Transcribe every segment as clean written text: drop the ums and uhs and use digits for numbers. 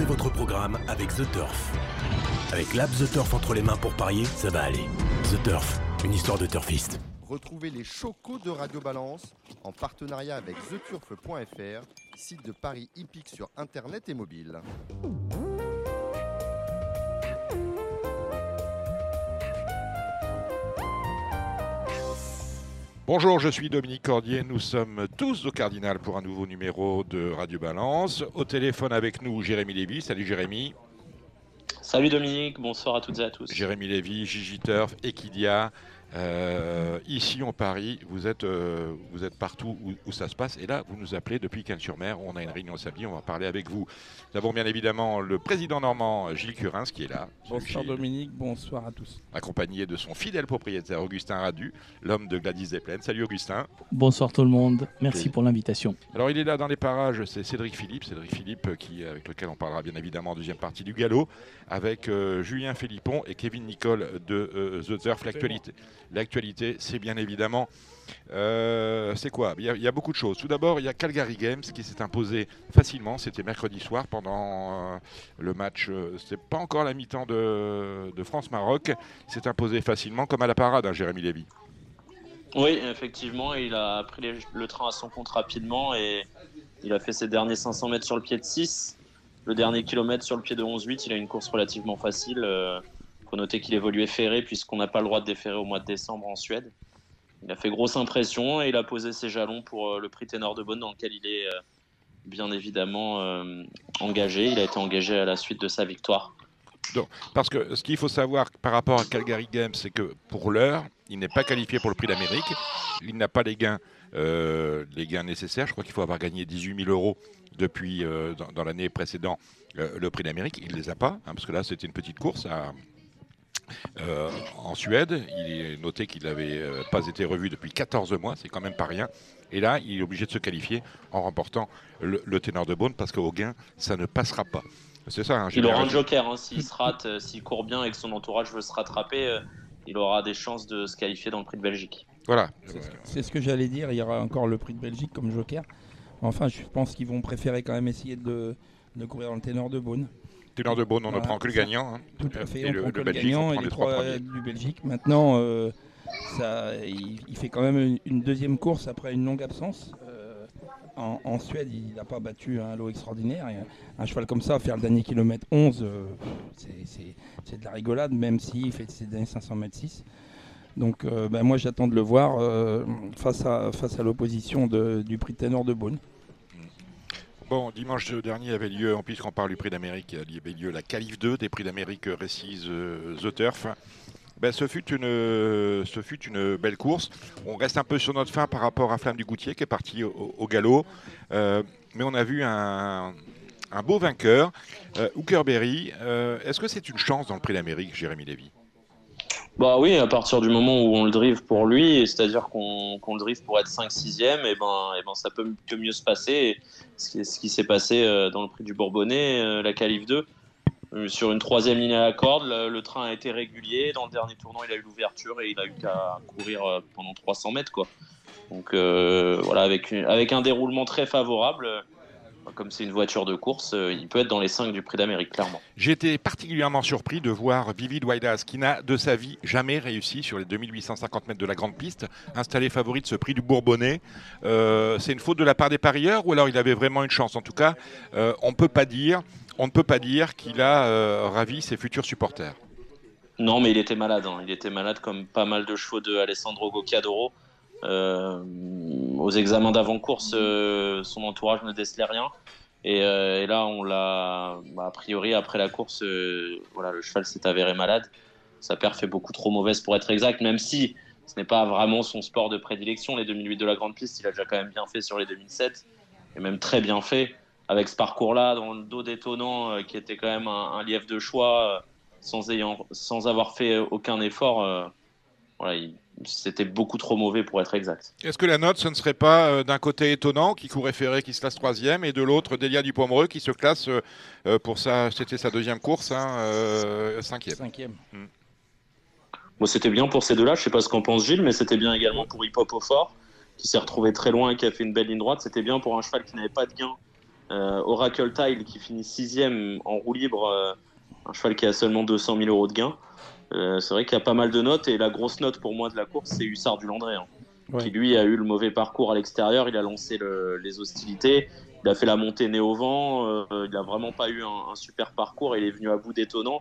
votre programme avec The Turf. Avec l'app The Turf entre les mains pour parier, ça va aller. The Turf, une histoire de turfiste. Retrouvez les chocos de Radio Balance en partenariat avec theturf.fr, site de paris hippique sur internet et mobile. Bonjour, je suis Dominique Cordier. Nous sommes tous au Cardinal pour un nouveau numéro de Radio Balance. Au téléphone avec nous, Jérémy Lévy. Salut Jérémy. Salut Dominique, bonsoir à toutes et à tous. Jérémy Lévy, Gigi Turf, Equidia. Ici en Paris, vous êtes partout où ça se passe. Et là, vous nous appelez depuis Cannes-sur-Mer. On a une réunion samedi, on va parler avec vous. Nous avons bien évidemment le président normand Gilles Curins qui est là. Bonsoir Dominique, bonsoir à tous. Accompagné de son fidèle propriétaire Augustin Radu, l'homme de Gladys des Plaines. Salut Augustin. Bonsoir tout le monde, merci pour l'invitation. Alors il est là dans les parages, c'est Cédric Philippe avec lequel on parlera bien évidemment en deuxième partie du galop, avec Julien Philippon et Kevin Nicole de The Turf. L'actualité, c'est bien évidemment, c'est quoi ? Il y a beaucoup de choses. Tout d'abord, il y a Calgary Games qui s'est imposé facilement. C'était mercredi soir pendant le match. C'était pas encore la mi-temps de France-Maroc. Il s'est imposé facilement, comme à la parade, hein, Jérémy Lévy. Oui, effectivement, il a pris le train à son compte rapidement et il a fait ses derniers 500 mètres sur le pied de 6. Le dernier kilomètre sur le pied de 11,8. Il a une course relativement facile. Il faut noter qu'il évoluait ferré puisqu'on n'a pas le droit de déferrer au mois de décembre en Suède. Il a fait grosse impression et il a posé ses jalons pour le prix Ténor de Beaune dans lequel il est bien évidemment engagé. Il a été engagé à la suite de sa victoire. Donc, parce que ce qu'il faut savoir par rapport à Calgary Games, c'est que pour l'heure, il n'est pas qualifié pour le prix d'Amérique. Il n'a pas les gains nécessaires. Je crois qu'il faut avoir gagné 18 000 euros depuis dans l'année précédente le prix d'Amérique. Il ne les a pas, parce que là, c'était une petite course en Suède. Il est noté qu'il n'avait pas été revu depuis 14 mois, c'est quand même pas rien. Et là, il est obligé de se qualifier en remportant le Ténor de Beaune parce qu'au gain, ça ne passera pas. C'est ça. Hein, il aura un joker, s'il se rate, s'il court bien et que son entourage veut se rattraper, il aura des chances de se qualifier dans le prix de Belgique. Voilà. C'est ce que j'allais dire, il y aura encore le prix de Belgique comme joker. Enfin, je pense qu'ils vont préférer quand même essayer de courir dans le Ténor de Beaune. Ténor de Beaune, on ne prend que le gagnant. Hein. Tout à fait, et on prend que le Belgique, gagnant on prend et les trois premiers. du Belgique. Maintenant, il fait quand même une deuxième course après une longue absence. En Suède, il n'a pas battu un lot extraordinaire. Et un cheval comme ça, faire le dernier kilomètre 11, c'est de la rigolade, même s'il fait ses derniers 500 mètres 6. Donc moi, j'attends de le voir face à l'opposition du prix Ténor de Beaune. Bon, dimanche dernier avait lieu, puisqu'on parle du prix d'Amérique, il y avait lieu la qualif 2 des prix d'Amérique Récise The Turf. Ce fut une belle course. On reste un peu sur notre fin par rapport à Flamme du Goutier qui est parti au galop. Mais on a vu un beau vainqueur, Hookerberry. Est-ce que c'est une chance dans le prix d'Amérique, Jérémy Lévy ? Bah oui, à partir du moment où on le drive pour lui, c'est-à-dire qu'on le drive pour être 5-6e, et ben ça peut mieux se passer. Ce qui s'est passé dans le prix du Bourbonnais, la qualif 2, sur une troisième ligne à la corde, le train a été régulier. Dans le dernier tournant, il a eu l'ouverture et il a eu qu'à courir pendant 300 mètres, quoi. Donc voilà, avec un déroulement très favorable. Comme c'est une voiture de course, il peut être dans les 5 du prix d'Amérique, clairement. J'ai été particulièrement surpris de voir Vivid Wildaz, qui n'a de sa vie jamais réussi sur les 2850 mètres de la grande piste, installé favori de ce prix du Bourbonnais. C'est une faute de la part des parieurs ou alors il avait vraiment une chance ? En tout cas, on ne peut pas dire qu'il a ravi ses futurs supporters. Non, mais il était malade. Il était malade comme pas mal de chevaux de Alessandro Gocciadoro. Aux examens d'avant-course, son entourage ne décelait rien. Et là, on l'a, a priori, après la course, le cheval s'est avéré malade. Sa perf est beaucoup trop mauvaise pour être exact, même si ce n'est pas vraiment son sport de prédilection. Les 2008 de la grande piste, il a déjà quand même bien fait sur les 2007, et même très bien fait. Avec ce parcours-là, dans le dos détonnant, qui était quand même un lièvre de choix, sans avoir fait aucun effort, c'était beaucoup trop mauvais pour être exact. Est-ce que la note, ce ne serait pas d'un côté étonnant, qui courait ferré, qui se classe 3e, et de l'autre, Delia Dupomereux, qui se classe c'était sa deuxième course, 5e. Bon, c'était bien pour ces deux-là, je ne sais pas ce qu'en pense Gilles, mais c'était bien également pour Hip Hop au Fort, qui s'est retrouvé très loin et qui a fait une belle ligne droite. C'était bien pour un cheval qui n'avait pas de gain Oracle Tile qui finit 6e en roue libre, un cheval qui a seulement 200 000 euros de gain. C'est vrai qu'il y a pas mal de notes, et la grosse note pour moi de la course, c'est Hussard du Landré, qui lui a eu le mauvais parcours à l'extérieur. Il a lancé les hostilités, il a fait la montée nez au vent, il n'a vraiment pas eu un super parcours, il est venu à bout d'étonnant.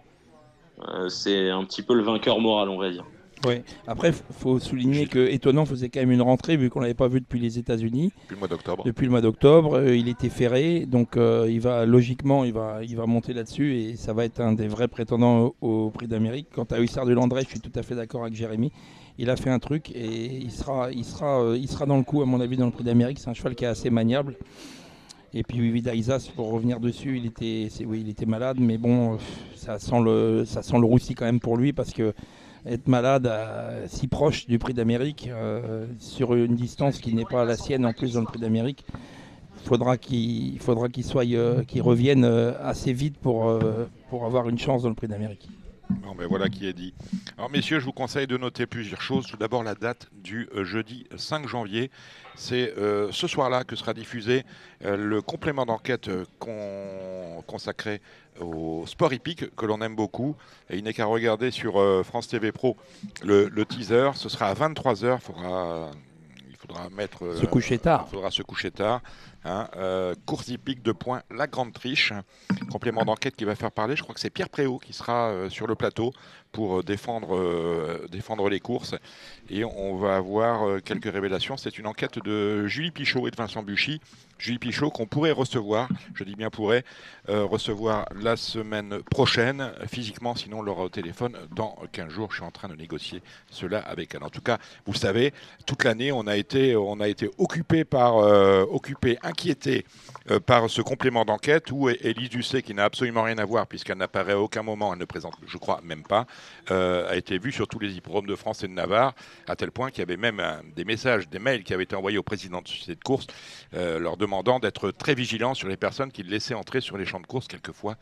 C'est un petit peu le vainqueur moral, on va dire. Ouais. Après, il faut souligner que Étonnant faisait quand même une rentrée, vu qu'on ne l'avait pas vu depuis les États-Unis. Depuis le mois d'octobre, il était ferré, donc il va monter là-dessus, et ça va être un des vrais prétendants au Prix d'Amérique. Quant à Hussard de Landré, je suis tout à fait d'accord avec Jérémy. Il a fait un truc et il sera dans le coup, à mon avis, dans le Prix d'Amérique. C'est un cheval qui est assez maniable. Et puis Vida Isas, pour revenir dessus, il était malade, mais bon, ça sent le roussi quand même pour lui, parce que être malade si proche du Prix d'Amérique, sur une distance qui n'est pas la sienne en plus dans le Prix d'Amérique, il faudra qu'il revienne assez vite pour avoir une chance dans le Prix d'Amérique. Bon, ben voilà qui est dit. Alors messieurs, je vous conseille de noter plusieurs choses. Tout d'abord, la date du jeudi 5 janvier. C'est ce soir-là que sera diffusé le complément d'enquête consacré au sport hippique, que l'on aime beaucoup. Et il n'est qu'à regarder sur France TV Pro le teaser. Ce sera à 23h. Il faudra se coucher tard. Il faudra se coucher tard. Course hippique de points, la grande triche. Complément d'enquête qui va faire parler. Je crois que c'est Pierre Préau qui sera sur le plateau pour défendre les courses. Et on va avoir quelques révélations. C'est une enquête de Julie Pichot et de Vincent Buchy. Julie Pichot qu'on pourrait recevoir, je dis bien pourrait, recevoir la semaine prochaine physiquement, sinon on l'aura au téléphone dans 15 jours. Je suis en train de négocier cela avec elle. En tout cas, vous le savez, toute l'année, on a été occupé, inquiété par ce complément d'enquête où Élise Dusset, qui n'a absolument rien à voir puisqu'elle n'apparaît à aucun moment, elle ne présente, je crois, même pas, a été vue sur tous les hippodromes de France et de Navarre, à tel point qu'il y avait même des mails qui avaient été envoyés au président de société de course, leur demandant d'être très vigilant sur les personnes qu'il laissait entrer sur les champs de course, quelquefois,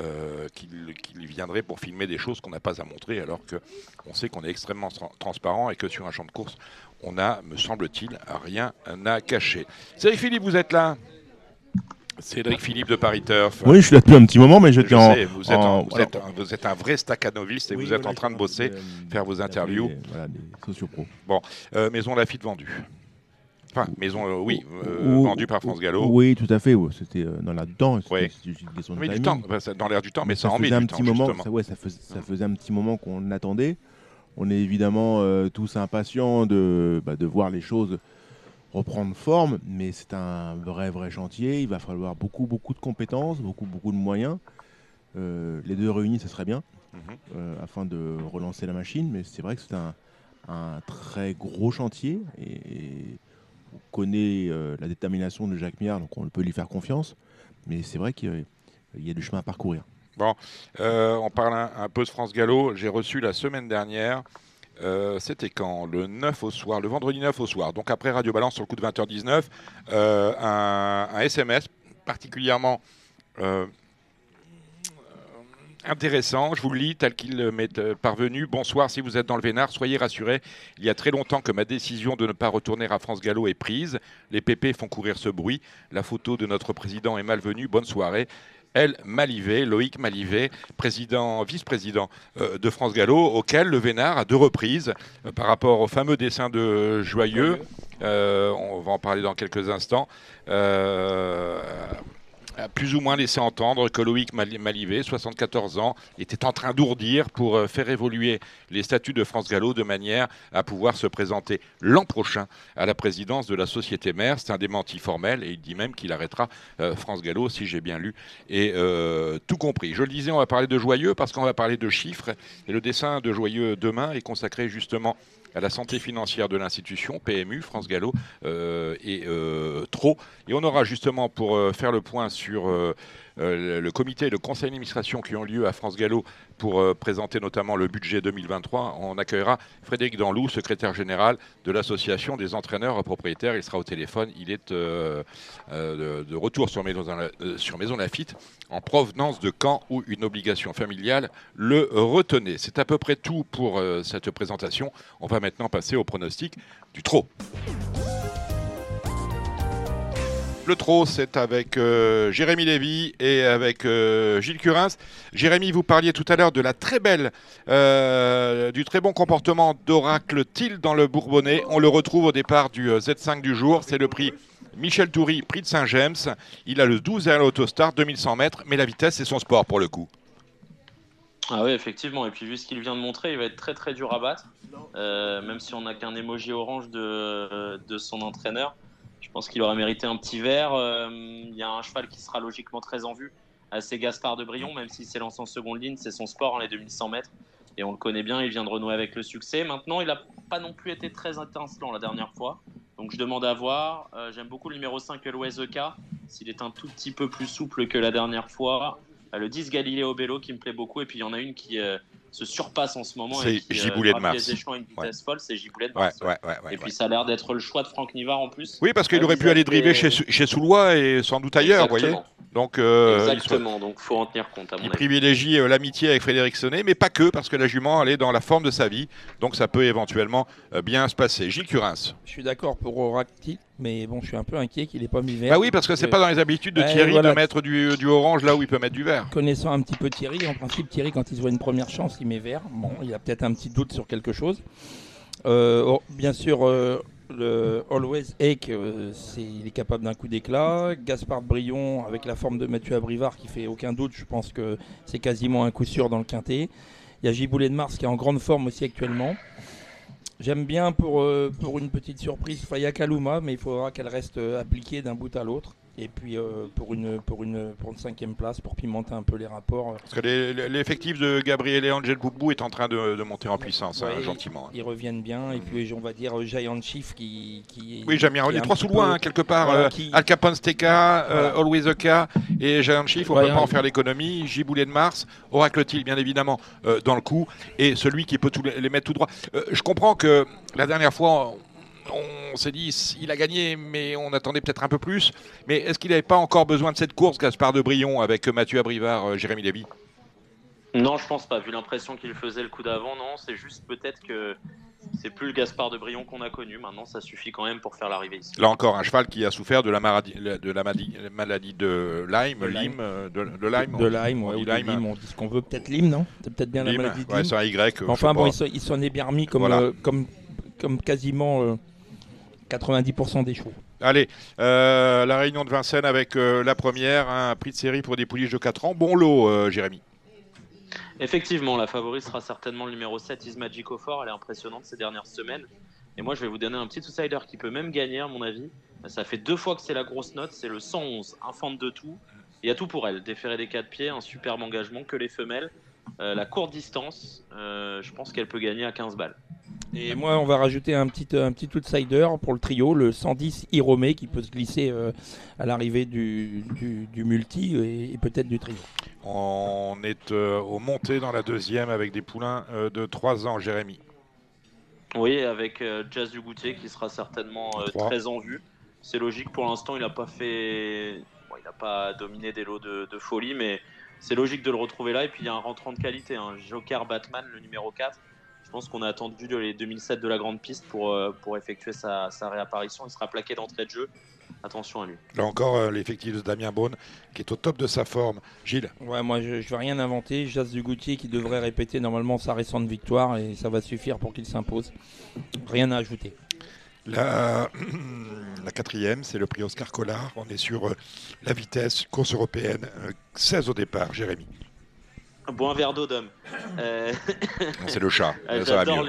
qu'il viendrait pour filmer des choses qu'on n'a pas à montrer, alors qu'on sait qu'on est extrêmement transparent et que sur un champ de course, on a, me semble-t-il, rien à cacher. Cédric Philippe, vous êtes là ? Cédric Philippe de Paris Turf. Oui, je suis là depuis un petit moment, mais j'étais vous êtes un vrai staccanoviste et vous êtes en train de bosser, faire vos interviews. Des sociopros. Bon, Maison Lafitte vendue. Enfin, vendue par France Gallo. Oui, tout à fait. Ouais. C'était dans là-dedans. Oui. Mais du temps, dans l'air du temps, mais ça en met du temps, justement. Ça faisait un petit moment qu'on attendait. On est évidemment tous impatients de voir les choses reprendre forme, mais c'est un vrai chantier. Il va falloir beaucoup de compétences, beaucoup de moyens. Les deux réunis, ça serait bien, afin de relancer la machine. Mais c'est vrai que c'est un très gros chantier, et on connaît la détermination de Jacques Miard, donc on peut lui faire confiance. Mais c'est vrai qu'il y a du chemin à parcourir. Bon, on parle un peu de France Gallo. J'ai reçu la semaine dernière, c'était quand ? Le vendredi 9 au soir, donc après Radio Balance sur le coup de 20h19, un SMS particulièrement intéressant. Je vous le lis tel qu'il m'est parvenu. Bonsoir, si vous êtes dans le Vénard, soyez rassurés. Il y a très longtemps que ma décision de ne pas retourner à France Gallo est prise. Les pépés font courir ce bruit. La photo de notre président est malvenue. Bonne soirée. Loïc Malivet, vice-président de France Gallo, auquel le Vénard, à 2 reprises, par rapport au fameux dessin de Joyeux, on va en parler dans quelques instants, a plus ou moins laissé entendre que Loïc Malivet, 74 ans, était en train d'ourdir pour faire évoluer les statuts de France Gallo de manière à pouvoir se présenter l'an prochain à la présidence de la société mère. C'est un démenti formel et il dit même qu'il arrêtera France Gallo, si j'ai bien lu et tout compris. Je le disais, on va parler de Joyeux parce qu'on va parler de chiffres, et le dessin de Joyeux demain est consacré justement à la santé financière de l'institution, PMU, France Gallo et TRO. Et on aura justement, pour faire le point sur le comité et le conseil d'administration qui ont lieu à France Gallo pour présenter notamment le budget 2023, on accueillera Frédéric Danlou, secrétaire général de l'association des entraîneurs propriétaires. Il sera au téléphone. Il est de retour sur Maison Lafitte en provenance de Caen où une obligation familiale le retenait. C'est à peu près tout pour cette présentation. On va maintenant passer au pronostic du trot. Le trot, c'est avec Jérémy Lévy et avec Gilles Curins. Jérémy, vous parliez tout à l'heure de la très belle, du très bon comportement d'Oracle Thiel dans le Bourbonnais. On le retrouve au départ du Z5 du jour. C'est le prix Michel Toury, prix de Saint-James. Il a le 12 à l'autostart, 2100 mètres, mais la vitesse, c'est son sport pour le coup. Ah oui, effectivement. Et puis, vu ce qu'il vient de montrer, il va être très très dur à battre. Même si on n'a qu'un emoji orange de son entraîneur. Je pense qu'il aurait mérité un petit vert. Il y a un cheval qui sera logiquement très en vue. C'est Gaspard de Brion, même s'il s'est lancé en seconde ligne. C'est son sport, les 2100 mètres. Et on le connaît bien, il vient de renouer avec le succès. Maintenant, il n'a pas non plus été très étincelant la dernière fois. Donc je demande à voir. J'aime beaucoup le numéro 5, l'OSEK. S'il est un tout petit peu plus souple que la dernière fois. Le 10, Galileo Bello, qui me plaît beaucoup. Et puis il y en a une qui se surpasse en ce moment. C'est Giboulet de Mars. Les échelons à une vitesse folle, c'est Giboulet de Mars. Et puis ça a l'air d'être le choix de Franck Nivard en plus. Oui, parce qu'il aurait pu aller driver chez Soulois et sans doute ailleurs, vous voyez. Donc, exactement, donc il faut en tenir compte à mon avis. Il privilégie l'amitié avec Frédéric Sonnet, mais pas que, parce que la jument, elle est dans la forme de sa vie. Donc ça peut éventuellement bien se passer. Gilles Curins. Je suis d'accord pour Oracle, mais bon, je suis un peu inquiet qu'il n'ait pas mis vert. Bah oui, parce que c'est pas dans les habitudes de Thierry de mettre du orange là où il peut mettre du vert. Connaissant un petit peu Thierry, en principe, Thierry, quand il se voit une première chance, il met vert. Bon, il a peut-être un petit doute sur quelque chose. Bien sûr, le Always Ake, il est capable d'un coup d'éclat. Gaspard Brion, avec la forme de Mathieu Abrivard, qui fait aucun doute, je pense que c'est quasiment un coup sûr dans le quintet. Il y a Giboulet de Mars qui est en grande forme aussi actuellement. J'aime bien pour une petite surprise Faya Kaluma, mais il faudra qu'elle reste appliquée d'un bout à l'autre. Et puis pour une 5e place, pour pimenter un peu les rapports. Parce que l'effectif de Gabriel et Angel Boubou est en train de monter en puissance, gentiment. Ils reviennent bien. Et puis on va dire Giant Chief qui oui, j'aime bien. Les trois sous loin, quelque part. Voilà, Al Capone Steka, Always Oka et Giant Chief. On ne peut pas en faire l'économie. Giboulet de Mars, Oracle Thiel, bien évidemment, dans le coup. Et celui qui peut les mettre tout droit. Je comprends que la dernière fois, on s'est dit, il a gagné, mais on attendait peut-être un peu plus. Mais est-ce qu'il n'avait pas encore besoin de cette course, Gaspard de Brion, avec Mathieu Abrivard, Jérémy Lévy? Non, je pense pas. Vu l'impression qu'il faisait le coup d'avant, non. C'est juste peut-être que c'est plus le Gaspard de Brion qu'on a connu. Maintenant, ça suffit quand même pour faire l'arrivée ici. Là encore, un cheval qui a souffert de la maladie de Lyme. De Lyme, on dit ce qu'on veut. Peut-être Lyme, non? C'est peut-être bien Lyme. La maladie de Lyme. Ouais, c'est un Y. Enfin bon, il s'en est bien remis comme quasiment 90% des chevaux. Allez, la réunion de Vincennes avec la première, un prix de série pour des pouliches de 4 ans. Bon lot, Jérémy. Effectivement, la favorite sera certainement le numéro 7, Is Magic Fort. Elle est impressionnante ces dernières semaines. Et moi, je vais vous donner un petit outsider qui peut même gagner, à mon avis. Ça fait 2 fois que c'est la grosse note. C'est le 111, infante de tout. Il y a tout pour elle. Déféré des 4 pieds, un superbe engagement, que les femelles. La courte distance, je pense qu'elle peut gagner à 15 balles. Et moi, on va rajouter un petit outsider pour le trio, le 110 Iromé, qui peut se glisser à l'arrivée du multi et peut-être du trio. On est au monté dans la deuxième avec des poulains de 3 ans, Jérémy. Oui, avec Jazz du Goutier qui sera certainement très en vue. C'est logique, pour l'instant, il n'a pas dominé des lots de folie, mais c'est logique de le retrouver là. Et puis il y a un rentrant de qualité, Joker Batman, le numéro 4. Je pense qu'on a attendu les 2007 de la grande piste pour effectuer sa réapparition. Il sera plaqué d'entrée de jeu. Attention à lui. Là encore, l'effectif de Damien Beaune qui est au top de sa forme. Gilles? Ouais, moi je ne vais rien inventer. Jazz du Goutier qui devrait répéter normalement sa récente victoire et ça va suffire pour qu'il s'impose. Rien à ajouter. La quatrième, c'est le prix Oscar Collard. On est sur la vitesse, course européenne, 16 au départ, Jérémy. Bois un verre d'eau d'homme. C'est le chat. J'adore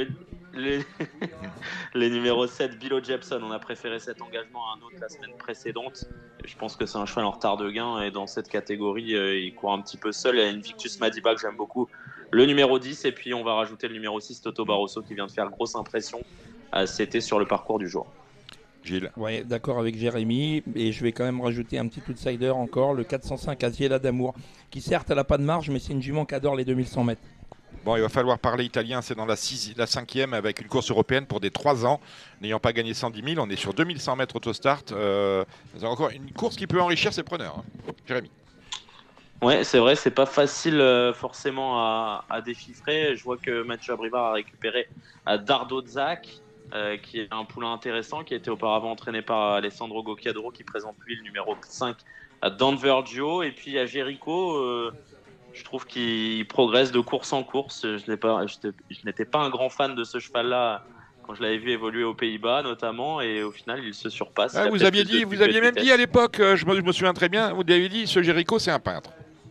les numéros 7, Billo Jepson. On a préféré cet engagement à un autre la semaine précédente. Je pense que c'est un cheval en retard de gain. Et dans cette catégorie, il court un petit peu seul. Il y a Invictus Madiba que j'aime beaucoup. Le numéro 10. Et puis on va rajouter le numéro 6, Toto Barroso, qui vient de faire grosse impression. C'était sur le parcours du jour. Gilles. Ouais, d'accord avec Jérémy, et je vais quand même rajouter un petit outsider encore, le 405 Asiela d'Amour, qui certes elle n'a pas de marge, mais c'est une jument qui adore les 2100 mètres. Bon, il va falloir parler italien, c'est dans la 5e avec une course européenne pour des 3 ans, n'ayant pas gagné 110 000, on est sur 2100 mètres autostart. C'est encore une course qui peut enrichir ses preneurs, Jérémy. Ouais, c'est vrai, c'est pas facile forcément à déchiffrer. Je vois que Mathieu Abrivard a récupéré Dardo Zak. qui est un poulain intéressant, qui a été auparavant entraîné par Alessandro Gocchiadoro, qui présente lui le numéro 5 à Danvergio. Et puis il y a Jericho, je trouve qu'il progresse de course en course. Je n'étais pas un grand fan de ce cheval-là quand je l'avais vu évoluer aux Pays-Bas notamment, et au final il se surpasse. Vous aviez même dit à l'époque, je me souviens très bien, vous aviez dit ce Jericho c'est un peintre.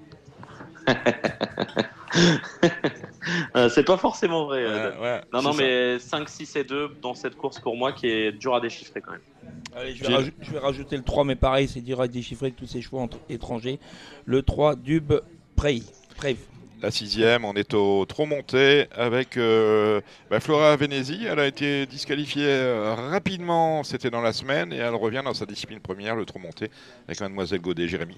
C'est pas forcément vrai. Non, ça. mais 5, 6 et 2 dans cette course pour moi qui est dur à déchiffrer quand même. Allez, je vais rajouter le 3, mais pareil, c'est dur à déchiffrer que tous ces chevaux étrangers. Le 3, Dub Prey. La 6e, on est au trop monté avec Flora Venezi. Elle a été disqualifiée rapidement, c'était dans la semaine, et elle revient dans sa discipline première, le trop monté, avec Mademoiselle Godet. Jérémy.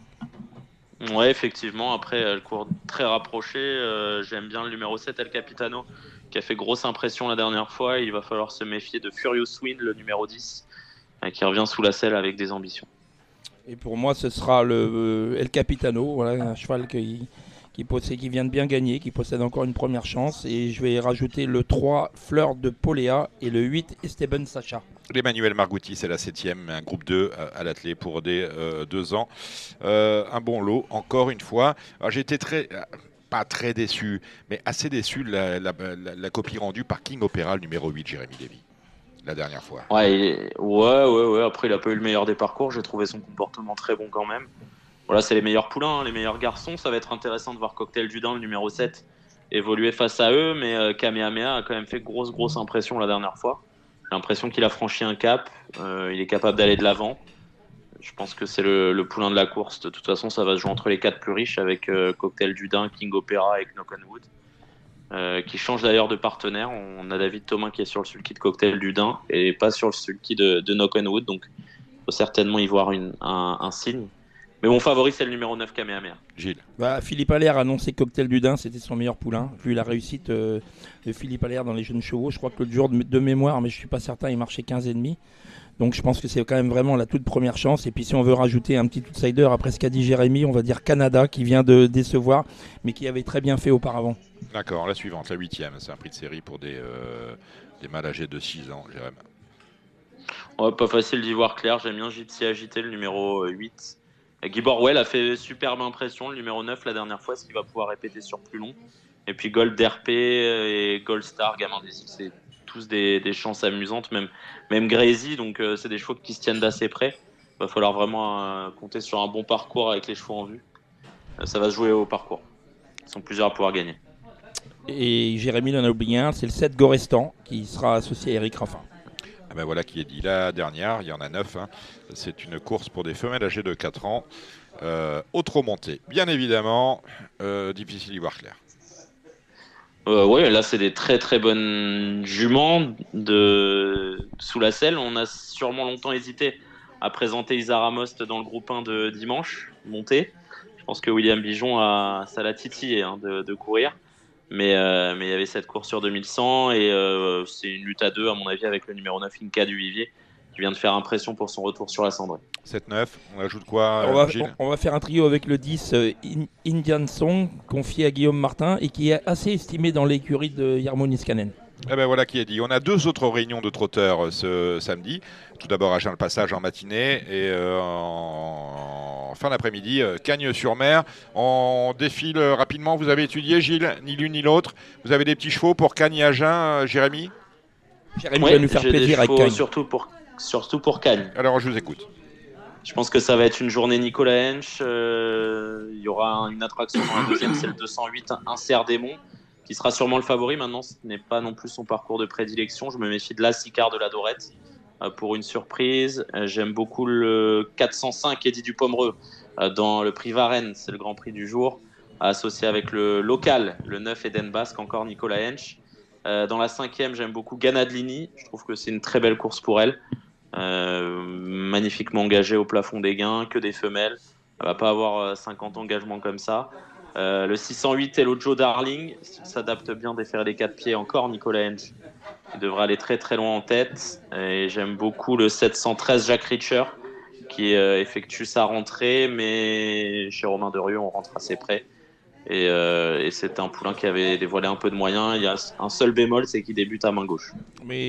Ouais, effectivement, après elle court très rapprochée. J'aime bien le numéro 7, El Capitano, qui a fait grosse impression la dernière fois. Il va falloir se méfier de Furious Wind, le numéro 10, qui revient sous la selle avec des ambitions. Et pour moi, ce sera le El Capitano, voilà, un cheval qui vient de bien gagner, qui possède encore une première chance. Et je vais rajouter le 3, Fleur de Poléa, et le 8, Esteban Sacha. L'Emmanuel Margouti, c'est la 7e, un groupe 2 à l'attelé pour des 2 ans. Un bon lot, encore une fois. Alors, j'ai été pas très déçu, mais assez déçu de la copie rendue par King Opera, le numéro 8, Jérémy Lévy, la dernière fois. Ouais. Après, il n'a pas eu le meilleur des parcours. J'ai trouvé son comportement très bon quand même. Voilà, c'est les meilleurs poulains, les meilleurs garçons. Ça va être intéressant de voir Cocktail du Dain, le numéro 7, évoluer face à eux. Mais Kamehameha a quand même fait grosse impression la dernière fois. J'ai l'impression qu'il a franchi un cap. Il est capable d'aller de l'avant. Je pense que c'est le poulain de la course. De toute façon, ça va se jouer entre les 4 plus riches avec Cocktail du Dain, King Opera et Knock on Wood. Qui change d'ailleurs de partenaire. On a David Thomas qui est sur le sulky de Cocktail du Dain et pas sur le sulky de Knock on Wood. Donc, il faut certainement y voir un signe. Mais mon favori, c'est le numéro 9, Kamehameha. Gilles. Philippe Allaire a annoncé Cocktail du Dain, c'était son meilleur poulain. Vu la réussite de Philippe Allaire dans les jeunes chevaux, je crois que le jour de mémoire, mais je ne suis pas certain, il marchait 15,5. Donc je pense que c'est quand même vraiment la toute première chance. Et puis si on veut rajouter un petit outsider après ce qu'a dit Jérémy, on va dire Canada, qui vient de décevoir, mais qui avait très bien fait auparavant. D'accord, la suivante, la 8e, c'est un prix de série pour des mâles âgés de 6 ans, Jérémy. Ouais, pas facile d'y voir clair. J'aime bien Gypsy Agité, le numéro 8. Guy Borwell a fait superbe impression, le numéro 9 la dernière fois, ce qu'il va pouvoir répéter sur plus long. Et puis Gold RP et Gold Star, Gamin des îles, c'est tous des chances amusantes, même Grazy, donc c'est des chevaux qui se tiennent d'assez près. Il va falloir vraiment compter sur un bon parcours avec les chevaux en vue. Ça va se jouer au parcours. Ils sont plusieurs à pouvoir gagner. Et Jérémy en a oublié un, c'est le 7 Gorestan qui sera associé à Eric Raffin. Ah ben voilà qui est dit la dernière, il y en a 9. C'est une course pour des femelles âgées de 4 ans. Au trop monté. Bien évidemment, difficile d'y voir clair. Oui, là c'est des très bonnes juments sous la selle. On a sûrement longtemps hésité à présenter Isa Ramos dans le groupe 1 de dimanche, monté. Je pense que William Bijon ça l'a titillé de courir. Mais il y avait cette course sur 2100 et c'est une lutte à 2 à mon avis avec le numéro 9 Inca du Vivier qui vient de faire impression pour son retour sur la cendrée. 7-9, on ajoute quoi on va faire un trio avec le 10 Indian Song confié à Guillaume Martin et qui est assez estimé dans l'écurie de Jarmo Niskanen. Eh ben voilà qui est dit. On a 2 autres réunions de trotteurs ce samedi. Tout d'abord à Jean-le-Passage en matinée et en fin d'après-midi, Cagnes-sur-Mer. On défile rapidement. Vous avez étudié, Gilles, ni l'une ni l'autre. Vous avez des petits chevaux pour Cagnes et Agen, Jérémy. Jérémy va nous faire plaisir avec Cagnes. Surtout pour Cagnes. Alors je vous écoute. Je pense que ça va être une journée Nicolas Hench. Il y aura une attraction dans la deuxième, c'est le 208, Insert Démon, qui sera sûrement le favori. Maintenant, ce n'est pas non plus son parcours de prédilection. Je me méfie de la Sicard de la Dorette pour une surprise. J'aime beaucoup le 405 Eddie Dupomereux dans le prix Varennes, c'est le grand prix du jour, associé avec le local, le 9 Eden Basque, encore Nicolas Hench. Dans la 5e, j'aime beaucoup Ganadlini. Je trouve que c'est une très belle course pour elle. Magnifiquement engagée au plafond des gains, que des femelles. Elle va pas avoir 50 engagements comme ça. Le 608 Hello Joe Darling, s'il s'adapte bien défaire les 4 pieds, encore Nicolas Hench. Il devrait aller très loin en tête. Et j'aime beaucoup le 713 Jacques Richer qui effectue sa rentrée, mais chez Romain Derieux, on rentre assez près. Et c'est un poulain qui avait dévoilé un peu de moyens. Il y a un seul bémol, c'est qu'il débute à main gauche. Mais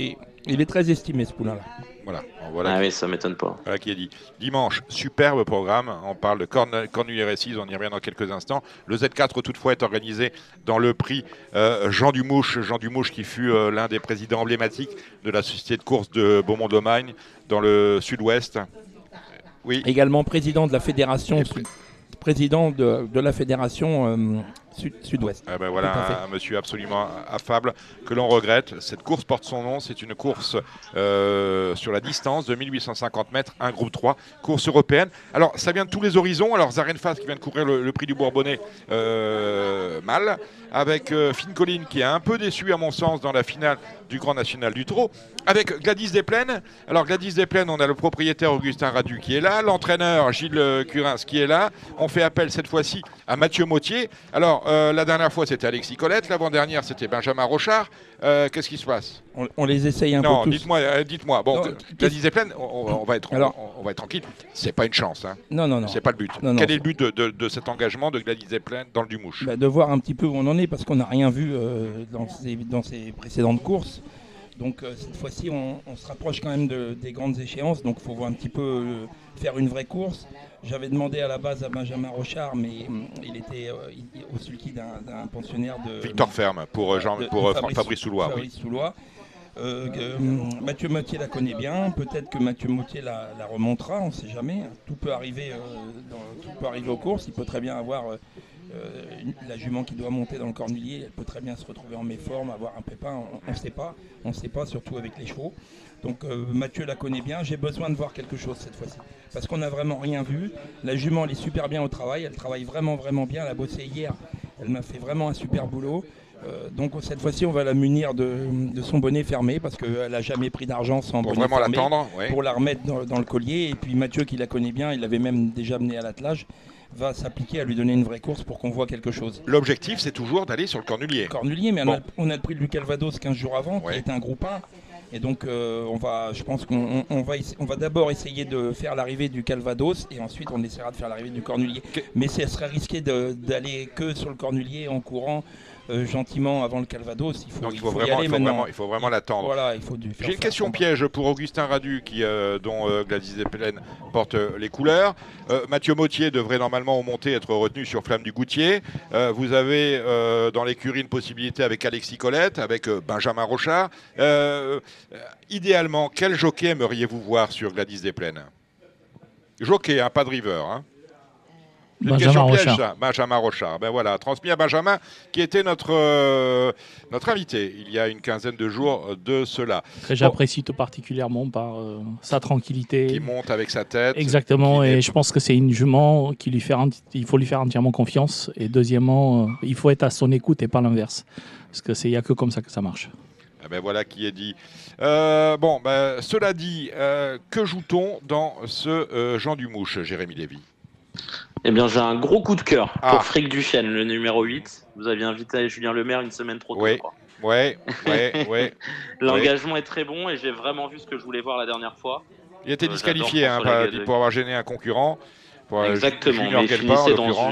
Il est très estimé ce poulain-là. Voilà. Oui, ça m'étonne pas. Voilà qui est dit. Dimanche, superbe programme. On parle de Cornu RSI, on y revient dans quelques instants. Le Z4, toutefois, est organisé dans le prix Jean Dumouche. Jean Dumouche qui fut l'un des présidents emblématiques de la société de course de Beaumont-Domagne dans le sud-ouest. Oui. Également président de la fédération, président de la fédération sud-ouest. Ah ben voilà, un monsieur absolument affable que l'on regrette. Cette course porte son nom. C'est une course sur la distance de 1850 mètres, un groupe 3, course européenne. Alors, ça vient de tous les horizons. Alors, Zarenfast qui vient de courir le prix du Bourbonnais, mal. Avec Finn Collin qui est un peu déçu, à mon sens, dans la finale du Grand National du Trot. Avec Gladys Desplaines. Alors, Gladys Desplaines, on a le propriétaire Augustin Radu qui est là. L'entraîneur Gilles Curins qui est là. On fait appel cette fois-ci à Mathieu Mautier. Alors, la dernière fois, c'était Alexis Colette. L'avant-dernière, c'était Benjamin Rochard. Qu'est-ce qui se passe? On les essaye un peu tous. Non, dites-moi. Bon, Gladys Desplaines, on va être tranquille. C'est pas une chance. Hein. Non. C'est pas le but. Quel est le but de cet engagement de Gladys Desplaines dans le Dumouche? De voir un petit peu où on en est, parce qu'on n'a rien vu dans ces précédentes courses. Donc cette fois-ci, on se rapproche quand même des grandes échéances. Donc il faut voir un petit peu faire une vraie course. J'avais demandé à la base à Benjamin Rochard, mais il était au sulky d'un pensionnaire de Victor Ferme pour Fabrice Soulois. Mathieu Mautier la connaît bien. Peut-être que Mathieu Mautier la remontera. On ne sait jamais. Tout peut arriver aux courses. Il peut très bien avoir la jument qui doit monter dans le cornulier. Elle peut très bien se retrouver en méforme, avoir un pépin. On ne sait pas, surtout avec les chevaux. Donc Mathieu la connaît bien. J'ai besoin de voir quelque chose cette fois-ci. Parce qu'on n'a vraiment rien vu. La jument, elle est super bien au travail. Elle travaille vraiment, vraiment bien. Elle a bossé hier. Elle m'a fait vraiment un super boulot. Donc cette fois-ci, on va la munir de son bonnet fermé parce qu'elle n'a jamais pris d'argent sans bonnet fermé. Pour vraiment l'attendre, oui. Pour la remettre dans le collier. Et puis Mathieu, qui la connaît bien, il l'avait même déjà mené à l'attelage, va s'appliquer à lui donner une vraie course pour qu'on voit quelque chose. L'objectif, c'est toujours d'aller sur le cornulier. Mais on a le prix du Calvados 15 jours avant, qui est un groupe 1. Et donc, je pense qu'on va d'abord essayer de faire l'arrivée du Calvados et ensuite on essaiera de faire l'arrivée du cornulier. Mais ce serait risqué d'aller que sur le cornulier en courant gentiment avant le Calvados. Il faut vraiment l'attendre. Voilà, j'ai une question piège pour Augustin Radu dont Gladys Desplaines porte les couleurs. Mathieu Mautier devrait normalement au monté être retenu sur Flamme du Goutier. Vous avez dans l'écurie une possibilité avec Alexis Colette, avec Benjamin Rochard. Idéalement, quel jockey aimeriez-vous voir sur Gladys Desplaines? Jockey, pas driver. Benjamin Rochard. Benjamin Rochard. Ben voilà, transmis à Benjamin, qui était notre invité il y a une quinzaine de jours de cela. J'apprécie tout particulièrement par sa tranquillité. Qui monte avec sa tête. Exactement, et je pense que c'est une jument il faut lui faire entièrement confiance. Et deuxièmement, il faut être à son écoute et pas l'inverse. Parce qu'il n'y a que comme ça que ça marche. Ben voilà qui est dit. Cela dit, que joue-t-on dans ce Jean Dumouche, Jérémy Lévy? Eh bien, j'ai un gros coup de cœur pour Fric Duchesne, le numéro 8. Vous aviez invité Julien Lemaire une semaine trop tôt. Oui. L'engagement est très bon et j'ai vraiment vu ce que je voulais voir la dernière fois. Il était disqualifié pour avoir gêné un concurrent. Exactement, mais il finissait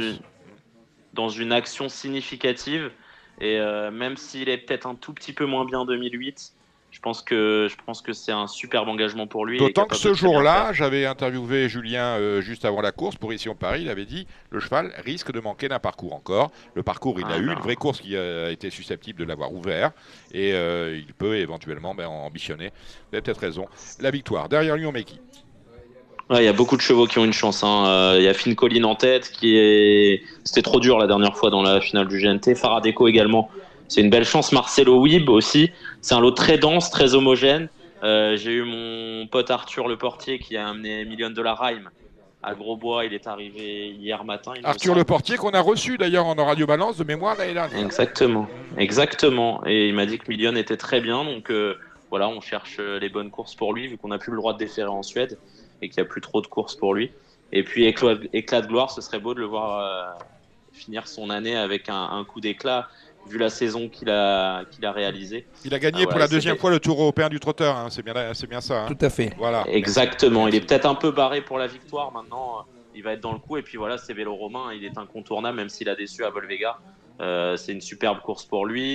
dans une action significative. Et même s'il est peut-être un tout petit peu moins bien en 2008, je pense que c'est un superbe engagement pour lui. D'autant que ce jour-là, j'avais interviewé Julien juste avant la course pour Ici on Paris. Il avait dit le cheval risque de manquer d'un parcours encore. Le parcours, il a eu une vraie course qui a été susceptible de l'avoir ouvert. Et il peut éventuellement ambitionner. Vous avez peut-être raison. La victoire. Derrière lui, on met qui? Il y a beaucoup de chevaux qui ont une chance. Il y a Finn Collin en tête, c'était trop dur la dernière fois dans la finale du GNT. Faradeco également. C'est une belle chance. Marcelo Wib aussi. C'est un lot très dense, très homogène. J'ai eu mon pote Arthur Le Portier qui a amené $1 million Rhyme à Grosbois. Il est arrivé hier matin. Arthur Le Portier qu'on a reçu d'ailleurs en Radio Balance de mémoire l'année dernière. Exactement. Et il m'a dit que Million était très bien. Donc voilà, on cherche les bonnes courses pour lui vu qu'on n'a plus le droit de déférer en Suède et qu'il n'y a plus trop de courses pour lui. Et puis éclat de gloire, ce serait beau de le voir finir son année avec un coup d'éclat. Vu la saison qu'il a réalisée. Il a gagné pour la deuxième fois le Tour européen du trotteur, c'est bien ça. Tout à fait. Voilà. Exactement, il est peut-être un peu barré pour la victoire maintenant, il va être dans le coup, et puis voilà, c'est Vélo Romain, il est incontournable, même s'il a déçu à Volvega. C'est une superbe course pour lui.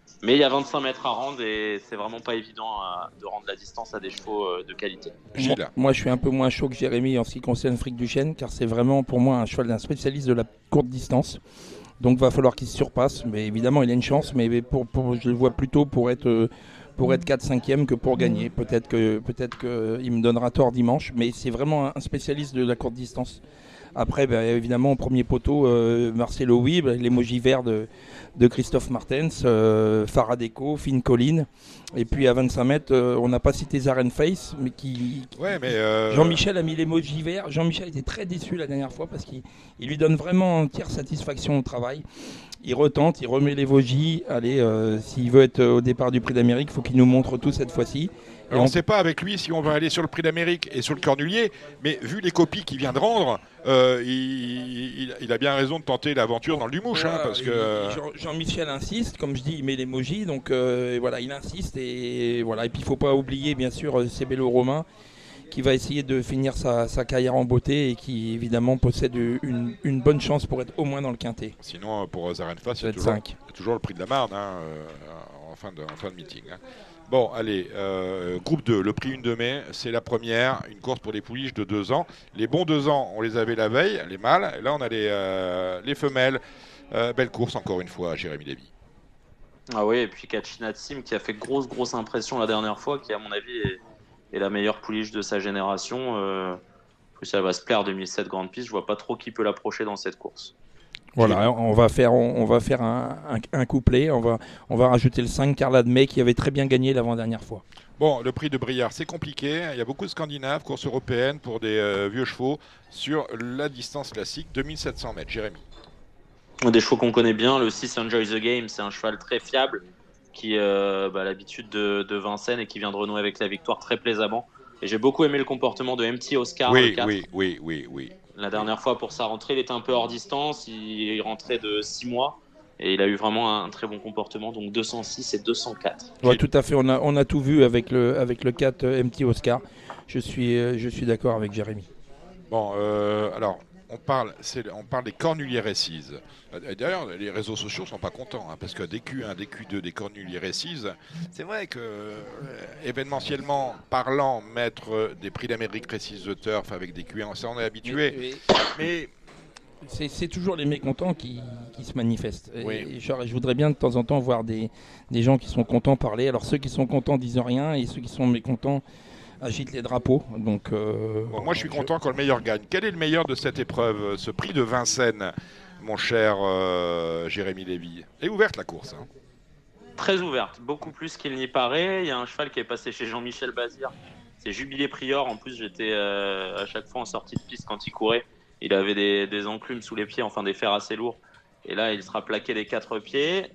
Mais il y a 25 mètres à rendre et c'est vraiment pas évident de rendre la distance à des chevaux de qualité. Gilles. Moi, je suis un peu moins chaud que Jérémy en ce qui concerne Fric du Chêne, car c'est vraiment pour moi un cheval d'un spécialiste de la courte distance. Donc, il va falloir qu'il se surpasse. Mais évidemment, il a une chance, mais je le vois plutôt pour être 4-5e que pour gagner. Peut-être qu'il me donnera tort dimanche, mais c'est vraiment un spécialiste de la courte distance. Après, évidemment, au premier poteau, Marcelo Wib, l'émoji vert de Christophe Martens, Faradeco, Finn Collin. Et puis à 25 mètres, on n'a pas cité Zaren Face, mais Jean-Michel a mis l'émoji vert. Jean-Michel était très déçu la dernière fois parce qu'il lui donne vraiment entière satisfaction au travail. Il retente, il remet les Vosgies. Allez, s'il veut être au départ du Prix d'Amérique, il faut qu'il nous montre tout cette fois-ci. On ne sait pas avec lui si on va aller sur le Prix d'Amérique et sur le Cornulier, mais vu les copies qu'il vient de rendre, il a bien raison de tenter l'aventure dans le Dumouche. Voilà, parce que Jean-Michel insiste, comme je dis, il met l'émoji, donc voilà, il insiste. Et voilà. Et puis il ne faut pas oublier, bien sûr, Cébello Romain, qui va essayer de finir sa carrière en beauté et qui, évidemment, possède une bonne chance pour être au moins dans le quintet. Sinon, pour Zarenfa, c'est toujours le Prix de la Marne en fin de meeting. Bon, allez, groupe 2, le prix 1 de mai, c'est la première, une course pour les pouliches de 2 ans. Les bons 2 ans, on les avait la veille, les mâles. Et là, on a les femelles. Belle course, encore une fois, Jérémy Lévy. Ah oui, et puis Kachinatsim qui a fait grosse impression la dernière fois, qui, à mon avis, est la meilleure pouliche de sa génération. En plus, elle va se plaire 2007 Grande Piste. Je vois pas trop qui peut l'approcher dans cette course. Voilà, on va faire un couplet, on va rajouter le 5 Carla de May qui avait très bien gagné l'avant-dernière fois. Bon, le prix de Briard, c'est compliqué. Il y a beaucoup de Scandinaves, courses européennes pour des vieux chevaux sur la distance classique, 2700 mètres. Jérémy. Des chevaux qu'on connaît bien, le 6 Enjoy the Game, c'est un cheval très fiable qui a l'habitude de Vincennes et qui vient de renouer avec la victoire très plaisamment. Et j'ai beaucoup aimé le comportement de MT Oscar. Oui. La dernière fois, pour sa rentrée, il était un peu hors distance. Il rentrait de 6 mois. Et il a eu vraiment un très bon comportement. Donc 206 et 204. Ouais, tout à fait. On a tout vu avec le 4 MT Oscar. Je suis d'accord avec Jérémy. Bon, alors, on parle des Cornulier Récises. D'ailleurs, les réseaux sociaux ne sont pas contents, parce que des Q1, des Q2, des Cornulier Récises, c'est vrai que, événementiellement parlant, mettre des prix d'Amérique Récises de Turf avec des Q1, ça on est habitué. Mais c'est toujours les mécontents qui se manifestent. Oui. Et je voudrais bien de temps en temps voir des gens qui sont contents parler. Alors ceux qui sont contents disent rien et ceux qui sont mécontents agitent les drapeaux. Donc, moi je suis content quand le meilleur gagne. Quel est le meilleur de cette épreuve, ce prix de Vincennes, mon cher Jérémy Lévy? Elle est ouverte la course. Très ouverte, beaucoup plus qu'il n'y paraît. Il y a un cheval qui est passé chez Jean-Michel Bazir. C'est Jubilé Prior. En plus, j'étais à chaque fois en sortie de piste quand il courait. Il avait des enclumes sous les pieds, enfin des fers assez lourds. Et là, il sera plaqué des 4 pieds.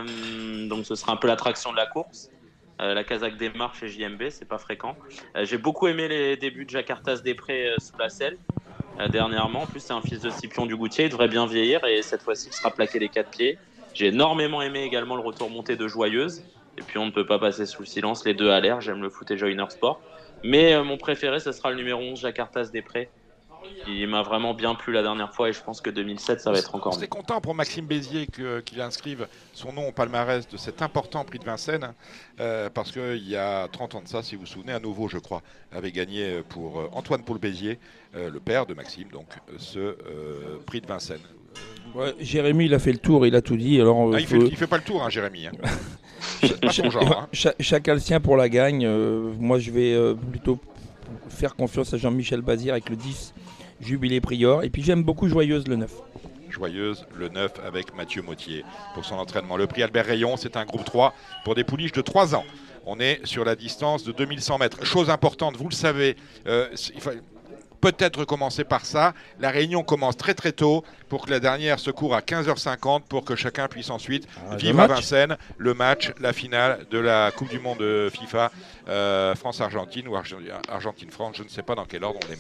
Donc ce sera un peu l'attraction de la course. La Kazakh démarre chez JMB, c'est pas fréquent. J'ai beaucoup aimé les débuts de Jakartas Després sous la selle dernièrement. En plus, c'est un fils de Scipion du Goutier, il devrait bien vieillir et cette fois-ci, il sera plaqué les 4 pieds. J'ai énormément aimé également le retour monté de Joyeuse. Et puis, on ne peut pas passer sous le silence les deux à l'air. J'aime le foot et Joiner Sport. Mais mon préféré, ce sera le numéro 11, Jakartas Després. Il m'a vraiment bien plu la dernière fois et je pense que 2007 ça va être encore mieux. On est content pour Maxime Bézier qu'il inscrive son nom au palmarès de cet important prix de Vincennes parce qu'il y a 30 ans de ça, si vous vous souvenez, à nouveau je crois, avait gagné pour Antoine Paul Bézier, le père de Maxime, donc ce prix de Vincennes. Ouais, Jérémy il a fait le tour, il a tout dit. Alors, il fait pas le tour, Jérémy. C'est pas son genre. Chacun le sien pour la gagne. Moi je vais plutôt faire confiance à Jean-Michel Bazir avec le 10 Jubilé Prior. Et puis j'aime beaucoup Joyeuse le 9. Joyeuse le 9 avec Mathieu Mottier pour son entraînement. Le prix Albert Rayon, c'est un groupe 3 pour des pouliches de 3 ans. On est sur la distance de 2100 mètres. Chose importante, vous le savez, il faut peut-être commencer par ça. La réunion commence très très tôt pour que la dernière se court à 15h50 pour que chacun puisse ensuite vivre à Vincennes le match, la finale de la Coupe du Monde FIFA France-Argentine ou Argentine-France, je ne sais pas dans quel ordre on les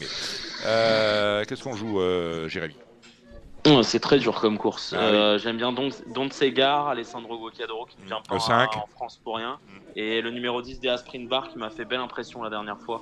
met. Qu'est-ce qu'on joue, Jérémy? C'est très dur comme course. J'aime bien Don Segar, Alessandro Gocchiadoro qui ne vient pas en France pour rien. Et le numéro 10 des Sprint Bar qui m'a fait belle impression la dernière fois.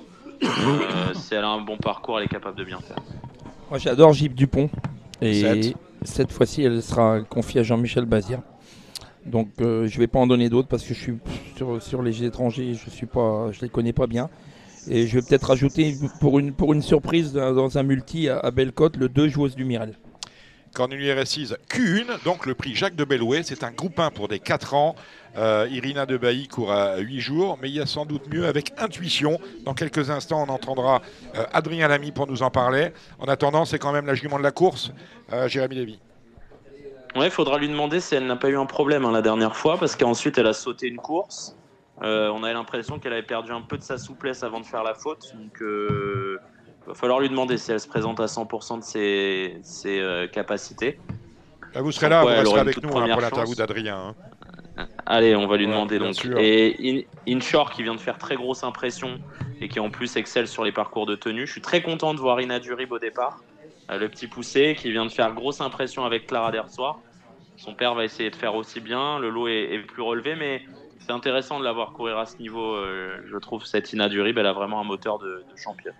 Si elle a un bon parcours, elle est capable de bien faire. Moi j'adore Gilles Dupont. Et cette fois-ci, elle sera confiée à Jean-Michel Bazir. Donc je vais pas en donner d'autres parce que je suis sur les étrangers, je les connais pas bien. Et je vais peut-être rajouter pour une surprise dans un multi à Bellecote, le 2 joueuses du Mirel. Cornelier Récise Q1, donc le prix Jacques de Bellouet, c'est un groupe 1 pour des 4 ans. Irina de Bailly court à 8 jours, mais il y a sans doute mieux avec Intuition. Dans quelques instants, on entendra Adrien Lamy pour nous en parler. En attendant, c'est quand même la jument de la course, Jérémy Lévy. Ouais, il faudra lui demander si elle n'a pas eu un problème la dernière fois, parce qu'ensuite elle a sauté une course. On avait l'impression qu'elle avait perdu un peu de sa souplesse avant de faire la faute. Donc il va falloir lui demander si elle se présente à 100% de ses capacités. Vous serez là, vous resterez avec nous pour l'interview d'Adrien. Allez, on va lui demander donc. Sûr. Et Inshore qui vient de faire très grosse impression et qui en plus excelle sur les parcours de tenue. Je suis très content de voir Ina Durib au départ. Le petit poussé qui vient de faire grosse impression avec Clara Dersoir. Son père va essayer de faire aussi bien. Le lot est plus relevé, mais c'est intéressant de la voir courir à ce niveau. Je trouve cette Ina Durib, elle a vraiment un moteur de championne.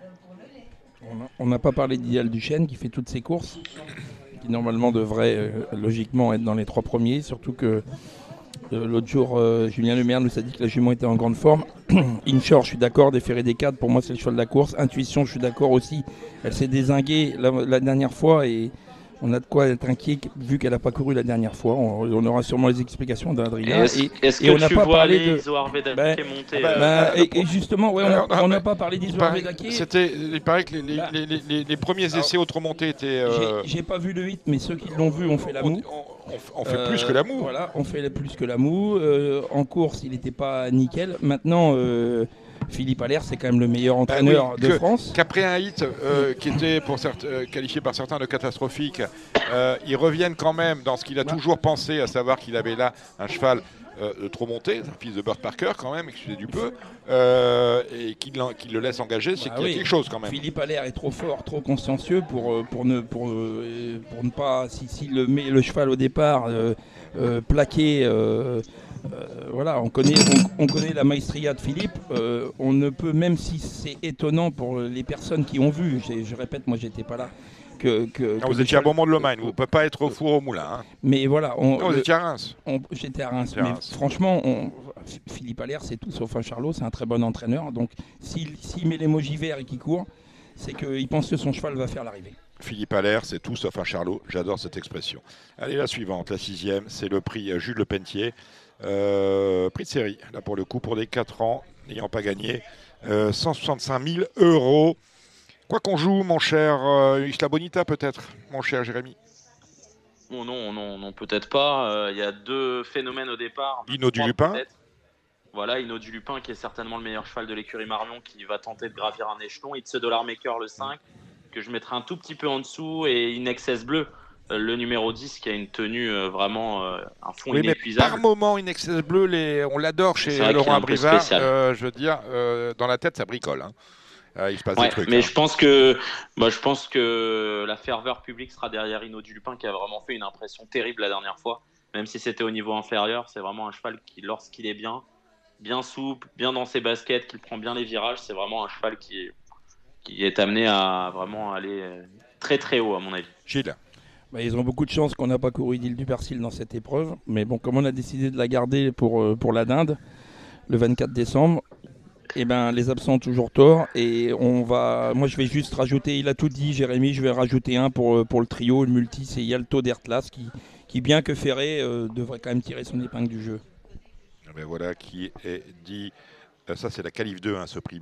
On n'a pas parlé d'Ideal Duchesne qui fait toutes ses courses, qui normalement devrait logiquement être dans les 3 premiers, surtout que l'autre jour, Julien Lemaire nous a dit que la jument était en grande forme. Inshore, je suis d'accord, déféré des 4, pour moi c'est le cheval de la course. Intuition, je suis d'accord aussi, elle s'est dézinguée la dernière fois et on a de quoi être inquiet vu qu'elle n'a pas couru la dernière fois. On aura sûrement les explications d'Adrien. Est-ce que on n'a tu pas vois parlé aller Iso Arvedake monter et justement, ouais, on n'a pas parlé d'Iso Arvedake. Il paraît que les premiers essais autre-montée étaient... J'ai pas vu le 8, mais ceux qui l'ont vu ont fait la moue. On fait plus que la moue. Voilà, on fait plus que la moue. En course, il n'était pas nickel. Maintenant... Philippe Allaire, c'est quand même le meilleur entraîneur de France. Qu'après un hit qui était qualifié par certains de catastrophique, ils reviennent quand même dans ce qu'il a toujours pensé, à savoir qu'il avait là un cheval trop monté, un fils de Burt Parker quand même, excusez du peu, et qu'il le laisse engager, c'est qu'il y a quelque chose quand même. Philippe Allaire est trop fort, trop consciencieux pour ne pas, s'il met le cheval au départ, plaquer... voilà, on connaît la maestria de Philippe. On ne peut, même si c'est étonnant pour les personnes qui ont vu, je répète, moi j'étais pas là. Vous étiez à Beaumont-de-Lomagne, vous ne pouvez pas être au four au moulin. Hein. Mais voilà, vous étiez à Reims. J'étais à Reims. Mais franchement, Philippe Allaire, c'est tout sauf un Charlot, c'est un très bon entraîneur. Donc s'il met l'émoji vert et qu'il court, c'est qu'il pense que son cheval va faire l'arrivée. Philippe Allaire, c'est tout sauf un Charlot. J'adore cette expression. Allez, la suivante, la 6e, c'est le prix Jules Lepentier. Prix de série, là pour le coup, pour les 4 ans, n'ayant pas gagné 165 000 €. Quoi qu'on joue, mon cher Isla Bonita, peut-être, mon cher Jérémy. Oh non, peut-être pas. Il y a 2 phénomènes au départ. Hino du Lupin. Voilà, Hino du Lupin qui est certainement le meilleur cheval de l'écurie Marion qui va tenter de gravir un échelon. It's Dollar Maker le 5, que je mettrai un tout petit peu en dessous, et Inexcess Bleu, le numéro 10 qui a une tenue vraiment un fond inépuisable. Mais par moment, Inexcess Bleu, on l'adore chez Laurent Abrivard. Je veux dire, dans la tête, ça bricole. Hein. Il se passe des trucs. Mais je pense que la ferveur publique sera derrière Hino du Lupin qui a vraiment fait une impression terrible la dernière fois. Même si c'était au niveau inférieur, c'est vraiment un cheval qui, lorsqu'il est bien souple, bien dans ses baskets, qu'il prend bien les virages, c'est vraiment un cheval qui est amené à vraiment aller très très haut à mon avis. Gilles. Ils ont beaucoup de chance qu'on n'a pas couru Idil du Persil dans cette épreuve. Mais bon, comme on a décidé de la garder pour la dinde, le 24 décembre, les absents ont toujours tort. Et moi, je vais juste rajouter, il a tout dit, Jérémy, je vais rajouter un pour le trio. Le multi, c'est Yalto d'Ertlas qui, bien que ferré, devrait quand même tirer son épingle du jeu. Voilà qui est dit. Ça, c'est la Calife 2, hein, ce prix.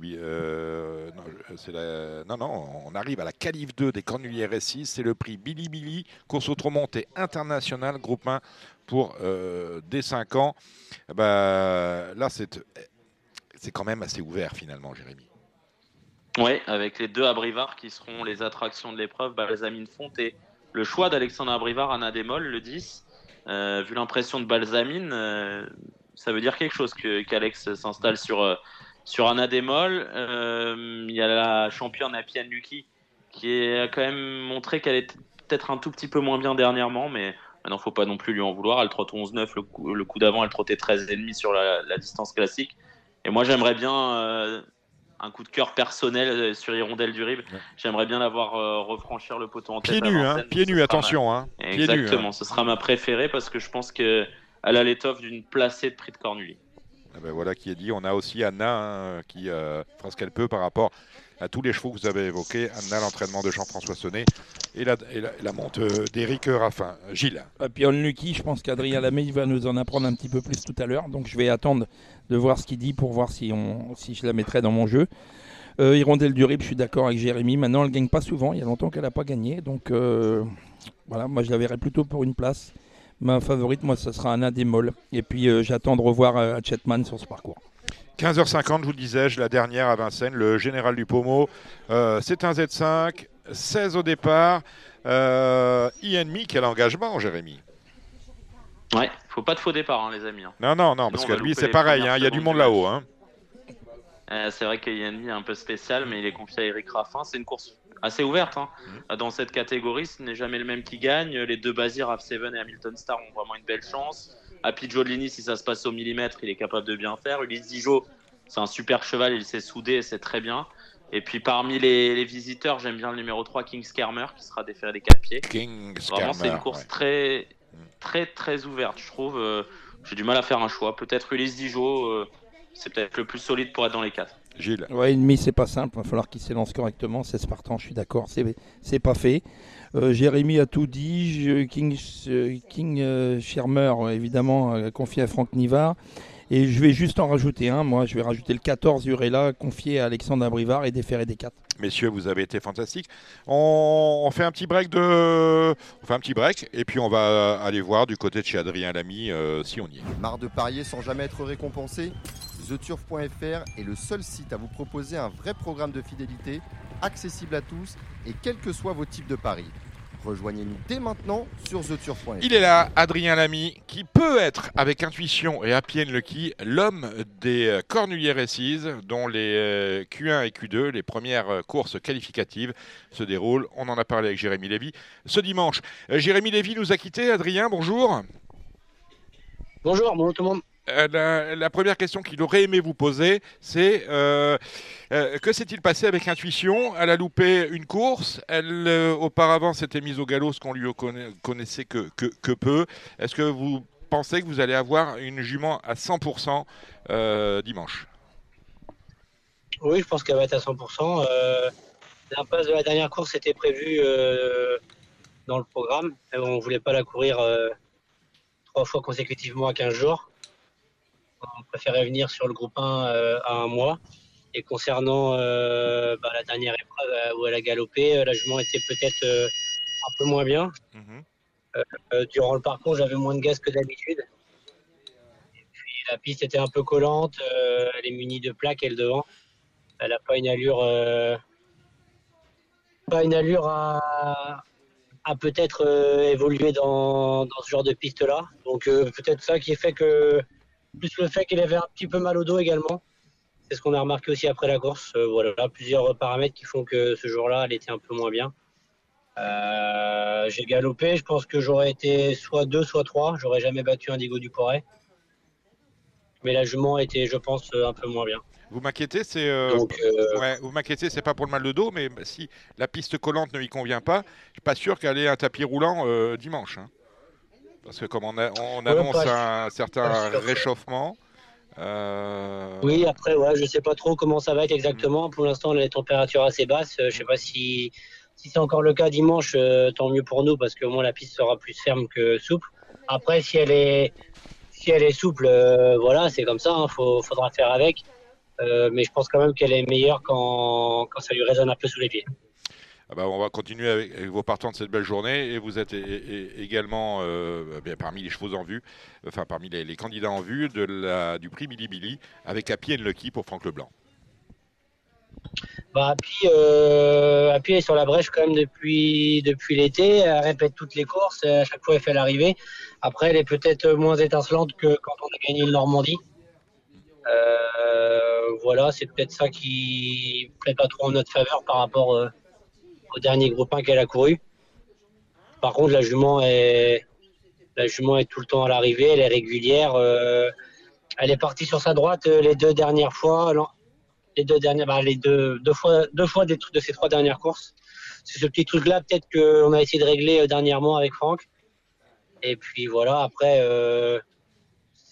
On arrive à la Calife 2 des Cornelier Récise. C'est le prix Billy Billy, course autre-montée internationale, groupe 1 pour dès 5 ans. Là, c'est quand même assez ouvert, finalement, Jérémy. Oui, avec les 2 Abrivard qui seront les attractions de l'épreuve, Balsamine Fonte et le choix d'Alexandre Abrivard, Anna Démol, le 10. Vu l'impression de Balsamine... ça veut dire quelque chose qu'Alex s'installe sur Anna Démol. Il y a la championne Appian Lucky qui a quand même montré qu'elle est peut-être un tout petit peu moins bien dernièrement, mais il ne faut pas non plus lui en vouloir. Elle trotte 11,9, le coup d'avant elle trottait 13,5 sur la distance classique. Et moi j'aimerais bien un coup de cœur personnel sur Hirondelle du Rib. Ouais. J'aimerais bien la voir refranchir le poteau en tête. Pieds nus, attention. Exactement, ce sera ma préférée parce que je pense qu'elle elle a l'étoffe d'une placée de prix de Cornulier. Ah ben voilà qui est dit. On a aussi Anna qui fera ce qu'elle peut par rapport à tous les chevaux que vous avez évoqués. Anna, l'entraînement de Jean-François Sonnet et la monte d'Éric Raffin. Gilles. Et puis Unlucky, je pense qu'Adrien Lamey va nous en apprendre un petit peu plus tout à l'heure. Donc je vais attendre de voir ce qu'il dit pour voir si je la mettrai dans mon jeu. Hirondelle du Rip, je suis d'accord avec Jérémy. Maintenant, elle ne gagne pas souvent. Il y a longtemps qu'elle n'a pas gagné. Donc voilà, moi je la verrai plutôt pour une place. Ma favorite, moi, ce sera Anna Démol. Et puis j'attends de revoir Hatchetman sur ce parcours. 15h50, je vous le disais, la dernière à Vincennes, le Général du Pommeau. C'est un Z5, 16 au départ. INMI, quel engagement, Jérémy. Ouais, faut pas de faux départ, hein, les amis. Hein. Non, parce que lui, c'est pareil, il y a du monde là-haut. Hein. C'est vrai que INMI est un peu spécial, mais il est confié à Éric Raffin. C'est une course assez ouverte. Hein. Dans cette catégorie, ce n'est jamais le même qui gagne. Les deux Bazir, Rav7 et Hamilton Star ont vraiment une belle chance. Happy Giolini, si ça se passe au millimètre, il est capable de bien faire. Ulysse Dijon, c'est un super cheval, il s'est soudé et c'est très bien. Et puis parmi les visiteurs, j'aime bien le numéro 3, King Skarmer, qui sera déféré des 4 pieds. Vraiment, c'est une course très ouverte, je trouve. J'ai du mal à faire un choix. Peut-être Ulysse Dijon, c'est peut-être le plus solide pour être dans les 4. Gilles. Ouais, ennemi, c'est pas simple. Il va falloir qu'il s'élance correctement. C'est Spartan, je suis d'accord. C'est pas fait. Jérémy a tout dit. King Schermer, évidemment, confié à Franck Nivard. Et je vais juste en rajouter un. Moi, je vais rajouter le 14 Urella, confié à Alexandre Abrivard et déféré des 4. Messieurs, vous avez été fantastiques. On fait un petit break et puis on va aller voir du côté de chez Adrien Lamy si on y est. Marre de parier sans jamais être récompensé ? TheTurf.fr est le seul site à vous proposer un vrai programme de fidélité, accessible à tous et quels que soient vos types de paris. Rejoignez-nous dès maintenant sur TheTurf.fr. Il est là, Adrien Lamy, qui peut être, avec intuition et happy and lucky, l'homme des Cornulier Races, dont les Q1 et Q2, les premières courses qualificatives, se déroulent. On en a parlé avec Jérémy Lévy ce dimanche. Jérémy Lévy nous a quittés. Adrien, bonjour. Bonjour tout le monde. La première question qu'il aurait aimé vous poser, c'est que s'est-il passé avec Intuition ? Elle a loupé une course. Elle, auparavant, s'était mise au galop, ce qu'on lui connaissait que peu. Est-ce que vous pensez que vous allez avoir une jument à 100% dimanche ? Oui, je pense qu'elle va être à 100%. L'impasse de la dernière course était prévue dans le programme. On ne voulait pas la courir 3 fois consécutivement à 15 jours. On préférait venir sur le groupe 1 à 1 mois. Et concernant la dernière épreuve où elle a galopé, la jument était peut-être un peu moins bien. Durant le parcours, j'avais moins de gaz que d'habitude. Et puis la piste était un peu collante. Elle est munie de plaques, elle devant. Elle n'a pas une allure, à peut-être évoluer dans ce genre de piste-là. Donc peut-être ça qui fait que, plus le fait qu'elle avait un petit peu mal au dos également. C'est ce qu'on a remarqué aussi après la course. Voilà, plusieurs paramètres qui font que ce jour-là, elle était un peu moins bien. J'ai galopé, je pense que j'aurais été soit 2, soit 3. J'aurais jamais battu Indigo du Poiret. Mais la jument était, je pense, un peu moins bien. Vous m'inquiétez, vous m'inquiétez, c'est pas pour le mal de dos, mais si la piste collante ne lui convient pas, je suis pas sûr qu'elle ait un tapis roulant dimanche. Hein. Parce que comme on annonce un certain réchauffement. Oui, après, je sais pas trop comment ça va être exactement. Pour l'instant, on a les températures assez basses. Je sais pas si c'est encore le cas dimanche, tant mieux pour nous, parce que au moins la piste sera plus ferme que souple. Après, si elle est souple, c'est comme ça. Faudra faire avec. Mais je pense quand même qu'elle est meilleure quand ça lui résonne un peu sous les pieds. On va continuer avec vos partants de cette belle journée et vous êtes également parmi les chevaux en vue, enfin parmi les candidats en vue du prix Billy Billy avec Happy and Lucky pour Franck Leblanc. Happy est sur la brèche quand même depuis l'été. Elle répète toutes les courses, à chaque fois elle fait l'arrivée. Après elle est peut-être moins étincelante que quand on a gagné le Normandie. C'est peut-être ça qui ne plaît pas trop en notre faveur par rapport au dernier groupe 1 qu'elle a couru. Par contre, la jument est tout le temps à l'arrivée, elle est régulière. Elle est partie sur sa droite les deux dernières fois. Deux fois de ces 3 dernières courses. C'est ce petit truc-là peut-être qu'on a essayé de régler dernièrement avec Franck. Et puis voilà, après,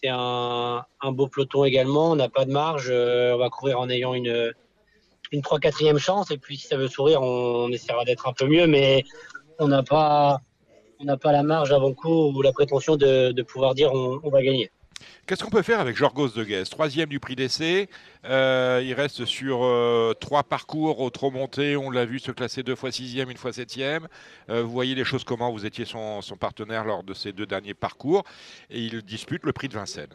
c'est un beau peloton également. On n'a pas de marge. On va courir en ayant une 3/4e chance. Et puis, si ça veut sourire, on essaiera d'être un peu mieux. Mais on n'a pas la marge avant coup ou la prétention de pouvoir dire on va gagner. Qu'est-ce qu'on peut faire avec Jorgos de Guest, 3e du prix d'essai? Il reste sur 3 parcours au trop monté. On l'a vu se classer 2 fois 6e, 1 fois 7e. Vous voyez les choses comment? Vous étiez son partenaire lors de ces 2 derniers parcours. Et il dispute le prix de Vincennes.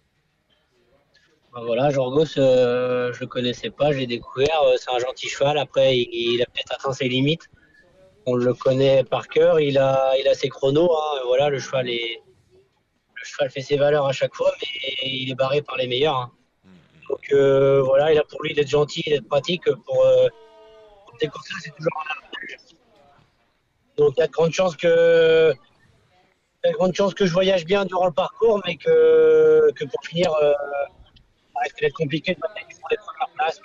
Voilà, Jorgos, je le connaissais pas, je l'ai découvert. C'est un gentil cheval. Après, il a peut-être atteint ses limites. On le connaît par cœur. Il a ses chronos. Hein. Voilà, le cheval fait ses valeurs à chaque fois, mais il est barré par les meilleurs. Hein. Donc voilà, il a pour lui d'être gentil et d'être pratique. Pour des courses-là, c'est toujours un avantage. Donc il y a de grandes chances que je voyage bien durant le parcours, mais que pour finir, ça risque d'être compliqué de battre les premières places.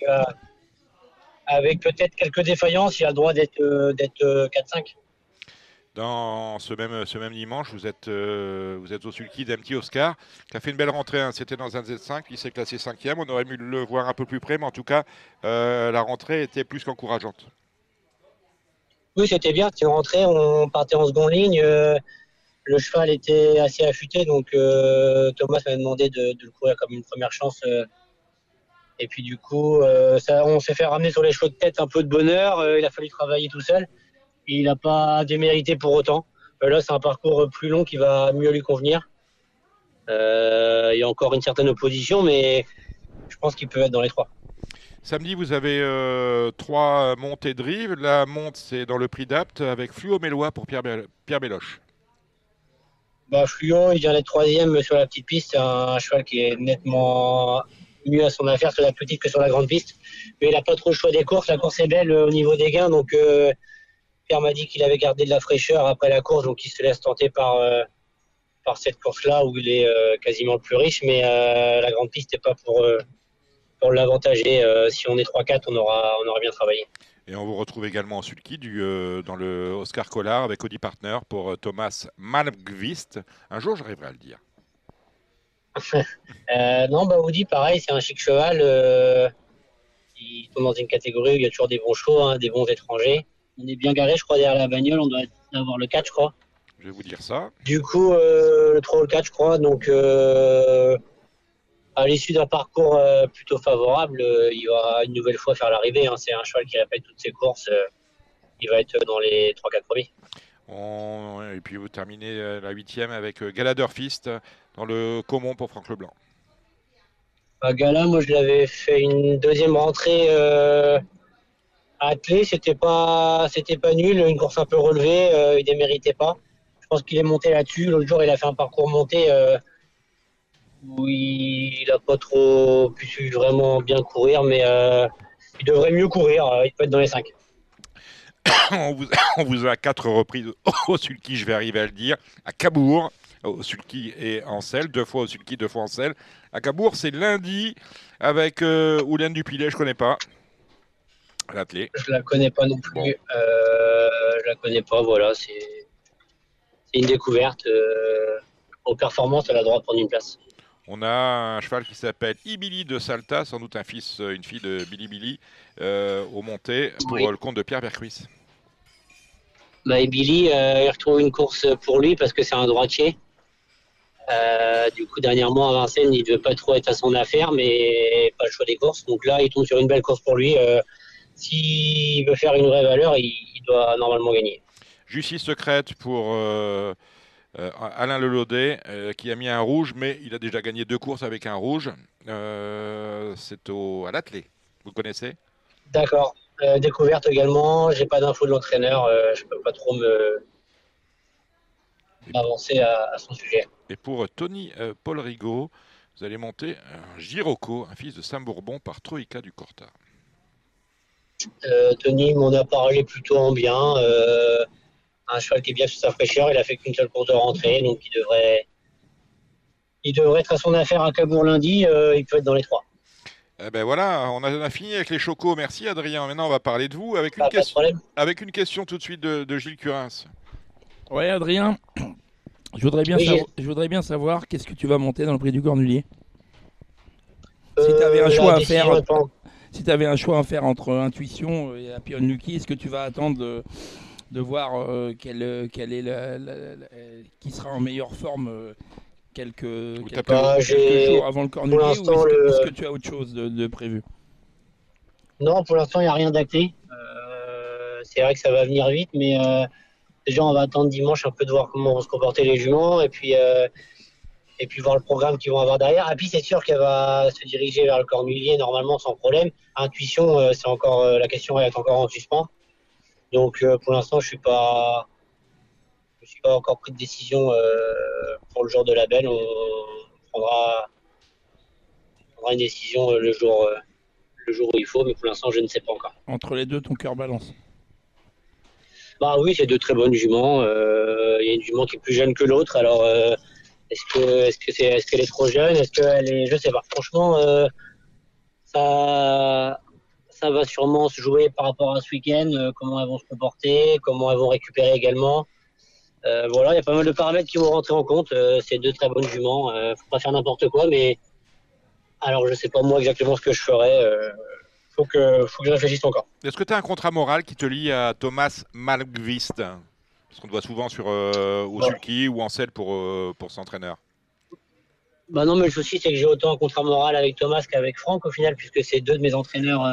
Avec peut-être quelques défaillances, il a le droit d'être 4-5. Dans ce même dimanche, vous êtes au sulky d'Empty Oscar, qui a fait une belle rentrée. Hein. C'était dans un Z5, il s'est classé 5e. On aurait pu le voir un peu plus près, mais en tout cas, la rentrée était plus qu'encourageante. Oui, c'était bien. C'était une rentrée, on partait en seconde ligne. Le cheval était assez affûté, donc Thomas m'avait demandé de le courir comme une première chance. Et puis du coup, on s'est fait ramener sur les chevaux de tête un peu de bonheur. Il a fallu travailler tout seul. Il n'a pas démérité pour autant. Là, c'est un parcours plus long qui va mieux lui convenir. Il y a encore une certaine opposition, mais je pense qu'il peut être dans les 3. Samedi, vous avez 3 montées de rive. La monte, c'est dans le prix d'Apt avec Fluo Mélois pour Pierre Béloche. Fluo, il vient d'être 3e sur la petite piste. C'est un cheval qui est nettement mieux à son affaire sur la petite que sur la grande piste. Mais il n'a pas trop le choix des courses. La course est belle au niveau des gains, donc Pierre m'a dit qu'il avait gardé de la fraîcheur après la course, donc il se laisse tenter par cette course-là où il est quasiment le plus riche, mais la grande piste n'est pas pour l'avantager. Si on est 3-4, on aura bien travaillé. Et on vous retrouve également en sulky dans le Oscar Collard avec Audi Partner pour Thomas Malmqvist. Un jour, j'arriverai à le dire. Non, Audi, pareil, c'est un chic cheval. Il tombe dans une catégorie où il y a toujours des bons chevaux, hein, des bons étrangers. On est bien garé, je crois, derrière la bagnole. On doit avoir le 4, je crois. Je vais vous dire ça. Du coup, le 3 ou le 4, je crois. Donc, à l'issue d'un parcours plutôt favorable, il va une nouvelle fois faire l'arrivée. Hein. C'est un cheval qui répète toutes ses courses. Il va être dans les 3-4 premiers. Et puis, vous terminez la 8e avec Galadorfist dans le Caumont pour Franck Leblanc. Gala, moi, je l'avais fait une deuxième rentrée attelé, c'était pas nul, une course un peu relevée, il déméritait pas. Je pense qu'il est monté là-dessus. L'autre jour, il a fait un parcours monté où il a pas trop pu vraiment bien courir, mais il devrait mieux courir. Il peut être dans les 5. On vous a à 4 reprises au sulky, je vais arriver à le dire, à Cabourg, au sulky et en selle, 2 fois au sulky, 2 fois en selle. À Cabourg, c'est lundi avec Oulaine Dupilet, je connais pas. L'attelé. Je la connais pas non plus. Bon. Je la connais pas, voilà. C'est une découverte. Aux performances, elle a le droit de prendre une place. On a un cheval qui s'appelle Ibili de Salta, sans doute une fille de Billy au monté pour le compte de Pierre Bercruis. Ibili, il retrouve une course pour lui parce que c'est un droitier. Du coup, dernièrement à Vincennes, il ne veut pas trop être à son affaire, mais pas le choix des courses. Donc là, il tombe sur une belle course pour lui. S'il veut faire une vraie valeur, il doit normalement gagner. Justice secrète pour Alain Lelaudet, qui a mis un rouge, mais il a déjà gagné 2 courses avec un rouge. C'est à l'attelé. Vous connaissez ? D'accord. Découverte également. J'ai pas d'infos de l'entraîneur. Je peux pas trop m'avancer à son sujet. Et pour Tony Paul Rigaud, vous allez monter un Girocco, un fils de Saint-Bourbon par Troïka du Corta. Tony m'en a parlé plutôt en bien. Un cheval qui est bien sur sa fraîcheur. Il a fait qu'une seule course de rentrée, donc il devrait être à son affaire à Cabourg lundi. Il peut être dans les 3. Voilà, on a fini avec les chocos. Merci Adrien. Maintenant, on va parler de vous avec une question tout de suite de Gilles Curins. Ouais, Adrien. Je voudrais bien savoir qu'est-ce que tu vas monter dans le prix du Cornulier. Si tu avais un choix à faire, si tu avais un choix à faire entre Intuition et Happy Unlucky, est-ce que tu vas attendre de voir quelle est qui sera en meilleure forme quelques jours avant le Cornulier, ou est-ce que tu as autre chose de prévu? Non, pour l'instant, il n'y a rien d'acté. C'est vrai que ça va venir vite, mais déjà, on va attendre dimanche un peu de voir comment vont se comporter les juments et puis voir le programme qu'ils vont avoir derrière. Et puis, c'est sûr qu'elle va se diriger vers le Cornulier normalement sans problème. Intuition, c'est encore la question est encore en suspens. Donc, pour l'instant, je suis pas encore pris de décision pour le jour de label. On prendra une décision le jour où il faut, mais pour l'instant, je ne sais pas encore. Entre les deux, ton cœur balance? Bah oui, c'est deux très bonnes juments. Il y a une jument qui est plus jeune que l'autre. Alors, est-ce qu'elle est trop jeune? Est-ce qu'elle est, je sais pas. Franchement, ça va sûrement se jouer par rapport à ce week-end. Comment elles vont se comporter, comment elles vont récupérer également. Voilà, il y a pas mal de paramètres qui vont rentrer en compte. C'est deux très bonnes juments. Faut pas faire n'importe quoi, mais alors je sais pas moi exactement ce que je ferai. Faut que je réfléchisse encore. Est-ce que tu as un contrat moral qui te lie à Thomas Malmqvist? Parce qu'on te voit souvent sur au sulky ou en selle pour cet entraîneur. Bah non, mais le souci, c'est que j'ai autant un contrat moral avec Thomas qu'avec Franck, au final, puisque c'est deux de mes entraîneurs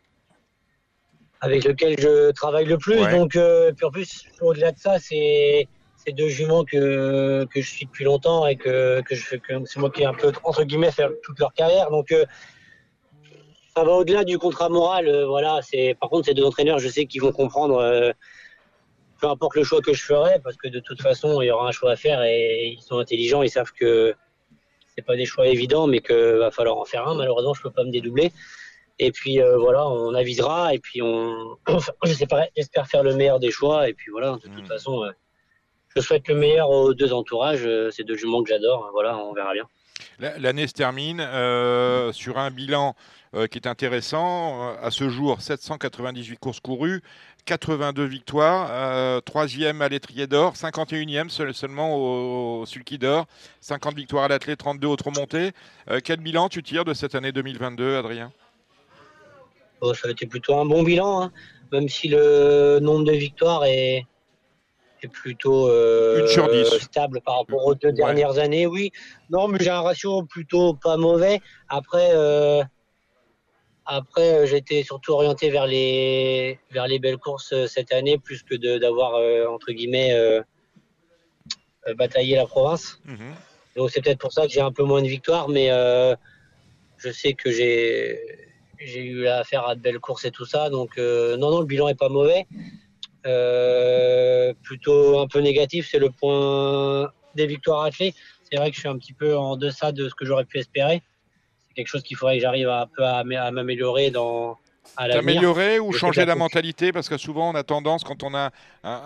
avec lesquels je travaille le plus. Ouais. Donc, puis en plus, au-delà de ça, c'est deux juments que je suis depuis longtemps et que c'est moi qui ai un peu, entre guillemets, fait toute leur carrière. Donc, ça va au-delà du contrat moral. Voilà, par contre, ces deux entraîneurs, je sais qu'ils vont comprendre peu importe le choix que je ferai, parce que de toute façon, il y aura un choix à faire et ils sont intelligents, ils savent que c'est pas des choix évidents, mais qu'il va falloir en faire un. Malheureusement, je peux pas me dédoubler. Et puis voilà, on avisera et puis j'espère faire le meilleur des choix. Et puis voilà, de toute façon, je souhaite le meilleur aux deux entourages. Ces deux juments que j'adore. Voilà, on verra bien. L'année se termine sur un bilan qui est intéressant. À ce jour, 798 courses courues, 82 victoires, 3e à l'étrier d'or, 51e seulement au sulky d'or, 50 victoires à l'athlée, 32 autres remontées. Quel bilan tu tires de cette année 2022, Adrien? Ça a été plutôt un bon bilan, hein, même si le nombre de victoires est plutôt stable par rapport aux deux dernières années. Oui, non, mais j'ai un ratio plutôt pas mauvais. Après, j'étais surtout orienté vers les belles courses cette année, plus que d'avoir, entre guillemets, bataillé la province. Donc c'est peut-être pour ça que j'ai un peu moins de victoires, mais je sais que j'ai eu affaire à de belles courses et tout ça. Donc non, le bilan est pas mauvais. Plutôt un peu négatif, c'est le point des victoires attelées. C'est vrai que je suis un petit peu en deçà de ce que j'aurais pu espérer. C'est quelque chose qu'il faudrait que j'arrive un peu à m'améliorer à l'avenir. T'améliorer ou changer la mentalité, parce que souvent on a tendance, quand on a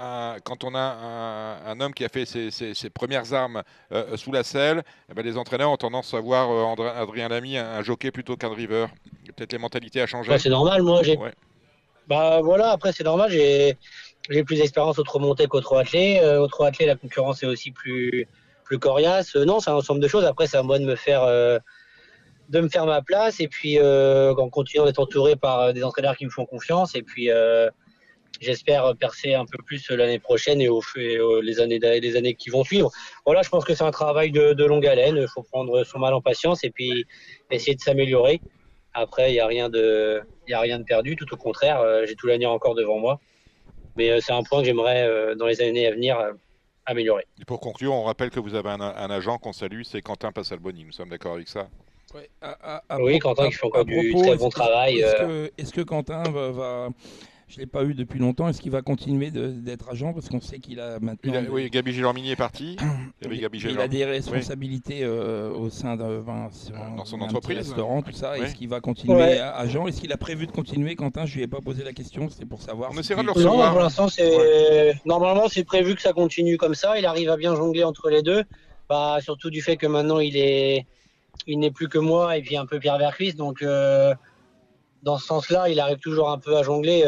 un homme qui a fait ses premières armes sous la selle, les entraîneurs ont tendance à voir Adrien Lamy un jockey plutôt qu'un driver. Peut-être les mentalités à changer. C'est normal, moi j'ai. Ouais. Bah voilà, après c'est normal, j'ai plus d'expérience au trot monté qu'au trot attelé. Au trot attelé, la concurrence est aussi plus coriace. Non, c'est un ensemble de choses. Après, c'est à moi de me faire ma place et puis en continuant d'être entouré par des entraîneurs qui me font confiance. Et puis j'espère percer un peu plus l'année prochaine et les années qui vont suivre. Voilà, je pense que c'est un travail de longue haleine. Il faut prendre son mal en patience et puis essayer de s'améliorer. Après, il n'y a rien de perdu, tout au contraire, j'ai tout l'avenir encore devant moi. Mais c'est un point que j'aimerais, dans les années à venir, améliorer. Et pour conclure, on rappelle que vous avez un agent qu'on salue, c'est Quentin Passalboni. Nous sommes d'accord avec ça? Ouais, oui, Quentin qui fait encore du très bon travail. Est-ce que Quentin va... Je ne l'ai pas eu depuis longtemps. Est-ce qu'il va continuer d'être agent? Parce qu'on sait qu'il a maintenant... Oui, Gaby Gélormini est parti. Il a des responsabilités au sein dans son entreprise, restaurant, tout ça. Oui. Est-ce qu'il va continuer agent? Est-ce qu'il a prévu de continuer, Quentin? Je ne lui ai pas posé la question, c'est pour savoir. On essaiera de le recevoir. Non, pour l'instant, normalement, c'est prévu que ça continue comme ça. Il arrive à bien jongler entre les deux. Surtout du fait que maintenant, il n'est plus que moi et puis un peu Pierre Verclis. Donc... dans ce sens-là, il arrive toujours un peu à jongler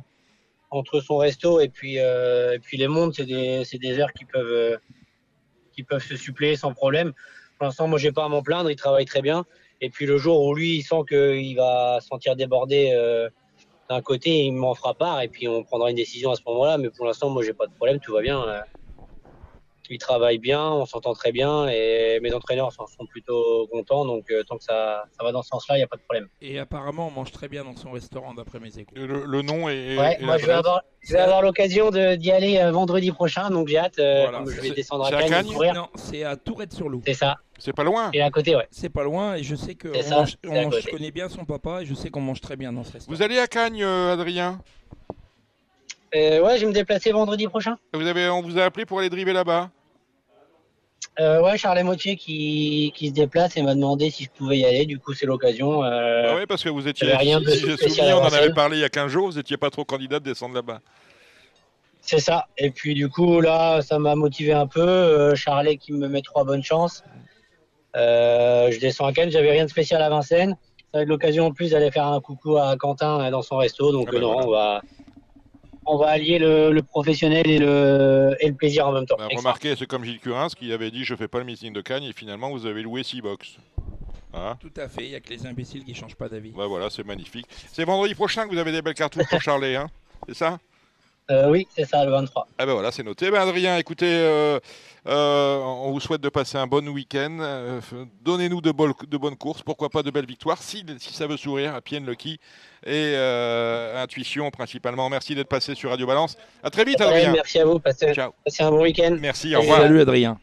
entre son resto et puis les mondes. C'est des heures qui peuvent qui peuvent se suppléer sans problème. Pour l'instant, moi, j'ai pas à m'en plaindre. Il travaille très bien. Et puis le jour où lui, il sent qu'il va se sentir débordé d'un côté, il m'en fera part. Et puis on prendra une décision à ce moment-là. Mais pour l'instant, moi, j'ai pas de problème. Tout va bien. Il travaille bien, on s'entend très bien et mes entraîneurs sont plutôt contents. Donc tant que ça va dans ce sens-là, il n'y a pas de problème. Et apparemment, on mange très bien dans son restaurant, d'après mes échos. Le nom et moi, je vais avoir l'occasion d'y aller vendredi prochain, donc j'ai hâte. Comme je vais descendre à Cagnes. Non, c'est à Tourette-sur-Loup. C'est ça. C'est pas loin. Et à côté, ouais. C'est pas loin et je sais que je connais bien son papa et je sais qu'on mange très bien dans ce restaurant. Vous allez à Cagnes, Adrien? Ouais, je vais me déplacer vendredi prochain. On vous a appelé pour aller driver là-bas? Ouais, Charles Motier qui se déplace et m'a demandé si je pouvais y aller. Du coup, c'est l'occasion. Oui, parce que vous étiez. Rien de si j'ai spécial souvenir, on en à avait parlé il y a 15 jours. Vous n'étiez pas trop candidat de descendre là-bas. C'est ça. Et puis, du coup, là, ça m'a motivé un peu. Charlet qui me met 3 bonnes chances. Je descends à Cannes. J'avais rien de spécial à Vincennes. Ça va être l'occasion en plus d'aller faire un coucou à Quentin dans son resto. Donc, voilà. On va allier le professionnel et le plaisir en même temps. Remarquez, c'est comme Gilles Curins qui avait dit je fais pas le meeting de Cagnes et finalement vous avez loué 6 box. Hein? Tout à fait, il n'y a que les imbéciles qui ne changent pas d'avis. Voilà, c'est magnifique. C'est vendredi prochain que vous avez des belles cartouches pour Charlet, hein? C'est ça? Oui, c'est ça, le 23. Ah ben voilà, c'est noté. Adrien, écoutez, on vous souhaite de passer un bon week-end. Donnez-nous de bonnes courses, pourquoi pas de belles victoires, si ça veut sourire, à Pienne Lucky et Intuition principalement. Merci d'être passé sur Radio Balance. À très vite, Adrien. Merci à vous, passez un bon week-end. Merci, au revoir. Salut, Adrien.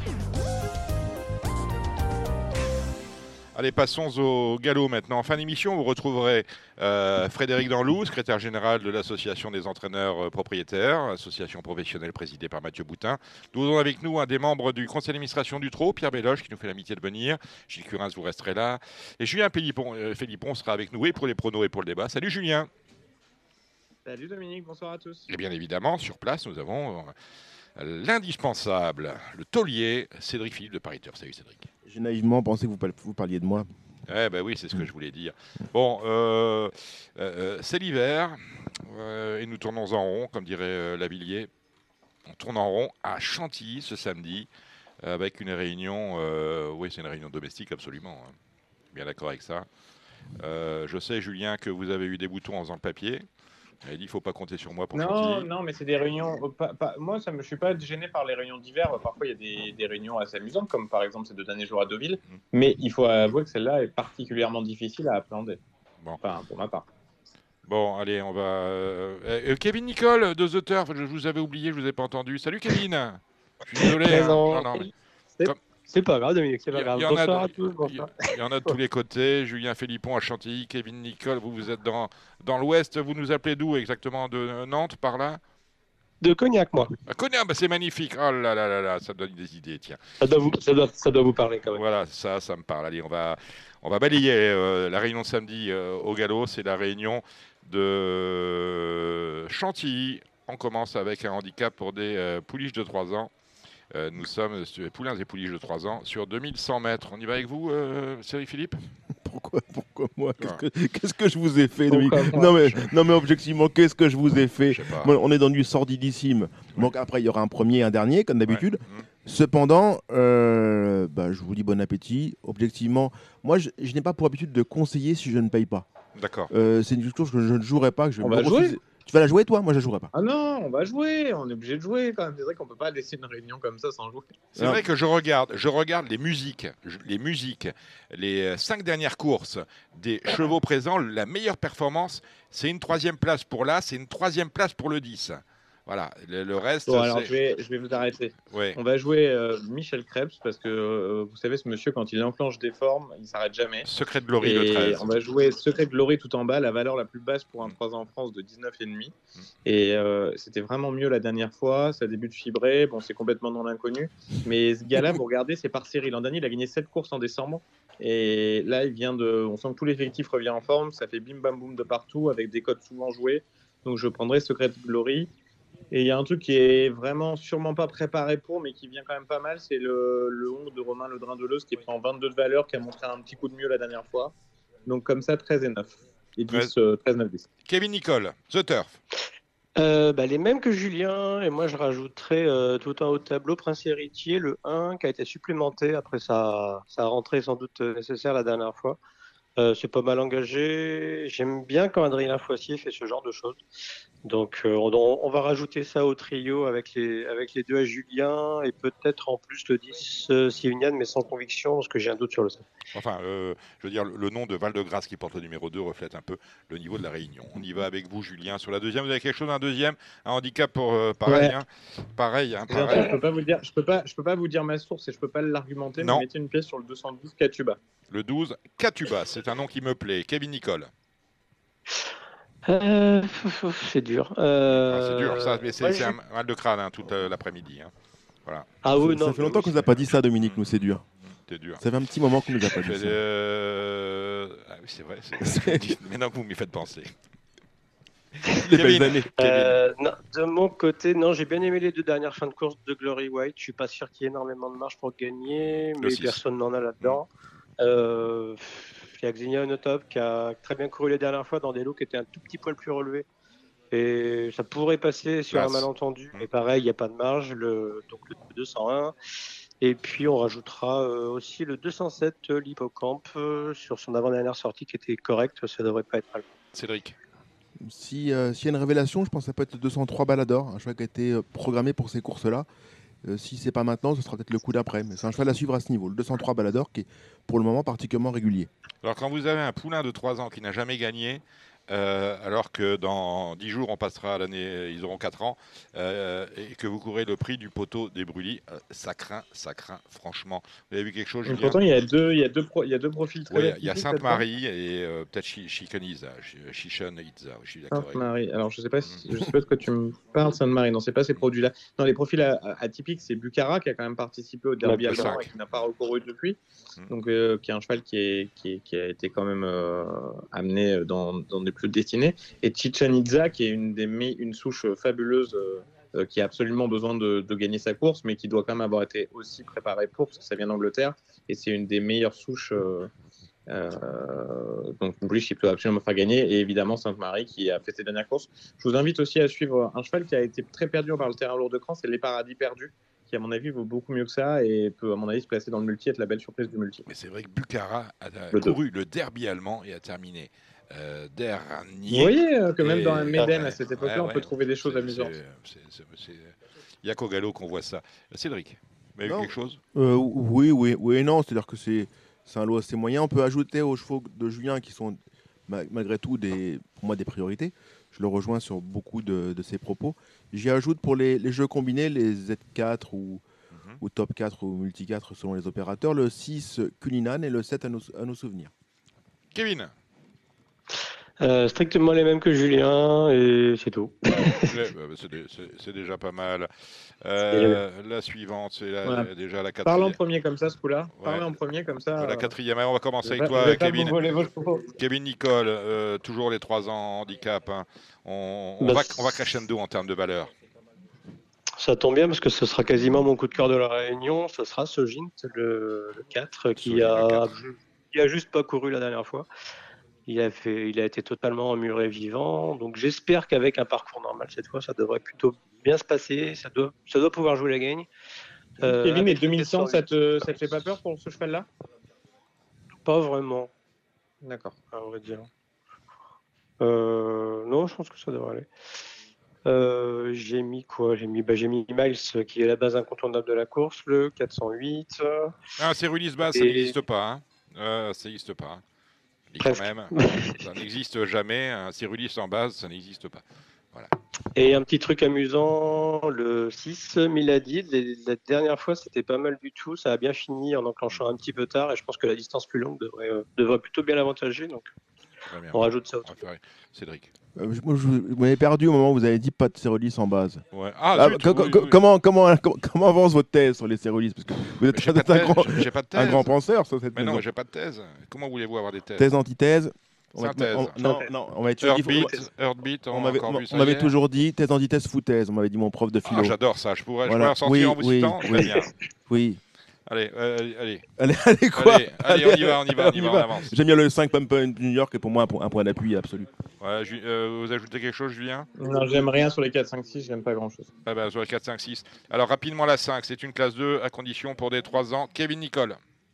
Allez, passons au galop maintenant. En fin d'émission, vous retrouverez Frédéric Danlou, secrétaire général de l'Association des entraîneurs propriétaires, association professionnelle présidée par Mathieu Boutin. Nous avons avec nous un des membres du conseil d'administration du Trot, Pierre Belloche, qui nous fait l'amitié de venir. Gilles Curins, vous resterez là. Et Julien Philippon sera avec nous et pour les pronos et pour le débat. Salut Julien. Salut Dominique, bonsoir à tous. Et bien évidemment, sur place, nous avons l'indispensable, le taulier, Cédric Philippe de Paris Turf. Salut Cédric. J'ai naïvement pensé que vous parliez de moi. Oui, c'est ce que je voulais dire. Bon, c'est l'hiver et nous tournons en rond, comme dirait Lavillier. On tourne en rond à Chantilly ce samedi avec une réunion. Oui, c'est une réunion domestique, absolument. Hein. Bien d'accord avec ça. Je sais, Julien, que vous avez eu des boutons en faisant le papier. Il dit qu'il ne faut pas compter sur moi pour Chantilly. Non, mais c'est des réunions. Moi, je ne suis pas gêné par les réunions d'hiver. Parfois, il y a des réunions assez amusantes, comme par exemple ces 2 derniers jours à Deauville. Mais il faut avouer que celle-là est particulièrement difficile à appréhender. Bon. Enfin, pour ma part. Bon, allez, on va. Kevin Nicole de The Turf, je vous avais oublié, je ne vous ai pas entendu. Salut Kevin. Je suis désolé. C'est pas grave, Dominique, c'est pas grave. Bonsoir à tous. Il y en a de tous les côtés. Julien Philippon à Chantilly, Kevin Nicole, vous êtes dans l'ouest. Vous nous appelez d'où exactement? De Nantes, par là? De Cognac, moi. Cognac, c'est magnifique. Oh là là là là, ça donne des idées, tiens. Ça doit vous parler quand même. Voilà, ça me parle. Allez, on va balayer la réunion de samedi au galop. C'est la réunion de Chantilly. On commence avec un handicap pour des pouliches de 3 ans. Nous sommes poulains et pouliches de 3 ans sur 2100 mètres. On y va avec vous, Cédric Philippe? Pourquoi moi? Qu'est-ce que je vous ai fait, Dominique? Non mais objectivement, qu'est-ce que je vous ai fait? On est dans du sordidissime. Donc après, il y aura un premier et un dernier, comme d'habitude. Ouais. Cependant, je vous dis bon appétit. Objectivement, moi, je n'ai pas pour habitude de conseiller si je ne paye pas. D'accord. C'est une chose que je ne jouerai pas. Que je On va jouer. Tu vas la jouer, toi? Moi, je ne jouerai pas. Ah non, on va jouer. On est obligé de jouer quand même. C'est vrai qu'on ne peut pas laisser une réunion comme ça sans jouer. C'est vrai que je regarde les musiques, les 5 dernières courses des chevaux présents. La meilleure performance, c'est une 3e place pour l'As, c'est une 3e place pour le 10. Voilà, le reste. Bon, alors je vais vous arrêter. Ouais. On va jouer Michel Krebs parce que vous savez, ce monsieur, quand il enclenche des formes, il ne s'arrête jamais. Secret de Glory, le 13. On va jouer Secret de Glory tout en bas, la valeur la plus basse pour un 3 ans en France de 19,5. Et c'était vraiment mieux la dernière fois. Ça débute fibré. Bon, c'est complètement dans l'inconnu. Mais ce gars-là, vous regardez, c'est par série. L'an dernier, il a gagné 7 courses en décembre. Et là, on sent que tout l'effectif revient en forme. Ça fait bim bam boum de partout avec des codes souvent joués. Donc je prendrai Secret de Glory. Et il y a un truc qui est vraiment sûrement pas préparé pour, mais qui vient quand même pas mal, c'est le 11 de Romain Ledrin-Deleuze qui est pris en 22 de valeur, qui a montré un petit coup de mieux la dernière fois. Donc comme ça, 13 et 9. Et 10, 13, 9, 10. Kevin Nicole, The Turf. Les mêmes que Julien, et moi je rajouterais tout en haut de tableau Prince Héritier, le 1 qui a été supplémenté après sa rentrée sans doute nécessaire la dernière fois. C'est pas mal engagé. J'aime bien quand Adrien Foissier fait ce genre de choses. Donc on va rajouter ça au trio avec les deux à Julien et peut-être en plus le 10 Sivignan, mais sans conviction parce que j'ai un doute sur le 7. Enfin, je veux dire, le nom de Val-de-Grâce qui porte le numéro 2 reflète un peu le niveau de la réunion. On y va avec vous, Julien. Sur la deuxième, vous avez quelque chose, un deuxième, un handicap pour pareil, Ouais. Pareil. Je peux pas vous dire, je peux pas vous dire ma source et je peux pas l'argumenter. Non. Mais mettez une pièce sur le 212 Catuba. Le 12 Catuba, c'est un nom qui me plaît. Kevin Nicole. C'est dur. C'est dur, ça, mais c'est moi, un mal de crâne toute l'après-midi. Voilà. Ah oui, non. Ça fait longtemps qu'on nous a pas dit ça, Dominique, nous, c'est dur. C'est dur. Ça fait un petit moment qu'on nous a pas dit ça. Ah oui, c'est vrai. Maintenant que vous m'y faites penser. Les belles années. Non, de mon côté, non, j'ai bien aimé les deux dernières fins de course de Glory White. Je suis pas sûr qu'il y ait énormément de marge pour gagner, mais personne n'en a là-dedans. Il y a Xenia Onotop qui a très bien couru les dernières fois dans des lots qui étaient un tout petit poil plus relevés. Et ça pourrait passer sur un malentendu. Mais pareil, il n'y a pas de marge. Donc le 201. Et puis on rajoutera aussi le 207, l'hippocampe, sur son avant-dernière sortie qui était correcte. Ça devrait pas être mal. Cédric. S'il y a une révélation, je pense que ça peut être le 203 Balador, un cheval qui a été programmé pour ces courses-là. Si c'est pas maintenant, ce sera peut-être le coup d'après. Mais c'est un cheval à suivre à ce niveau. Le 203 Balador qui est pour le moment particulièrement régulier. Alors quand vous avez un poulain de 3 ans qui n'a jamais gagné, alors que dans 10 jours on passera à l'année, ils auront 4 ans, et que vous courez le prix du poteau des Brûlis, ça craint franchement. Vous avez vu quelque chose, Julien? Pourtant il y a deux profils très bien. Il y a Sainte-Marie et peut-être Chicheniza, je suis d'accord. Sainte-Marie, alors je sais pas de quoi tu me parles, Sainte-Marie, non c'est pas ces produits-là. Non, les profils atypiques, c'est Bucara qui a quand même participé au Derby allemand et qui n'a pas recouru depuis, donc qui est un cheval qui a été quand même amené dans des plus destinés, et Chichen Itza qui est une souche fabuleuse qui a absolument besoin de gagner sa course, mais qui doit quand même avoir été aussi préparée pour, parce que ça vient d'Angleterre, et c'est une des meilleures souches. Donc Bush il peut absolument faire gagner, et évidemment Sainte-Marie qui a fait ses dernières courses. Je vous invite aussi à suivre un cheval qui a été très perdu par le terrain lourd de cran, c'est Les Paradis Perdus, qui à mon avis vaut beaucoup mieux que ça et peut à mon avis se placer dans le multi, être la belle surprise du multi. Mais c'est vrai que Bucara a couru le derby allemand et a terminé dernier. Vous voyez que même dans un Méden à cette époque-là, on peut trouver des choses amusantes. Il n'y a qu'au galop qu'on voit ça. Cédric, vous avez vu quelque chose? Oui et non. C'est-à-dire que c'est un lot assez moyen. On peut ajouter aux chevaux de Julien qui sont malgré tout pour moi des priorités. Je le rejoins sur beaucoup de ses propos. J'y ajoute pour les jeux combinés, les Z4 ou top 4 ou multi 4 selon les opérateurs, le 6 Cullinan et le 7 à nos souvenirs. Kevin. Strictement les mêmes que Julien et c'est tout. C'est déjà pas mal. La suivante, c'est déjà la quatrième. Parle en premier comme ça, ce coup-là. Parle en premier comme ça. La quatrième. On va commencer avec toi, Kevin. Kevin Nicole, toujours les 3 ans handicap. Hein. On va crescendo en termes de valeur. Ça tombe bien parce que ce sera quasiment mon coup de cœur de la Réunion. Ce sera Sojint, le 4, qui a juste pas couru la dernière fois. Il a été totalement emmuré vivant. Donc j'espère qu'avec un parcours normal cette fois, ça devrait plutôt bien se passer. Ça doit pouvoir jouer la gagne. Kevin, et 2100, ça te fait pas peur pour ce cheval-là? Pas vraiment. D'accord. On va dire. Non, je pense que ça devrait aller. J'ai mis quoi? J'ai mis Miles, qui est la base incontournable de la course, le 408. C'est Rulis base, ça n'existe pas. Ça n'existe pas. Quand même, ça n'existe jamais. Un Cyrulis en base, ça n'existe pas. Voilà. Et un petit truc amusant, le 6 Milady, la dernière fois c'était pas mal du tout, ça a bien fini en enclenchant un petit peu tard et je pense que la distance plus longue devrait plutôt bien l'avantager, donc on rajoute ça autour. Cédric. Vous m'avez perdu au moment où vous avez dit pas de Cyrulis en base. Ouais. Comment avance votre thèse sur les Cyrulis? Parce que vous êtes un grand penseur sur cette maison. Non, j'ai pas de thèse. Comment voulez-vous avoir des thèses? Thèse, antithèse. On m'avait toujours dit thèse, antithèse, foutaise. On m'avait dit mon prof de philo. J'adore ça. Je pourrais en sortir en vous citant. Oui. Allez, quoi Allez, on y va, on avance. J'aime bien le 5 Pump New York, et pour moi, un point d'appui absolu. Ouais, vous ajoutez quelque chose, Julien? Non, j'aime rien sur les 4, 5, 6, j'aime pas grand-chose. Ah bah, sur les 4, 5, 6. Alors, rapidement, la 5, c'est une classe 2 à condition pour des 3 ans. Kevin Nicole.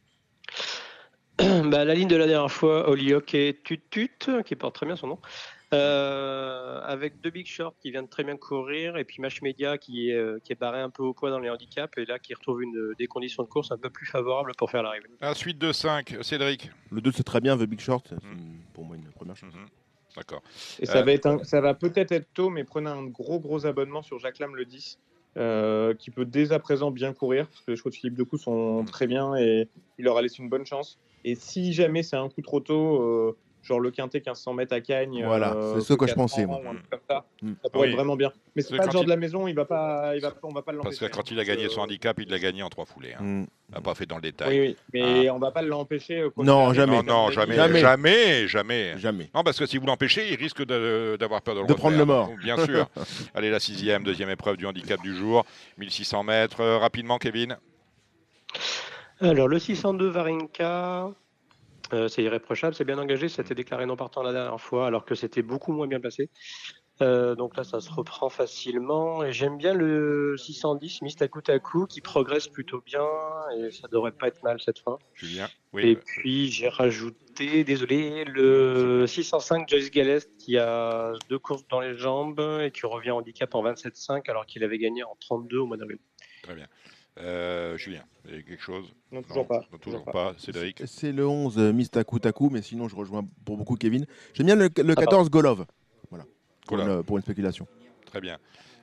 La ligne de la dernière fois, Holyoke et Tutut, qui porte très bien son nom, avec deux Big Short qui viennent très bien courir, et puis Match Media qui est barré un peu au poids dans les handicaps, et là qui retrouve des conditions de course un peu plus favorables pour faire l'arrivée. La suite de 5, Cédric. Le 2, c'est très bien, The Big Short, c'est pour moi une première chance. D'accord. Et ça va peut-être être tôt, mais prenez un gros abonnement sur Jacques Lam le 10. Qui peut dès à présent bien courir, parce que les chevaux de Philippe Decou sont très bien et il leur a laissé une bonne chance. Et si jamais c'est un coup trop tôt, genre le quintet 1500 mètres à Cagnes, voilà, c'est ce que je pensais, moi. Ça pourrait être vraiment bien. Mais c'est pas le genre de la maison, on va pas l'empêcher. Parce que quand il a gagné son handicap, il l'a gagné en 3 foulées. Il n'a pas fait dans le détail. Oui, mais on va pas l'empêcher. Non, jamais. Non, jamais. Non, parce que si vous l'empêchez, il risque d'avoir peur de le refaire. Prendre le mort. Bien sûr. Allez, la 6e, deuxième épreuve du handicap du jour. 1600 mètres. Rapidement, Kevin. Alors, le 602 Varinka, c'est irréprochable, c'est bien engagé. Ça a été déclaré non partant la dernière fois, alors que c'était beaucoup moins bien placé. Donc là, ça se reprend facilement. Et j'aime bien le 610 Mistaku Taku qui progresse plutôt bien et ça devrait pas être mal cette fois. Julien. Oui. Et puis j'ai rajouté, désolé, le 605 Joyce Galest qui a 2 courses dans les jambes et qui revient handicap en 27,5 alors qu'il avait gagné en 32 au mois d'avril. Très bien. Julien, quelque chose? Non, toujours pas. Toujours pas. Cédric. C'est le 11 Mistaku Taku, mais sinon je rejoins pour beaucoup Kevin. J'aime bien le 14 Golov. Voilà. Pour une spéculation. Très bien.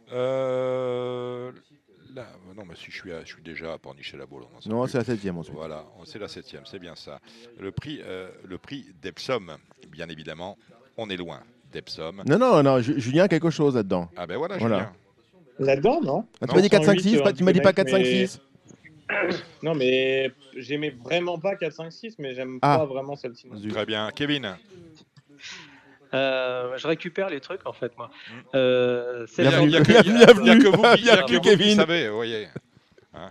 Là, non, mais si je suis déjà à Pornichet-la-Baule. Non, c'est la 7e ensuite. Voilà, c'est la 7e, c'est bien ça. Le prix d'Epsom, bien évidemment, on est loin d'Epsom. Non, Julien a quelque chose là-dedans. Ah ben voilà, Julien. Là-dedans, non? Tu m'as dit 4-5-6, tu m'as dit pas 4-5-6. Non, mais j'aimais vraiment pas 4-5-6, mais j'aime pas vraiment celle-ci. Très bien. Kevin? Je récupère les trucs en fait moi. Bienvenue. Il n'y a que vous qui Kevin. savez, vous voyez. Hein?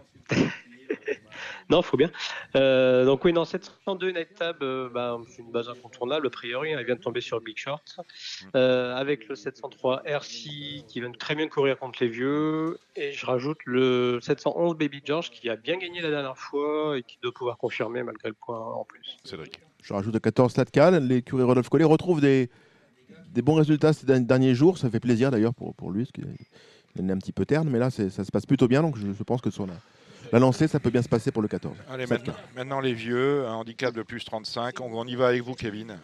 Non, faut bien. Donc oui, dans 702 Night Tab, c'est une base incontournable a priori. Elle vient de tomber sur Big Short. Avec le 703 RC qui vient très bien courir contre les vieux. Et je rajoute le 711 Baby George qui a bien gagné la dernière fois et qui doit pouvoir confirmer malgré le point en plus. Cédric. Je rajoute le 14 Latcal. L'écurie Rodolphe Collet retrouve des bons résultats ces derniers jours. Ça fait plaisir d'ailleurs pour lui, parce qu'il est un petit peu terne. Mais là, ça se passe plutôt bien. Donc je pense que sur la lancée, ça peut bien se passer pour le 14. Allez, maintenant les vieux, un handicap de plus 35. On y va avec vous, Kevin.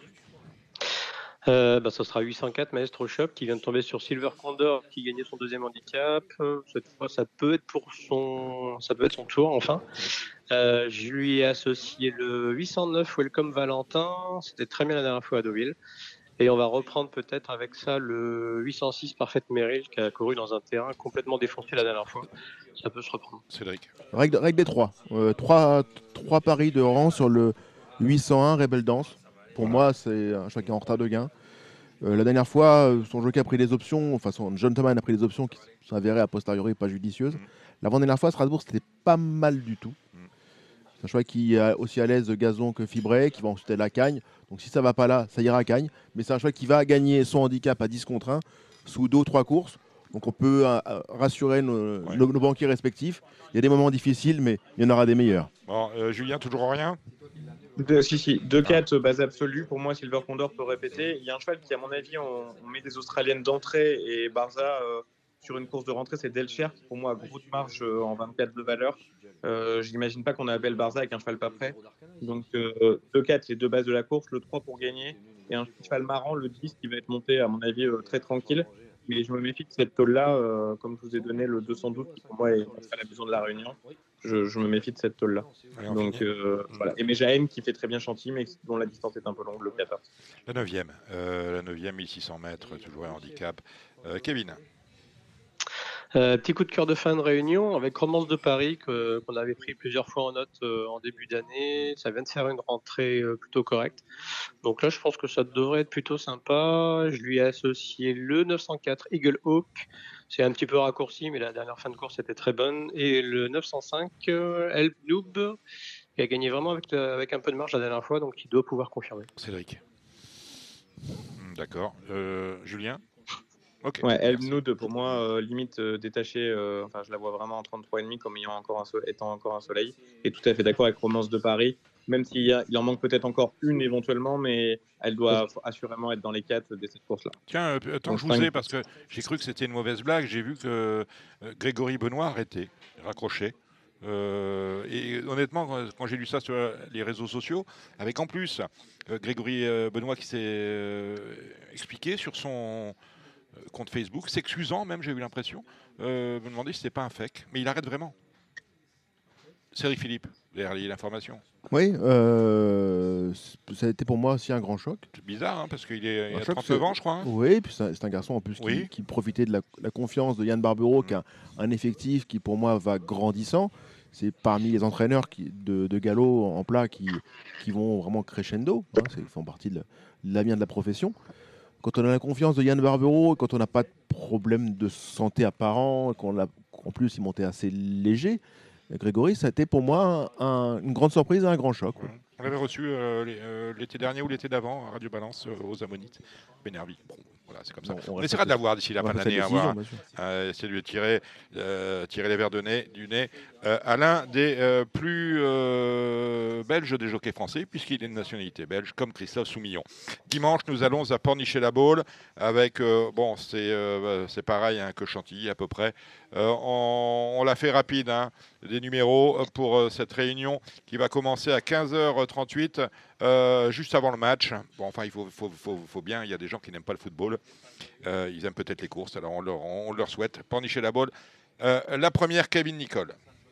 Ce sera 804 Maestro Shop qui vient de tomber sur Silver Condor qui gagnait son deuxième handicap. Cette fois, ça peut être son tour enfin. Je lui ai associé le 809 Welcome Valentin. C'était très bien la dernière fois à Deauville. Et on va reprendre peut-être avec ça le 806 Parfait Merrill qui a couru dans un terrain complètement défoncé la dernière fois. Ça peut se reprendre. Cédric. Règle des 3. 3 paris de rang sur le 801 Rebel Dance. Pour moi, c'est un choix qui est en retard de gain. La dernière fois, son jockey a pris des options, enfin son gentleman a pris des options qui sont avérées a posteriori pas judicieuses. L'avant-dernière fois à Strasbourg, c'était pas mal du tout. C'est un choix qui est aussi à l'aise gazon que fibré, qui va ensuite aller à Cagnes. Donc si ça va pas là, ça ira à Cagnes. Mais c'est un choix qui va gagner son handicap à 10 contre 1 sous 2 ou 3 courses. Donc on peut rassurer nos banquiers respectifs. Il y a des moments difficiles, mais il y en aura des meilleurs. Bon, Julien, toujours rien? Si. 2-4 base absolue. Pour moi, Silver Condor peut répéter. Il y a un cheval qui, à mon avis, on met des Australiennes d'entrée et Barza sur une course de rentrée, c'est Delcher qui, pour moi, a gros de marge en 24 de valeur. Je n'imagine pas qu'on appelle Barza avec un cheval pas prêt. Donc 2-4, c'est 2 bases de la course. Le 3 pour gagner. Et un cheval marrant, le 10 qui va être monté, à mon avis, très tranquille. Mais je me méfie de cette tôle-là, comme je vous ai donné le 212, qui pour moi est à la maison de la Réunion. Je me méfie de cette tôle-là. Donc voilà. Et Mejaen qui fait très bien Chantilly, mais dont la distance est un peu longue, le 14. La 9e, 1600 mètres, toujours un handicap. Kevin. Petit coup de cœur de fin de réunion avec Romance de Paris qu'on avait pris plusieurs fois en note en début d'année. Ça vient de faire une rentrée plutôt correcte. Donc là, je pense que ça devrait être plutôt sympa. Je lui ai associé le 904 Eagle Hawk. C'est un petit peu raccourci, mais la dernière fin de course était très bonne. Et le 905 Elb Noob, qui a gagné vraiment avec un peu de marge la dernière fois, donc il doit pouvoir confirmer. Cédric. D'accord. Julien. Ok. Ouais, Elbnoud, pour moi, limite détachée, enfin, je la vois vraiment en 33,5 comme étant encore un soleil. Et tout à fait d'accord avec Romance de Paris, même il en manque peut-être encore une éventuellement, mais elle doit assurément être dans les 4 de cette course-là. Tiens, tant que je vous ai, parce que j'ai cru que c'était une mauvaise blague, j'ai vu que Grégory Benoît arrêtait, raccroché. Et honnêtement, quand j'ai lu ça sur les réseaux sociaux, avec en plus Grégory Benoît qui s'est expliqué sur son compte Facebook, s'excusant même, j'ai eu l'impression, me demander si c'était pas un fake, mais il arrête vraiment. Cédric Philippe, vous avez relayé l'information. Oui, ça a été pour moi aussi un grand choc. C'est bizarre, parce qu'il a 39 ans, je crois. Oui, puis c'est un garçon en plus qui profitait de la confiance de Yann Barbero, qui a un effectif qui pour moi va grandissant. C'est parmi les entraîneurs de galop en plat qui vont vraiment crescendo. Ils font partie de l'avenir de la profession. Quand on a la confiance de Yann Barbero, quand on n'a pas de problème de santé apparent, qu'en plus il montait assez léger, Grégory, ça a été pour moi une grande surprise et un grand choc. Ouais. On l'avait reçu l'été dernier ou l'été d'avant à Radio Balance aux Ammonites, Benervie. Bon, voilà, c'est comme ça. On essaiera de l'avoir d'ici la fin de l'année. Essayer de lui tirer les verres du nez à l'un des plus belges des jockeys français, puisqu'il est de nationalité belge, comme Christophe Soumillon. Dimanche, nous allons à Pornichet-la-Baule avec, c'est pareil que Chantilly à peu près. On l'a fait rapide, des numéros pour cette réunion qui va commencer à 15h38, juste avant le match. Bon, enfin, il faut bien, il y a des gens qui n'aiment pas le football. Ils aiment peut-être les courses, alors on leur souhaite. Pornichet-la-Baule. La première, Kevin Nicole.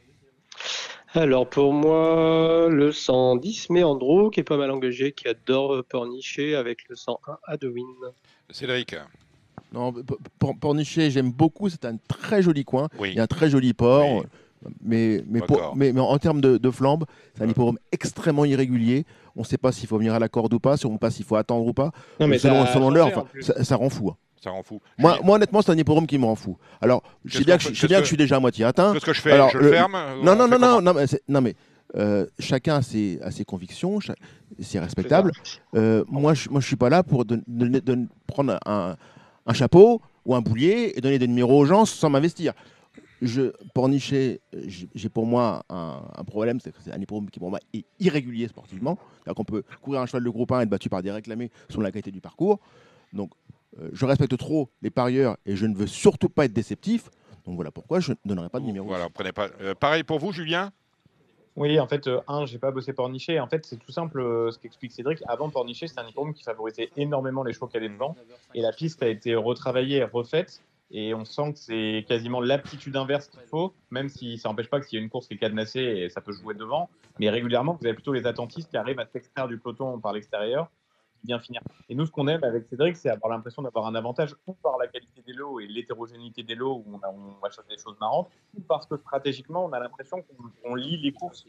Alors pour moi, le 110 Méandro, qui est pas mal engagé, qui adore Pornichet, avec le 101 Adowin. Cédric. Non, Pornichet, j'aime beaucoup. C'est un très joli coin. Oui. Il y a un très joli port. Oui. Mais en termes de flambe, c'est un hippodrome extrêmement irrégulier. On ne sait pas s'il faut venir à la corde ou pas, s'il faut attendre ou pas. Non, mais selon l'heure, ça rend fou. Ça rend fou. Moi, honnêtement, c'est un hippodrome qui me rend fou. Alors, je sais bien que je suis déjà à moitié atteint. Qu'est-ce que je fais? Alors, je le ferme? Non, mais chacun a ses convictions, c'est respectable. Moi, je suis pas là pour prendre un chapeau ou un boulier et donner des numéros aux gens sans m'investir. Pornichet, j'ai pour moi un problème, c'est que c'est un hippodrome qui pour moi est irrégulier sportivement. C'est-à-dire qu'on peut courir un cheval de groupe 1 et être battu par des réclamés selon la qualité du parcours. Donc je respecte trop les parieurs et je ne veux surtout pas être déceptif. Donc voilà pourquoi je ne donnerai pas de numéro. Voilà, prenez pas. Pareil pour vous, Julien? Oui, en fait, j'ai pas bossé Pornichet. En fait, c'est tout simple ce qu'explique Cédric. Avant Pornichet, c'était un hippodrome qui favorisait énormément les chevaux qui allaient devant. Et la piste a été retravaillée et refaite. Et on sent que c'est quasiment l'aptitude inverse qu'il faut, même si ça n'empêche pas que s'il y a une course qui est cadenassée et ça peut jouer devant. Mais régulièrement, vous avez plutôt les attentistes qui arrivent à s'extraire du peloton par l'extérieur, qui bien finir. Et nous, ce qu'on aime avec Cédric, c'est avoir l'impression d'avoir un avantage ou par la qualité des lots et l'hétérogénéité des lots où on va chercher des choses marrantes, ou parce que stratégiquement, on a l'impression qu'on lit les courses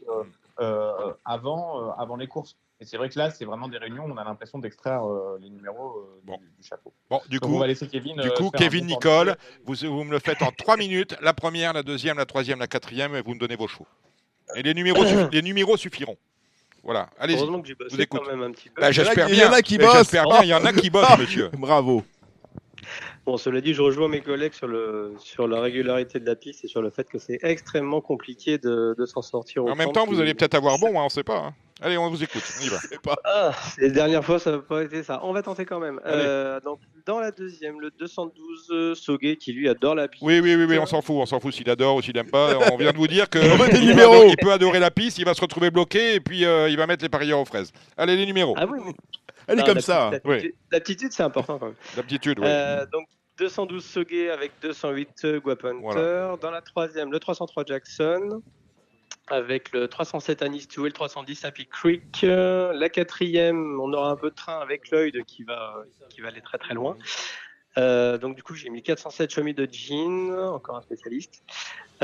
avant les courses. Et c'est vrai que là, c'est vraiment des réunions où on a l'impression d'extraire les numéros du chapeau. Bon, du Donc coup, on va laisser Kevin. Kevin Nicole, vous me le faites en 3 minutes. La première, la deuxième, la troisième, la quatrième, et vous me donnez vos chevaux. Et les numéros suffiront. Voilà, allez-y. Heureusement que j'ai bossé quand même un petit peu. J'espère bien. Il y en a qui bossent. J'espère bien, il y en a qui bossent, monsieur. Bravo. Bon, cela dit, je rejoins mes collègues sur la régularité de la piste et sur le fait que c'est extrêmement compliqué de s'en sortir. En même temps, vous allez peut-être avoir bon, on ne sait pas. Allez, on vous écoute, on y va. Les dernières fois, ça n'a pas été ça. On va tenter quand même. Donc, dans la deuxième, le 212 Soguet, qui lui adore la piste. Oui, on s'en fout s'il adore ou s'il n'aime pas. On vient de vous dire qu'il peut adorer la piste, il va se retrouver bloqué et puis il va mettre les parieurs aux fraises. Allez, les numéros. Ah oui, elle est comme ça. L'aptitude, c'est important quand même. L'aptitude, oui. Donc, 212 Soguet avec 208 Guapunter. Voilà. Dans la troisième, le 303 Jackson avec le 307 Anis 2 et le 310 Happy Creek. La quatrième, on aura un peu de train avec Lloyd qui va aller très très loin. Donc du coup, j'ai mis 407 Xiaomi de Jin, encore un spécialiste. Et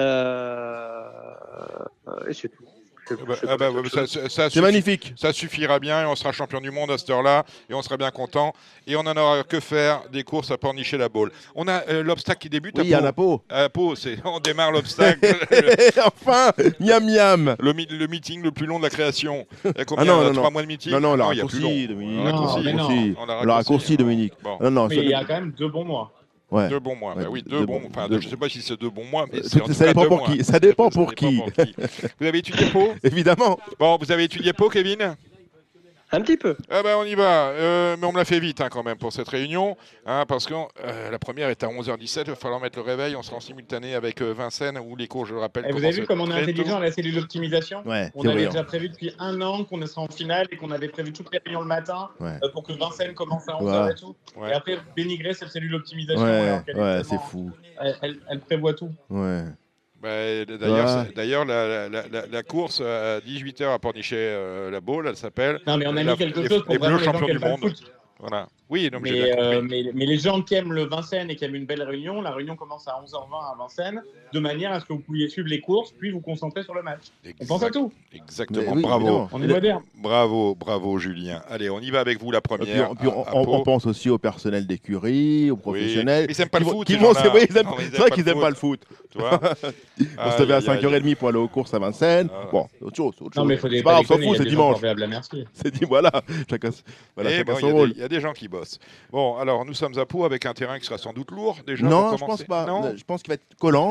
c'est tout. C'est magnifique. Ça suffira bien et on sera champion du monde à cette heure-là et on sera bien content et on en aura que faire des courses à pornicher la balle. On a l'obstacle qui débute Oui, à Pau. À Pau, on démarre l'obstacle. Enfin, miam miam. Le meeting le plus long de la création. Il y a combien, non, 3 mois de meeting? Non, on l'a il y a plus long. raccourci, Dominique. On l'a raccourci, Dominique. Bon. Non, mais il y a quand même 2 bons mois. Ouais. 2 bons mois. Ouais, bah oui, deux 2 bons. Enfin, je ne sais pas si c'est 2 bons mois, mais ça dépend pour qui. Ça dépend pour qui. Vous avez étudié Pau? Évidemment. Bon, vous avez étudié Pau, Kevin? Un petit peu. Ah ben on y va, mais on me l'a fait vite quand même pour cette réunion, parce que la première est à 11h17, il va falloir mettre le réveil, on sera en simultané avec Vincennes, où les cours, je le rappelle... Et vous avez vu comme on est intelligent à la cellule optimisation? Ouais, on avait déjà prévu depuis 1 an qu'on serait en finale et qu'on avait prévu toutes les réunions le matin pour que Vincennes commence à 11h et tout. Ouais. Et après, dénigrer cette cellule optimisation. Ouais, c'est fou. Elle prévoit tout. Ouais. D'ailleurs, la course à 18h à Pornichet, la Baule, elle s'appelle. Non, mais on a mis quelque chose pour les vraiment Bleus les gens champions qui du aiment pas le monde. foot. Voilà. Oui, non, mais les gens qui aiment le Vincennes et qui aiment une belle réunion, la réunion commence à 11h20 à Vincennes, de manière à ce que vous puissiez suivre les courses, puis vous concentrer sur le match. On pense à tout. Exactement, oui, bravo. On est moderne. Bravo Julien. Allez, on y va avec vous la première. Puis on pense aussi au personnel d'écurie, aux professionnels. Ils n'aiment pas le foot. C'est vrai qu'ils n'aiment pas le foot. Tu vois, on se levait à 5h30 pour aller aux courses à Vincennes. Bon, autre chose. Non, mais il faut des on s'en fout, c'est dimanche. C'est dit, voilà, chacun son rôle. Il y a des gens qui bossent. Bon, alors nous sommes à Pau avec un terrain qui sera sans doute lourd déjà. Non, je pense pas. Je pense qu'il va être collant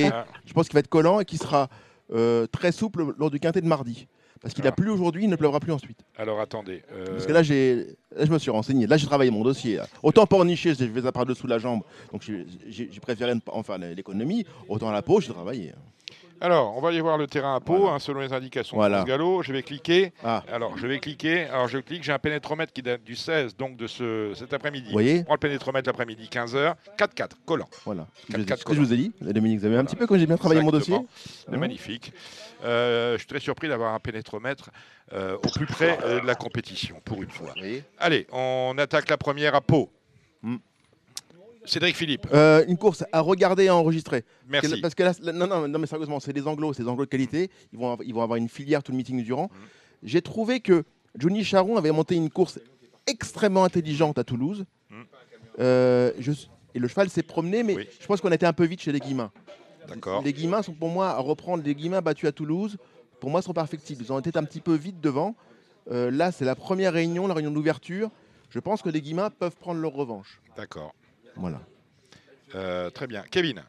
et qu'il sera très souple lors du quintet de mardi. Parce qu'il a plu aujourd'hui, il ne pleuvra plus ensuite. Alors attendez. Parce que là, je me suis renseigné. Là, j'ai travaillé mon dossier. Autant pornicher, je vais ça par-dessous la jambe. Donc j'ai préféré l'économie. Autant à la Pau, j'ai travaillé. Alors, on va aller voir le terrain à Pau, selon les indications de France Gallo. Je vais cliquer. Alors, je clique. J'ai un pénétromètre qui date du 16, donc de cet après-midi. Vous voyez ? On prend le pénétromètre l'après-midi, 15h. 4-4, collant. Voilà. Ce que je vous ai dit, Dominique, vous avez un petit peu quand j'ai bien travaillé mon dossier. C'est magnifique. Je suis très surpris d'avoir un pénétromètre au plus près de la compétition, pour une fois. Oui. Allez, on attaque la première à Pau. Cédric Philippe. Une course à regarder et à enregistrer. Merci. Parce que là, non, mais sérieusement, c'est des anglos de qualité. Ils vont avoir une filière tout le meeting durant. J'ai trouvé que Johnny Charon avait monté une course extrêmement intelligente à Toulouse. Et le cheval s'est promené, mais je pense qu'on a été un peu vite chez les Guillemins. D'accord. Les Guillemins sont pour moi à reprendre. Les Guillemins battus à Toulouse, pour moi, sont perfectibles. Ils ont été un petit peu vite devant. Là, c'est la première réunion, la réunion d'ouverture. Je pense que les Guillemins peuvent prendre leur revanche. D'accord. Voilà. Très bien. Kevin.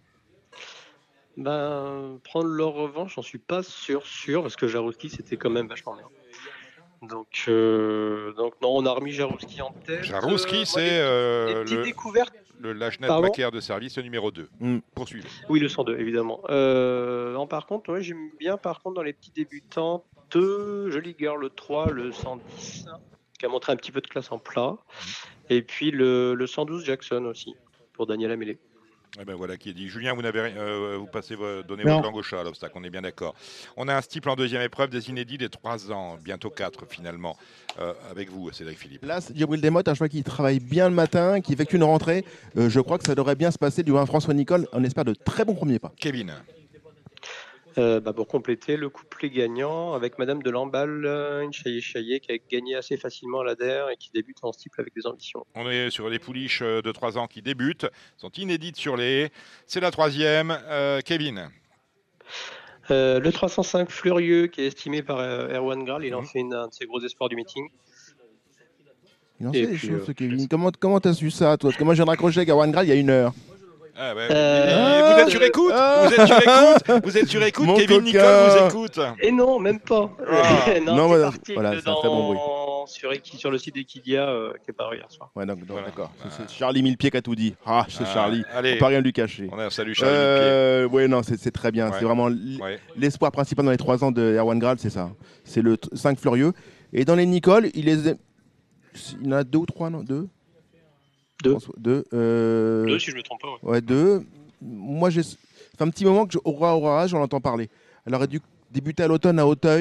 Prendre leur revanche, j'en suis pas sûr, parce que Jarouski, c'était quand même vachement bien. Donc non, on a remis Jarouski en tête. Jarouski, c'est la Genette Macaire de service, le numéro 2. Poursuivez. Oui, le 102, évidemment. Par contre, j'aime bien, dans les petits débutants, 2 Jolie Girl, le 3, le 110, qui a montré un petit peu de classe en plat. Et puis le 112 Jackson aussi, pour Daniel Amélé. Eh ben voilà qui est dit. Julien, vous donnez votre langue au chat à l'obstacle, on est bien d'accord. On a un steeple en deuxième épreuve, des inédits des 3 ans, bientôt 4 finalement, avec vous, Cédric Philippe. Là, c'est Djibril Desmottes, un cheval qui travaille bien le matin, qui effectue une rentrée. Je crois que ça devrait bien se passer du François Nicole. On espère de très bons premiers pas. Kevin. Pour compléter le couplet gagnant avec Madame de Lamballe, une Chaillé qui a gagné assez facilement à l'ADER et qui débute en steeple avec des ambitions. On est sur les pouliches de 3 ans qui débutent, sont inédites sur les haies. C'est la 3e. Kevin. Le 305 Fleurieux qui est estimé par Erwan Graal, il en fait un de ses gros espoirs du meeting. Il en sait des choses, Kevin. Comment t'as su ça, toi? Parce que moi, je viens de raccrocher avec Erwan Graal il y a 1 heure. Vous êtes sur écoute. Vous êtes sur écoute. Kevin Nicole vous écoute. Et non, même pas. Non, c'est parti c'est un très bon bruit. Sur le site d'Equidia qui est paru hier soir. Ouais, d'accord. C'est Charlie Millepied qui a tout dit. C'est Charlie. Allez. On ne peut rien lui cacher. Salut Charlie Millepied. Oui, non, c'est très bien. C'est vraiment l'espoir principal dans les 3 ans de Erwan Graal, c'est ça. C'est le 5 Fleurieux. Et dans les Nicole, il en a 2 ou 3, non? 2 2 si je ne me trompe pas. Ouais, 2. Moi, ça fait un petit moment que Aura, j'en entends parler. Elle aurait dû débuter à l'automne à Auteuil.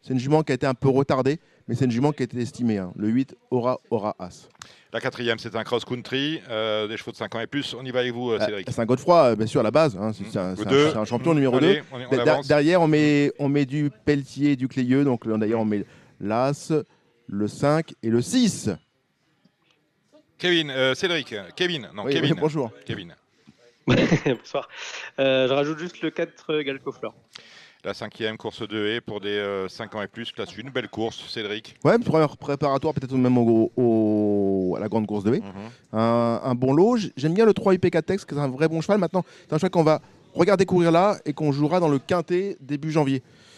C'est une jument qui a été un peu retardée, mais c'est une jument qui a été estimée. Hein. Le 8 aura As. La 4e, c'est un cross-country, des chevaux de 5 ans et plus. On y va avec vous, Cédric. C'est un Godefroy, bien sûr, à la base. Hein. C'est un champion numéro 2. Derrière, on met du Pelletier et du Clayeux. Donc, d'ailleurs, on met l'As, le 5 et le 6. Cédric. Kevin. Oui, bonjour. Kevin. Bonsoir. Je rajoute juste le 4 Galcofleur. La 5e course de haie pour des 5 ans et plus, classe 1. Belle course, Cédric. Ouais, première préparatoire peut-être même à la grande course de haie. Un bon lot. J'aime bien le 3 UP4 Tex, qui est un vrai bon cheval. Maintenant, c'est un cheval qu'on va regarder courir là et qu'on jouera dans le quintet début janvier.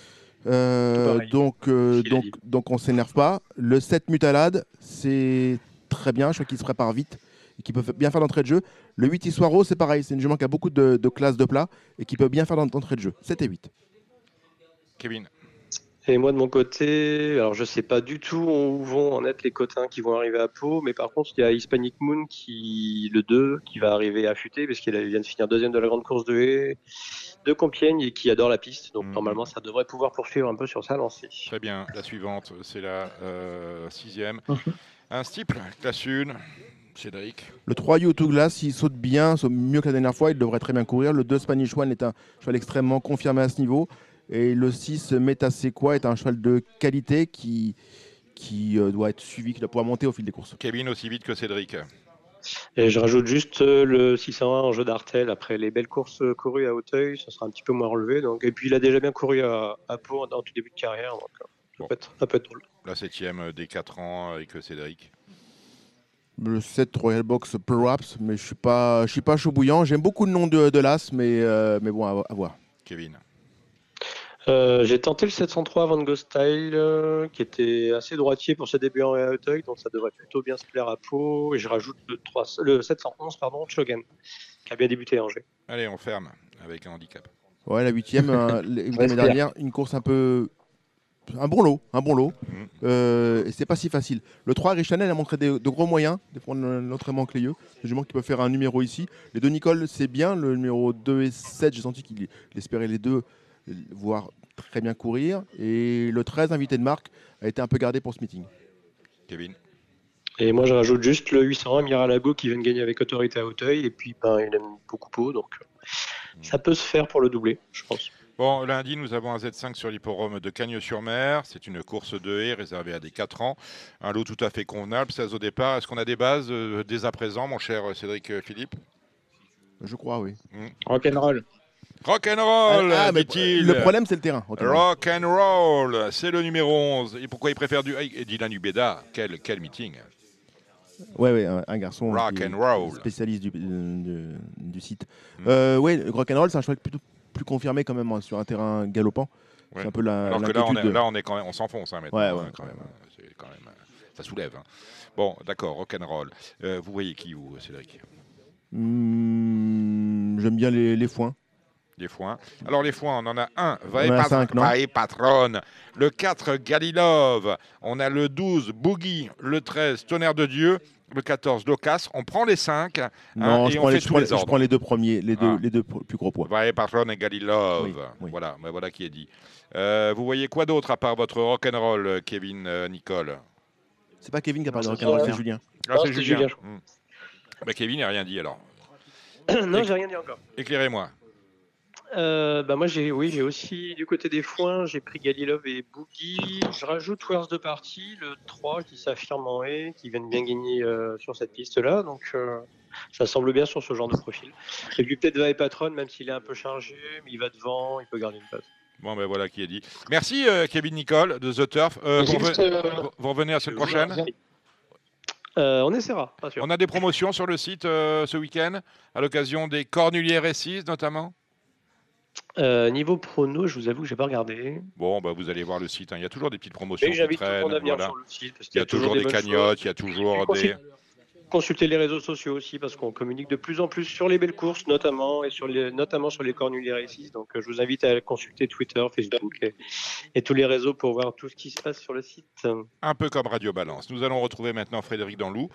Donc on ne s'énerve pas. Le 7 Mutalade, c'est très bien. Je crois qu'il se prépare vite et qui peut bien faire d'entrée de jeu. Le 8 Issoiro, c'est pareil. C'est une jument qui a beaucoup de classes de plat et qui peut bien faire d'entrée de jeu. 7 et 8. Kevin. Et moi de mon côté, alors je sais pas du tout où vont en être les cotins qui vont arriver à Pau, mais par contre il y a Hispanic Moon le 2 qui va arriver affûté parce qu'il vient de finir deuxième de la grande course de haie de Compiègne et qui adore la piste, donc normalement ça devrait pouvoir poursuivre un peu sur sa lancée. Très bien, la suivante c'est la 6e. Un steeple, classe 1. Cédric. Le 3 U2 Glass, il saute bien, saute mieux que la dernière fois, il devrait très bien courir. Le 2 Spanish One est un cheval extrêmement confirmé à ce niveau. Et le 6 Metasequoia est un cheval de qualité qui doit être suivi, qui doit pouvoir monter au fil des courses. Kevin aussi vite que Cédric. Et je rajoute juste le 601 en jeu d'Artel. Après les belles courses courues à Hauteuil, ça sera un petit peu moins relevé. Donc, et puis il a déjà bien couru à Pau en tout début de carrière. Donc ça peut être drôle. La 7e des 4 ans avec Cédric. Le 7 Royal Box Perhaps, mais je suis pas chaud bouillant. J'aime beaucoup le nom de l'As, mais bon, à voir. Kevin. J'ai tenté le 703 Van Gogh Style, qui était assez droitier pour ses débuts en Hauteuil, donc ça devrait plutôt bien se plaire à Pau. Et je rajoute le 711, Chogan, qui a bien débuté à Angers. Allez, on ferme avec un handicap. Ouais, la 8e, l'année dernière, une course un bon lot. Et c'est pas si facile. Le 3 Richanel a montré de gros moyens de prendre l'entraînement Clayeux. C'est jument qui peut faire un numéro ici. Les deux Nicole, c'est bien. Le numéro 2 et 7, j'ai senti qu'il espérait les deux voir très bien courir. Et le 13, invité de marque, a été un peu gardé pour ce meeting. Kevin. Et moi, je rajoute juste le 801 Miralago qui vient de gagner avec autorité à Hauteuil. Et puis, il aime beaucoup Pau, donc ça peut se faire pour le doubler, je pense. Bon, lundi, nous avons un Z5 sur l'hippodrome de Cagnes-sur-Mer. C'est une course de haie réservée à des 4 ans. Un lot tout à fait convenable, 16 au départ. Est-ce qu'on a des bases dès à présent, mon cher Cédric Philippe? Je crois, oui. Rock'n'roll. Rock'n'roll, dit-il. Le problème, c'est le terrain. Rock'n'roll, c'est le numéro 11. Et pourquoi il préfère Dylan Ubeda? Quel meeting. Ouais, un garçon spécialiste du site. Oui, Rock'n'roll, c'est un cheval plutôt plus confirmé quand même sur un terrain galopant. Ouais. C'est un peu alors que là, on s'enfonce maintenant. Quand même. C'est quand même, ça soulève. Hein. Bon, d'accord, rock'n'roll. Vous voyez qui, vous, Cédric? J'aime bien les foins. Les foins. Alors les foins, on en a un, Vae Patron, le 4 Galilov, on a le 12 Boogie, le 13 Tonnerre de Dieu, le 14 Locas. On prend les 5 non, et on fait tous les ordres. Je prends les deux premiers, les deux plus gros poids. Vae Patron et Galilov. Oui. Voilà qui est dit. Vous voyez quoi d'autre à part votre rock'n'roll, Kevin Nicole? C'est pas Kevin qui a parlé de rock'n'roll, c'est Julien. C'est Julien. Kevin n'a rien dit alors. Non, j'ai rien dit encore. Éclairez-moi. Moi j'ai aussi du côté des foins, j'ai pris Galilov et Boogie. Je rajoute Worst de Party, le 3 qui s'affirme en haie, qui vient de bien gagner sur cette piste-là, donc ça semble bien sur ce genre de profil. Et puis peut-être Vae Patron, même s'il est un peu chargé, mais il va devant, il peut garder une place. Bon, voilà qui est dit. Merci Kevin Nicole de The Turf. Vous revenez la semaine prochaine? On essaiera, pas sûr. On a des promotions sur le site ce week-end, à l'occasion des Cornuliers Récis notamment? Niveau prono, je vous avoue que j'ai pas regardé. Bon, vous allez voir le site. Il y a toujours des petites promotions. J'invite tout le monde à venir sur le site. Parce il y a toujours des cagnottes, il y a toujours des. consulter les réseaux sociaux aussi, parce qu'on communique de plus en plus sur les belles courses, notamment, et notamment sur les Cornuliers Races. Donc, je vous invite à consulter Twitter, Facebook et tous les réseaux pour voir tout ce qui se passe sur le site. Un peu comme Radio Balance. Nous allons retrouver maintenant Frédéric Danlou.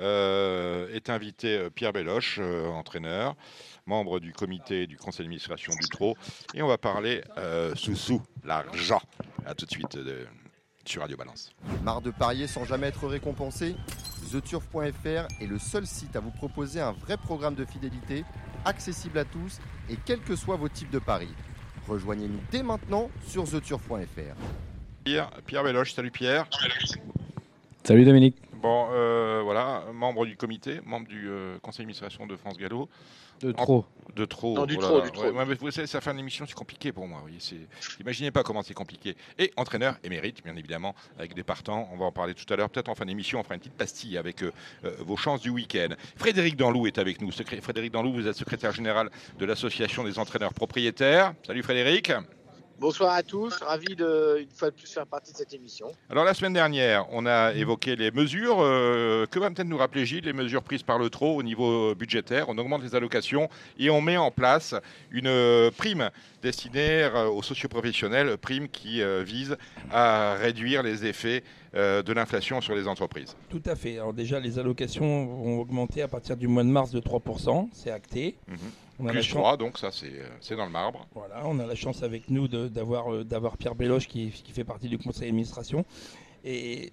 Est invité Pierre Belloche, entraîneur, membre du comité du conseil d'administration du Trot. Et on va parler sous l'argent. À tout de suite sur Radio Balance. Marre de parier sans jamais être récompensé ? TheTurf.fr est le seul site à vous proposer un vrai programme de fidélité, accessible à tous et quels que soient vos types de paris. Rejoignez-nous dès maintenant sur TheTurf.fr. Pierre Belloche, salut Pierre. Salut Dominique. Bon, voilà, membre du comité, membre du conseil d'administration de France Gallo. De Trot. De Trot. Non, du oh Trot, là du là. Trot. Ouais, mais vous savez, ça fait une émission, c'est compliqué pour moi. Oui, imaginez pas comment c'est compliqué. Et entraîneur émérite, bien évidemment, avec des partants. On va en parler tout à l'heure. Peut-être en fin d'émission, on fera une petite pastille avec vos chances du week-end. Frédéric Danlou est avec nous. Frédéric Danlou, vous êtes secrétaire général de l'association des entraîneurs propriétaires. Salut Frédéric. Bonsoir à tous, ravi de, une fois de plus, faire partie de cette émission. Alors la semaine dernière, on a évoqué les mesures. Que va peut-être nous rappeler Gilles, les mesures prises par le Trot au niveau budgétaire. On augmente les allocations et on met en place une prime destinée aux socioprofessionnels, prime qui vise à réduire les effets de l'inflation sur les entreprises. Tout à fait. Alors déjà, les allocations vont augmenter à partir du mois de mars de 3%, c'est acté. On a Plus 3, donc ça c'est dans le marbre. Voilà, on a la chance avec nous d'avoir Pierre Belloche qui fait partie du conseil d'administration. Et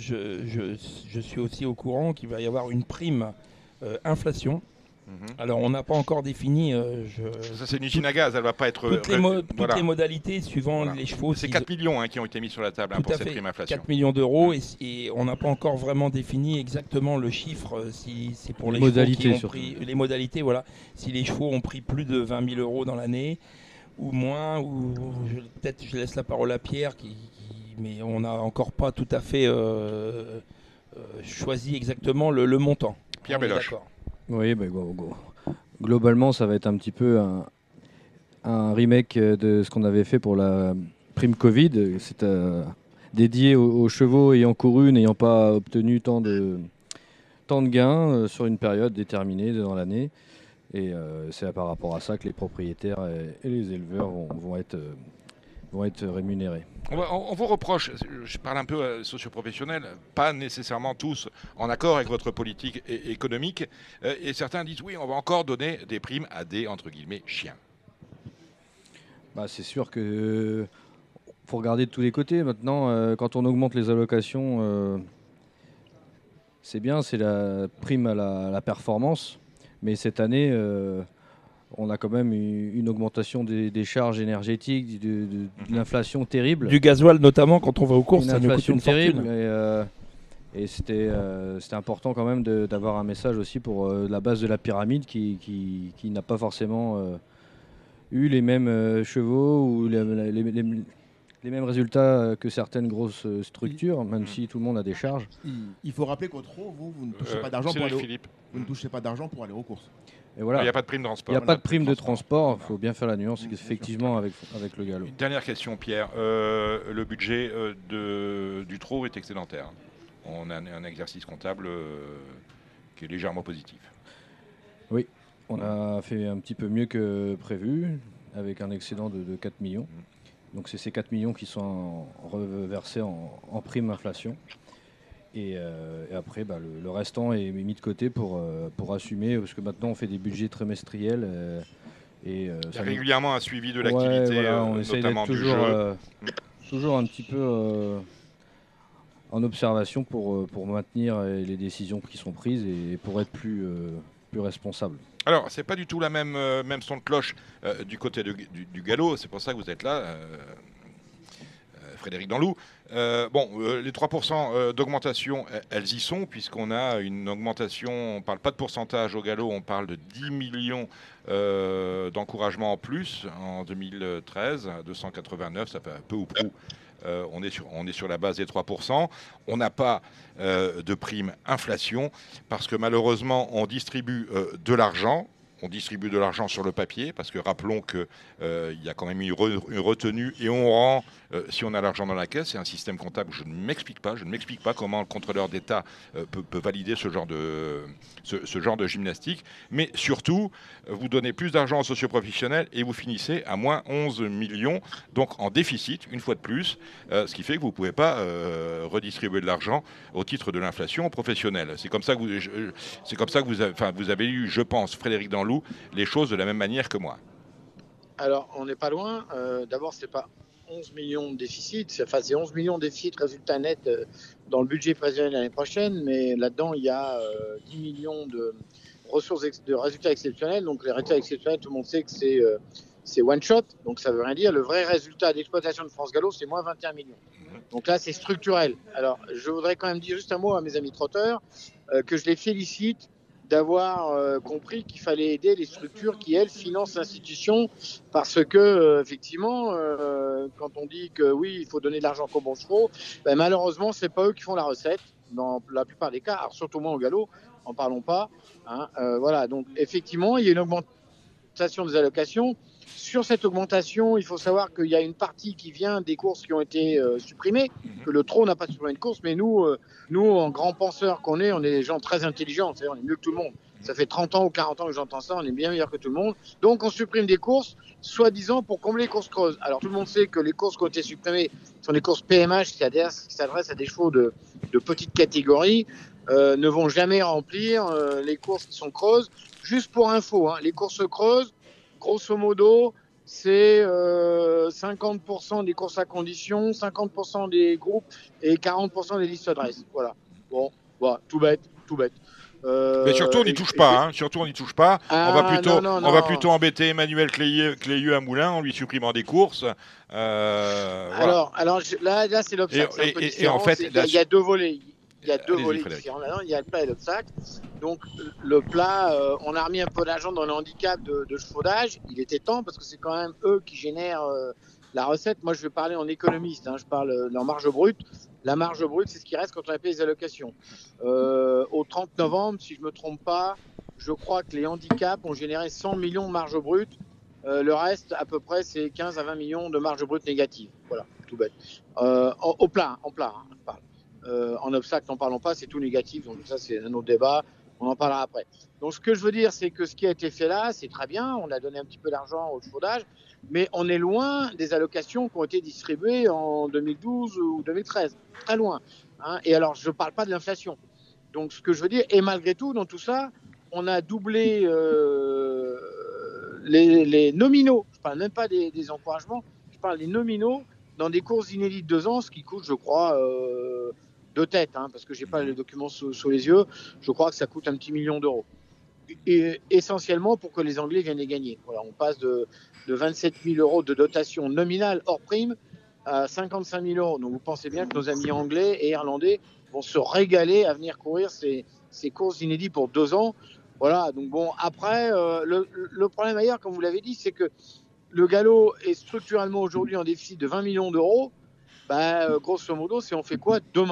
je suis aussi au courant qu'il va y avoir une prime inflation. Alors on n'a pas encore défini. Ça c'est une usine à gaz, elle ne va pas être. Toutes les modalités suivant les chevaux. C'est 4 millions qui ont été mis sur la table pour cette prime inflation. 4 millions d'euros et on n'a pas encore vraiment défini exactement le chiffre, si c'est pour les modalités chevaux qui ont pris, les modalités, voilà. Si les chevaux ont pris plus de 20 000 euros dans l'année ou moins, ou peut-être je laisse la parole à Pierre, mais on n'a encore pas tout à fait choisi exactement le montant. Pierre Belloche. Oui, globalement, ça va être un petit peu un remake de ce qu'on avait fait pour la prime Covid. C'est dédié aux chevaux ayant couru, n'ayant pas obtenu tant de gains sur une période déterminée dans l'année. Et c'est par rapport à ça que les propriétaires et les éleveurs vont être rémunérés. On vous reproche, je parle un peu socioprofessionnel, pas nécessairement tous en accord avec votre politique économique, et certains disent oui, on va encore donner des primes à des, entre guillemets, chiens. C'est sûr que faut regarder de tous les côtés. Maintenant, quand on augmente les allocations, c'est bien, c'est la prime à la performance, mais cette année... on a quand même une augmentation des charges énergétiques, de l'inflation terrible. Du gasoil notamment, quand on va aux courses, ça nous coûte une terrible. fortune. Et c'était important quand même d'avoir un message aussi pour la base de la pyramide qui n'a pas forcément eu les mêmes chevaux ou les mêmes résultats que certaines grosses structures, même si tout le monde a des charges. Il faut rappeler qu'au Trot, vous ne touchez pas d'argent pour aller aux courses. Et voilà. Il n'y a pas de prime de transport. Il n'y a pas de prime de transport. Il faut bien faire la nuance, effectivement, avec le galop. Dernière question, Pierre. Le budget du Trot est excédentaire. On a un exercice comptable qui est légèrement positif. Oui, on a fait un petit peu mieux que prévu, avec un excédent de 4 millions. Donc c'est ces 4 millions qui sont reversés en prime inflation. Et après, le restant est mis de côté pour assumer, parce que maintenant on fait des budgets trimestriels. Il y a régulièrement un suivi de l'activité, on essaye notamment d'être du jeu. Toujours un petit peu en observation pour maintenir les décisions qui sont prises et pour être plus responsable. Alors, c'est pas du tout la même son de cloche du côté du galop, c'est pour ça que vous êtes là. Frédéric Danlou. Les 3% d'augmentation, elles y sont, puisqu'on a une augmentation, on ne parle pas de pourcentage au galop, on parle de 10 millions d'encouragements en plus en 2013, 289, ça fait un peu ou prou. On est sur la base des 3%. On n'a pas de prime inflation, parce que malheureusement, on distribue de l'argent. on distribue de l'argent sur le papier, parce que rappelons qu'il y a quand même une retenue et on rend, si on a l'argent dans la caisse, c'est un système comptable. Je ne m'explique pas comment le contrôleur d'État peut valider ce genre de gymnastique. Mais surtout, vous donnez plus d'argent aux socioprofessionnels et vous finissez à moins 11 millions, donc en déficit, une fois de plus, ce qui fait que vous ne pouvez pas redistribuer de l'argent au titre de l'inflation aux professionnels. C'est comme ça que vous avez eu, je pense, Frédéric Danlou, les choses de la même manière que moi. Alors, on n'est pas loin. D'abord, c'est pas 11 millions de déficit, c'est 11 millions de déficit résultat net dans le budget prévisionnel l'année prochaine, mais là-dedans, il y a 10 millions de de résultats exceptionnels. Donc, les résultats exceptionnels, tout le monde sait que c'est one shot, donc ça veut rien dire. Le vrai résultat d'exploitation de France Gallo, c'est moins 21 millions. Donc là, c'est structurel. Alors, je voudrais quand même dire juste un mot à mes amis trotteurs, que je les félicite d'avoir compris qu'il fallait aider les structures qui, elles, financent l'institution, parce que, effectivement, quand on dit que oui, il faut donner de l'argent qu'aux bons chevaux, ben, malheureusement, c'est pas eux qui font la recette, dans la plupart des cas, alors surtout moins au galop, en parlons pas. Hein, voilà, donc effectivement, il y a une augmentation des allocations. Sur cette augmentation, il faut savoir qu'il y a une partie qui vient des courses qui ont été supprimées, que le trot n'a pas supprimé une course, mais nous, en grands penseurs qu'on est, on est des gens très intelligents, c'est-à-dire on est mieux que tout le monde. Ça fait 30 ans ou 40 ans que j'entends ça, on est bien meilleur que tout le monde. Donc on supprime des courses, soi-disant pour combler les courses creuses. Alors tout le monde sait que les courses qui ont été supprimées sont des courses PMH qui s'adressent à des chevaux de petite catégorie, ne vont jamais remplir les courses qui sont creuses. Juste pour info, hein, les courses creuses, grosso modo, c'est 50% des courses à condition, 50% des groupes et 40% des listes d'adresse. Voilà. Bon, voilà, tout bête. Mais surtout, on n'y touche pas. Ah, on va plutôt embêter Emmanuel Cléieux à Moulins en lui supprimant des courses. Alors là, c'est l'obstacle. C'est un peu différent. En fait, il y a deux volets. Il y a deux volets différents là-dedans. Il y a le plat et l'obstacle. Donc le plat, on a remis un peu d'argent dans le handicap de chevaux d'âge. Il était temps parce que c'est quand même eux qui génèrent la recette. Moi, je vais parler en économiste. Hein. Je parle en marge brute. La marge brute, c'est ce qui reste quand on a payé les allocations. Au 30 novembre, si je ne me trompe pas, je crois que les handicaps ont généré 100 millions de marge brute. Le reste, à peu près, c'est 15 à 20 millions de marge brute négative. Voilà, tout bête. En plat, hein, je parle. En obstacle, n'en parlons pas, c'est tout négatif. Donc ça, c'est un autre débat. On en parlera après. Donc ce que je veux dire, c'est que ce qui a été fait là, c'est très bien. On a donné un petit peu d'argent aux chevaux d'âge, mais on est loin des allocations qui ont été distribuées en 2012 ou 2013. Très loin. Hein. Et alors, je ne parle pas de l'inflation. Donc ce que je veux dire, et malgré tout, dans tout ça, on a doublé les nominaux. Je ne parle même pas des encouragements. Je parle des nominaux dans des courses inédites 2 ans, ce qui coûte, je crois, de tête, hein, parce que je n'ai pas les documents sous les yeux, je crois que ça coûte un petit million d'euros. Et essentiellement pour que les Anglais viennent les gagner. Voilà, on passe de 27 000 euros de dotation nominale hors prime à 55 000 euros. Donc vous pensez bien que nos amis anglais et irlandais vont se régaler à venir courir ces courses inédites pour 2 ans. Voilà, donc bon, après, le problème ailleurs, comme vous l'avez dit, c'est que le galop est structurellement aujourd'hui en déficit de 20 millions d'euros. Grosso modo, on fait quoi demain ?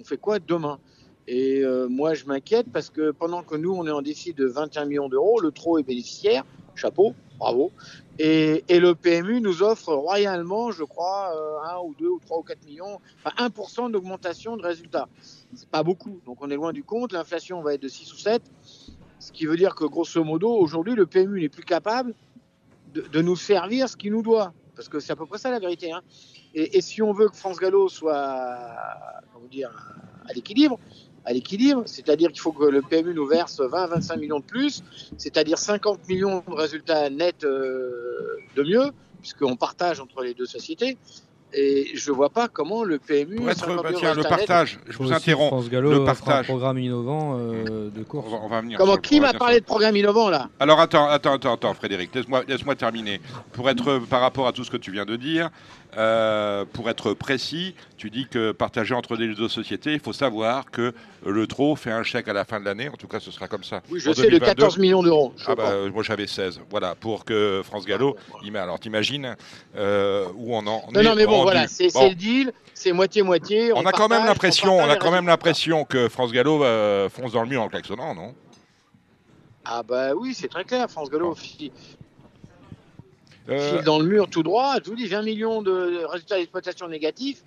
Et moi, je m'inquiète parce que pendant que nous, on est en déficit de 21 millions d'euros, le trot est bénéficiaire, chapeau, bravo. Et le PMU nous offre royalement, je crois, 1 ou 2 ou 3 ou 4 millions, enfin 1% d'augmentation de résultats. C'est pas beaucoup, donc on est loin du compte. L'inflation va être de 6 ou 7, ce qui veut dire que grosso modo, aujourd'hui, le PMU n'est plus capable de nous servir ce qu'il nous doit. Parce que c'est à peu près ça la vérité. Hein. Et si on veut que France Gallo soit à l'équilibre, c'est-à-dire qu'il faut que le PMU nous verse 20-25 millions de plus, c'est-à-dire 50 millions de résultats nets de mieux, puisqu'on partage entre les deux sociétés. Et je ne vois pas comment le PMU... le partage, je vous interromps. France Gallo le partage. Un programme innovant de course. On va venir qui m'a parlé de programme innovant là ? Alors attends, Frédéric, laisse-moi terminer. Par rapport à tout ce que tu viens de dire, pour être précis, tu dis que partager entre les deux sociétés, il faut savoir que le trot fait un chèque à la fin de l'année, en tout cas ce sera comme ça. Oui, je sais, de 14 millions d'euros. Moi j'avais 16, voilà, pour que France Gallo, alors t'imagines où on en est. Non, mais bon, voilà, c'est le deal, c'est moitié-moitié. On a quand même l'impression que France Gallo fonce dans le mur en klaxonnant, non ? Ah bah oui, c'est très clair. France Gallo file dans le mur tout droit. Je vous dis 20 millions de résultats d'exploitation négatifs.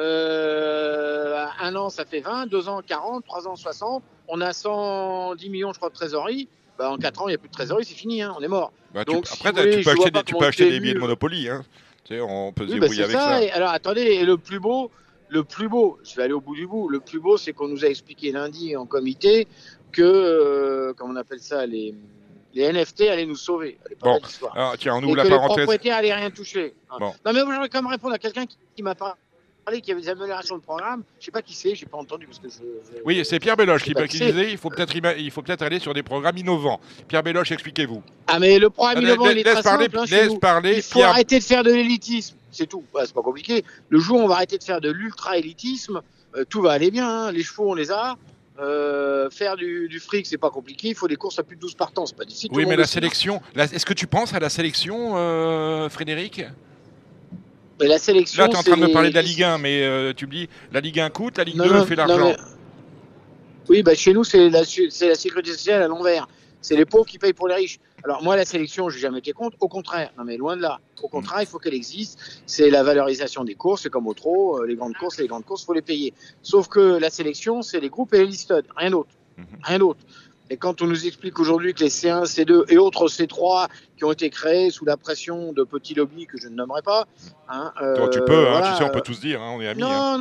Un an, ça fait 20. 2 ans, 40. 3 ans, 60. On a 110 millions, je crois, de trésorerie. En 4 ans, il n'y a plus de trésorerie, c'est fini, on est mort. Donc, après, tu peux acheter des billets de Monopoly. On peut se débrouiller avec ça. Et alors, attendez, et le plus beau, je vais aller au bout du bout, le plus beau, c'est qu'on nous a expliqué lundi en comité que, comment on appelle ça, les NFT allaient nous sauver. Bon, alors, tiens, on ouvre la parenthèse. parenthèse. Les propriétaires n'allaient rien toucher. Bon. Non, mais moi, j'aimerais quand même répondre à quelqu'un qui m'a parlé, qui avait des améliorations de programme. Je ne sais pas qui c'est, je n'ai pas entendu. Parce que oui, c'est Pierre Belloche qui disait il faut peut-être aller sur des programmes innovants. Pierre Belloche, expliquez-vous. Ah, mais le programme innovant, il est très simple. Il faut arrêter de faire de l'élitisme. C'est tout. C'est pas compliqué. Le jour où on va arrêter de faire de l'ultra-élitisme, tout va aller bien. Les chevaux, on les a. Faire du fric, c'est pas compliqué. Il faut des courses à plus de 12 partants. C'est pas difficile. Oui, mais la sélection. Est-ce que tu penses à la sélection, Frédéric ? Mais la sélection. Là, tu es en train de me parler de la Ligue 1, mais tu me dis la Ligue 1 coûte, la Ligue 2 fait l'argent. Oui, chez nous, c'est la sécurité sociale à l'envers. C'est les pauvres qui payent pour les riches. Alors moi, la sélection, j'ai jamais été contre. Au contraire, non mais loin de là. Au contraire, il faut qu'elle existe. C'est la valorisation des courses. C'est comme au trot, les grandes courses, faut les payer. Sauf que la sélection, c'est les groupes et les listed, rien d'autre. Rien d'autre. Et quand on nous explique aujourd'hui que les C1, C2 et autres C3 qui ont été créés sous la pression de petits lobbies que je ne nommerai pas. Tu peux, tu sais, on peut tous dire, on est amis. Non,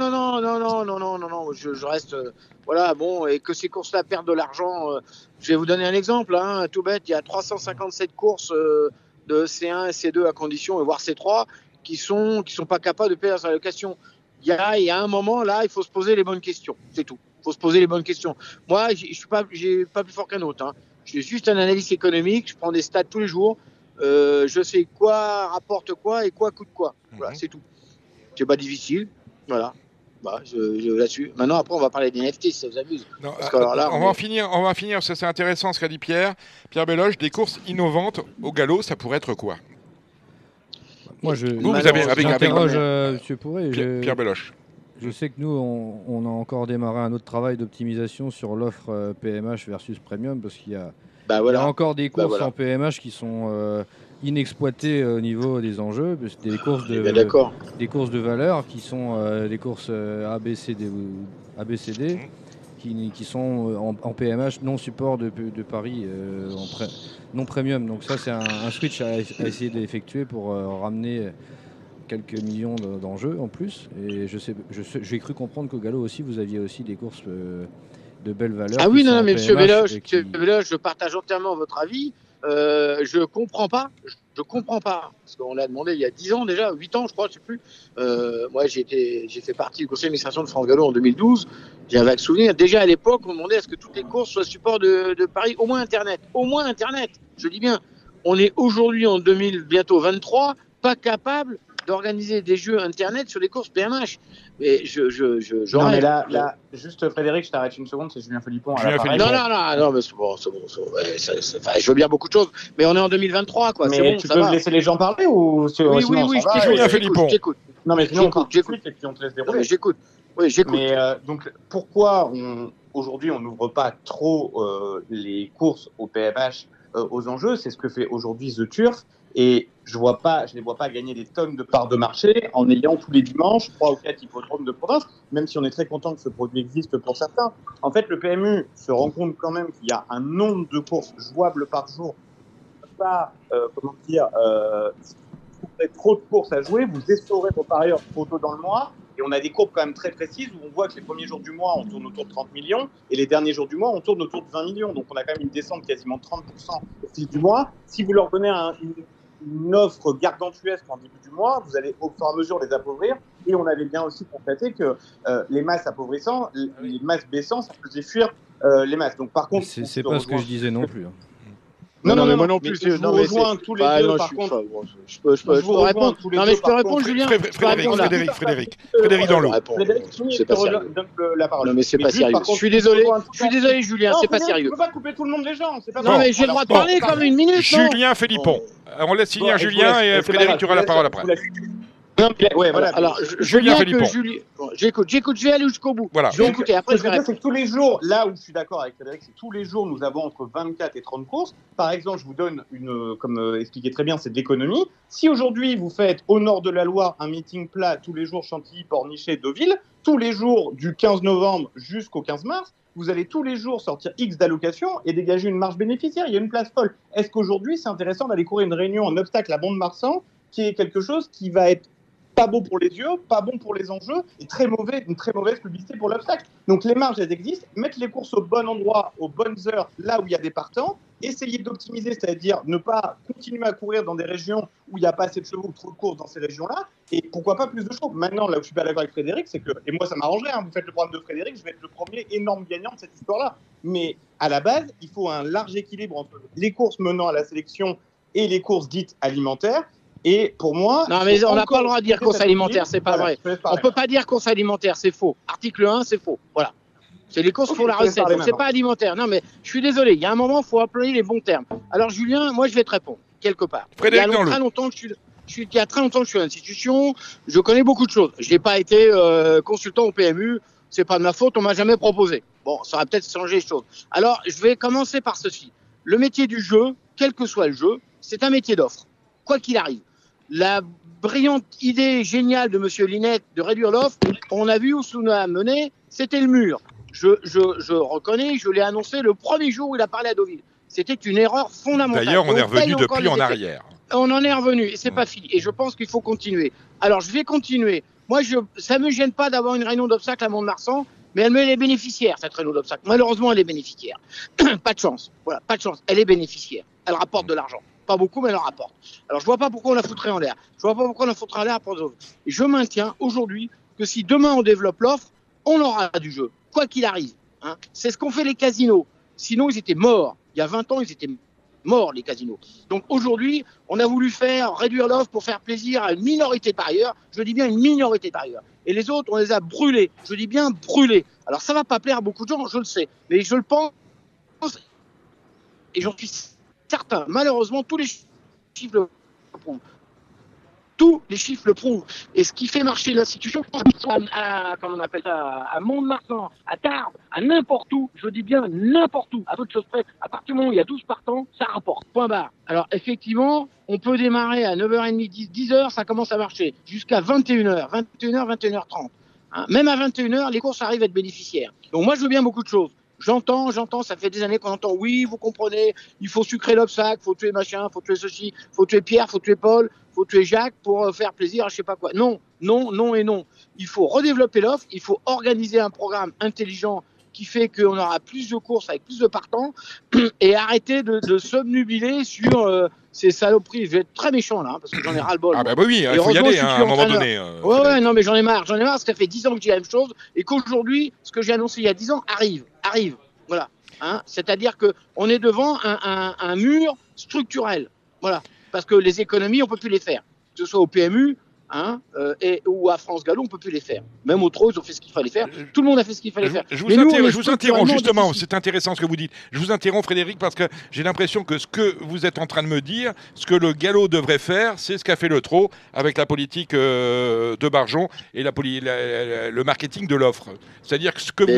je reste. Et que ces courses-là perdent de l'argent. Je vais vous donner un exemple, tout bête. Il y a 357 courses de C1 et C2 à condition, voire C3, qui sont pas capables de payer leurs allocations. Il y a un moment, là, il faut se poser les bonnes questions. C'est tout. Il faut se poser les bonnes questions. Moi, j'ai pas plus fort qu'un autre. Je suis juste un analyste économique. Je prends des stats tous les jours. Je sais quoi rapporte quoi et quoi coûte quoi. Voilà, c'est tout. C'est pas difficile. Voilà. Là-dessus. Maintenant, après, on va parler des NFT si ça vous amuse. Non, parce que, alors là, on va en finir. C'est intéressant ce qu'a dit Pierre. Pierre Belloche, des courses innovantes au galop, ça pourrait être quoi ? Moi, j'interroge M. Pourret. Pierre Belloche. Je sais que nous, on a encore démarré un autre travail d'optimisation sur l'offre PMH versus Premium parce qu'il y a, il y a encore des courses en PMH qui sont inexploitées au niveau des enjeux. Des courses de valeur qui sont des courses ABCD qui sont en PMH non support de paris non Premium. Donc ça, c'est un switch à essayer d'effectuer pour ramener quelques millions d'enjeux en plus. Et j'ai cru comprendre qu'au galop aussi, vous aviez aussi des courses de belle valeur. Ah oui, non, mais monsieur Belloche, je partage entièrement votre avis. Je comprends pas. Parce qu'on l'a demandé il y a 10 ans déjà, 8 ans, je crois, je sais plus. Moi, j'ai fait partie du conseil d'administration de France Gallo en 2012. J'ai un vague souvenir. Déjà à l'époque, on demandait à ce que toutes les courses soient support de paris, au moins Internet. Au moins Internet, je dis bien. On est aujourd'hui en 2000, bientôt 23, pas capable d'organiser des jeux Internet sur les courses PMH. Mais non, mais là, juste Frédéric, je t'arrête une seconde, c'est Julien Philippon. Non, mais c'est bon. Ouais, je veux bien beaucoup de choses, mais on est en 2023, quoi. Mais tu peux laisser les gens parler ou oui, j'écoute. Non, mais sinon, j'écoute et puis on te laisse dérouler. J'écoute. Mais donc, pourquoi aujourd'hui on n'ouvre pas trop les courses au PMH aux enjeux ? C'est ce que fait aujourd'hui The Turf. Et je ne les vois pas gagner des tonnes de parts de marché en ayant tous les dimanches 3 ou 4 hippodromes de province, même si on est très content que ce produit existe pour certains. En fait, le PMU se rend compte quand même qu'il y a un nombre de courses jouables par jour. Pas, si vous avez trop de courses à jouer, vous essorez vos parieurs trop tôt dans le mois. Et on a des courbes quand même très précises où on voit que les premiers jours du mois, on tourne autour de 30 millions et les derniers jours du mois, on tourne autour de 20 millions. Donc on a quand même une descente quasiment 30% au fil du mois. Si vous leur donnez une offre gargantuesque en début du mois, vous allez au fur et à mesure les appauvrir. Et on avait bien aussi constaté que les masses appauvrissant, les masses baissant, ça faisait fuir les masses. Donc par contre, c'est pas ce que je disais non plus. Non, mais moi non plus. Je vous rejoins tous les deux, par contre. Je peux répondre. Non, mais je peux répondre, Julien. Frédéric dans l'eau. C'est pas sérieux. Non, mais c'est pas sérieux. Je suis désolé, Julien, c'est pas sérieux. Je peux pas couper tout le monde les gens. Non, mais j'ai le droit de parler comme une minute. Julien Philippon. On laisse finir Julien et Frédéric, tu auras la parole après. Ouais, voilà. Alors, je Julien viens que Philippon. Julien. Bon, j'écoute, je vais aller jusqu'au bout. Voilà. Je vais écouter, après Ce je que vais je veux dire, répondre. c'est que tous les jours, là où je suis d'accord avec Frédéric, c'est que tous les jours, nous avons entre 24 et 30 courses. Par exemple, je vous donne comme expliqué très bien, c'est de l'économie. Si aujourd'hui, vous faites au nord de la Loire un meeting plat tous les jours Chantilly, Pornichet, Deauville, tous les jours du 15 novembre jusqu'au 15 mars, vous allez tous les jours sortir X d'allocations et dégager une marge bénéficiaire. Il y a une place folle. Est-ce qu'aujourd'hui, c'est intéressant d'aller courir une réunion en obstacle à Mont-de-Marsan, qui est quelque chose qui va être pas beau pour les yeux, pas bon pour les enjeux, et une très mauvaise publicité pour l'obstacle. Donc les marges, elles existent. Mettre les courses au bon endroit, aux bonnes heures, là où il y a des partants. Essayer d'optimiser, c'est-à-dire ne pas continuer à courir dans des régions où il n'y a pas assez de chevaux ou trop de courses dans ces régions-là. Et pourquoi pas plus de chevaux. Maintenant, là où je suis pas d'accord avec Frédéric, c'est que, et moi ça m'arrangerait, vous faites le programme de Frédéric, je vais être le premier énorme gagnant de cette histoire-là. Mais à la base, il faut un large équilibre entre les courses menant à la sélection et les courses dites alimentaires. Et pour moi... Non, mais on n'a pas le droit de dire course alimentaire, c'est pas vrai. On peut pas dire course alimentaire, c'est faux. Article 1, c'est faux. Voilà. C'est les courses pour la recette, donc c'est pas alimentaire. Non, mais je suis désolé, il y a un moment, il faut employer les bons termes. Alors, Julien, moi, je vais te répondre, quelque part. Frédéric il y a très longtemps que il y a très longtemps que je suis à l'institution, je connais beaucoup de choses. Je n'ai pas été consultant au PMU, c'est pas de ma faute, on m'a jamais proposé. Bon, ça va peut-être changer les choses. Alors, je vais commencer par ceci. Le métier du jeu, quel que soit le jeu, c'est un métier d'offre, quoi qu'il arrive. La brillante idée géniale de Monsieur Linette de réduire l'offre, on a vu où ça nous a mené, c'était le mur. Je reconnais, je l'ai annoncé le premier jour où il a parlé à Deauville. C'était une erreur fondamentale. D'ailleurs, on est revenu depuis en arrière. On en est revenu et c'est pas fini. Et je pense qu'il faut continuer. Alors, je vais continuer. Moi, ça me gêne pas d'avoir une réunion d'obstacles à Mont-de-Marsan, mais elle est bénéficiaire, cette réunion d'obstacles. Malheureusement, elle est bénéficiaire. Pas de chance. Voilà, pas de chance. Elle est bénéficiaire. Elle rapporte de l'argent. Pas beaucoup, mais elle en rapporte. Alors, je vois pas pourquoi on la foutrait en l'air. Je vois pas pourquoi on la foutrait en l'air pour d'autres. Et je maintiens aujourd'hui que si demain on développe l'offre, on aura du jeu, quoi qu'il arrive. Hein. C'est ce qu'ont fait les casinos. Sinon, ils étaient morts. Il y a 20 ans, ils étaient morts, les casinos. Donc aujourd'hui, on a voulu réduire l'offre pour faire plaisir à une minorité de parieurs. Je dis bien une minorité de parieurs. Et les autres, on les a brûlés. Je dis bien brûlés. Alors ça va pas plaire à beaucoup de gens, je le sais. Mais je le pense. Et j'en suis certain. Malheureusement, tous les chiffres le prouvent. Tous les chiffres le prouvent. Et ce qui fait marcher l'institution, comment on appelle ça, à Mont-de-Marsan, à Tarbes, à n'importe où, je dis bien n'importe où, à peu de choses près, à partir du moment où il y a 12 partants, ça rapporte. Point barre. Alors effectivement, on peut démarrer à 9h30, 10h, ça commence à marcher, jusqu'à 21h, 21h30. Hein. Même à 21h, les courses arrivent à être bénéficiaires. Donc moi, je veux bien beaucoup de choses. J'entends, ça fait des années qu'on entend, oui, vous comprenez, il faut sucrer l'obstacle, faut tuer machin, faut tuer ceci, faut tuer Pierre, faut tuer Paul, faut tuer Jacques pour faire plaisir à je sais pas quoi. Non, non, non et non. Il faut redévelopper l'offre, il faut organiser un programme intelligent qui fait qu'on aura plus de courses avec plus de partants et arrêter de s'obnubiler sur ces saloperies. Je vais être très méchant là, hein, parce que j'en ai ras-le-bol. Ah bah oui, il faut y aller à un moment donné. Ouais, non mais j'en ai marre parce que ça fait 10 ans que je dis la même chose et qu'aujourd'hui, ce que j'ai annoncé il y a 10 ans arrive. Voilà. Hein, c'est-à-dire qu'on est devant un mur structurel. Voilà. Parce que les économies, on ne peut plus les faire. Que ce soit au PMU ou à France Gallo, on ne peut plus les faire. Même au TRO, ils ont fait ce qu'il fallait faire. Tout le monde a fait ce qu'il fallait faire. Je vous interromps justement, c'est intéressant ce que vous dites. Je vous interromps Frédéric parce que j'ai l'impression que ce que vous êtes en train de me dire, ce que le Gallo devrait faire, c'est ce qu'a fait le TRO avec la politique de Barjon et le marketing de l'offre. C'est-à-dire que ce que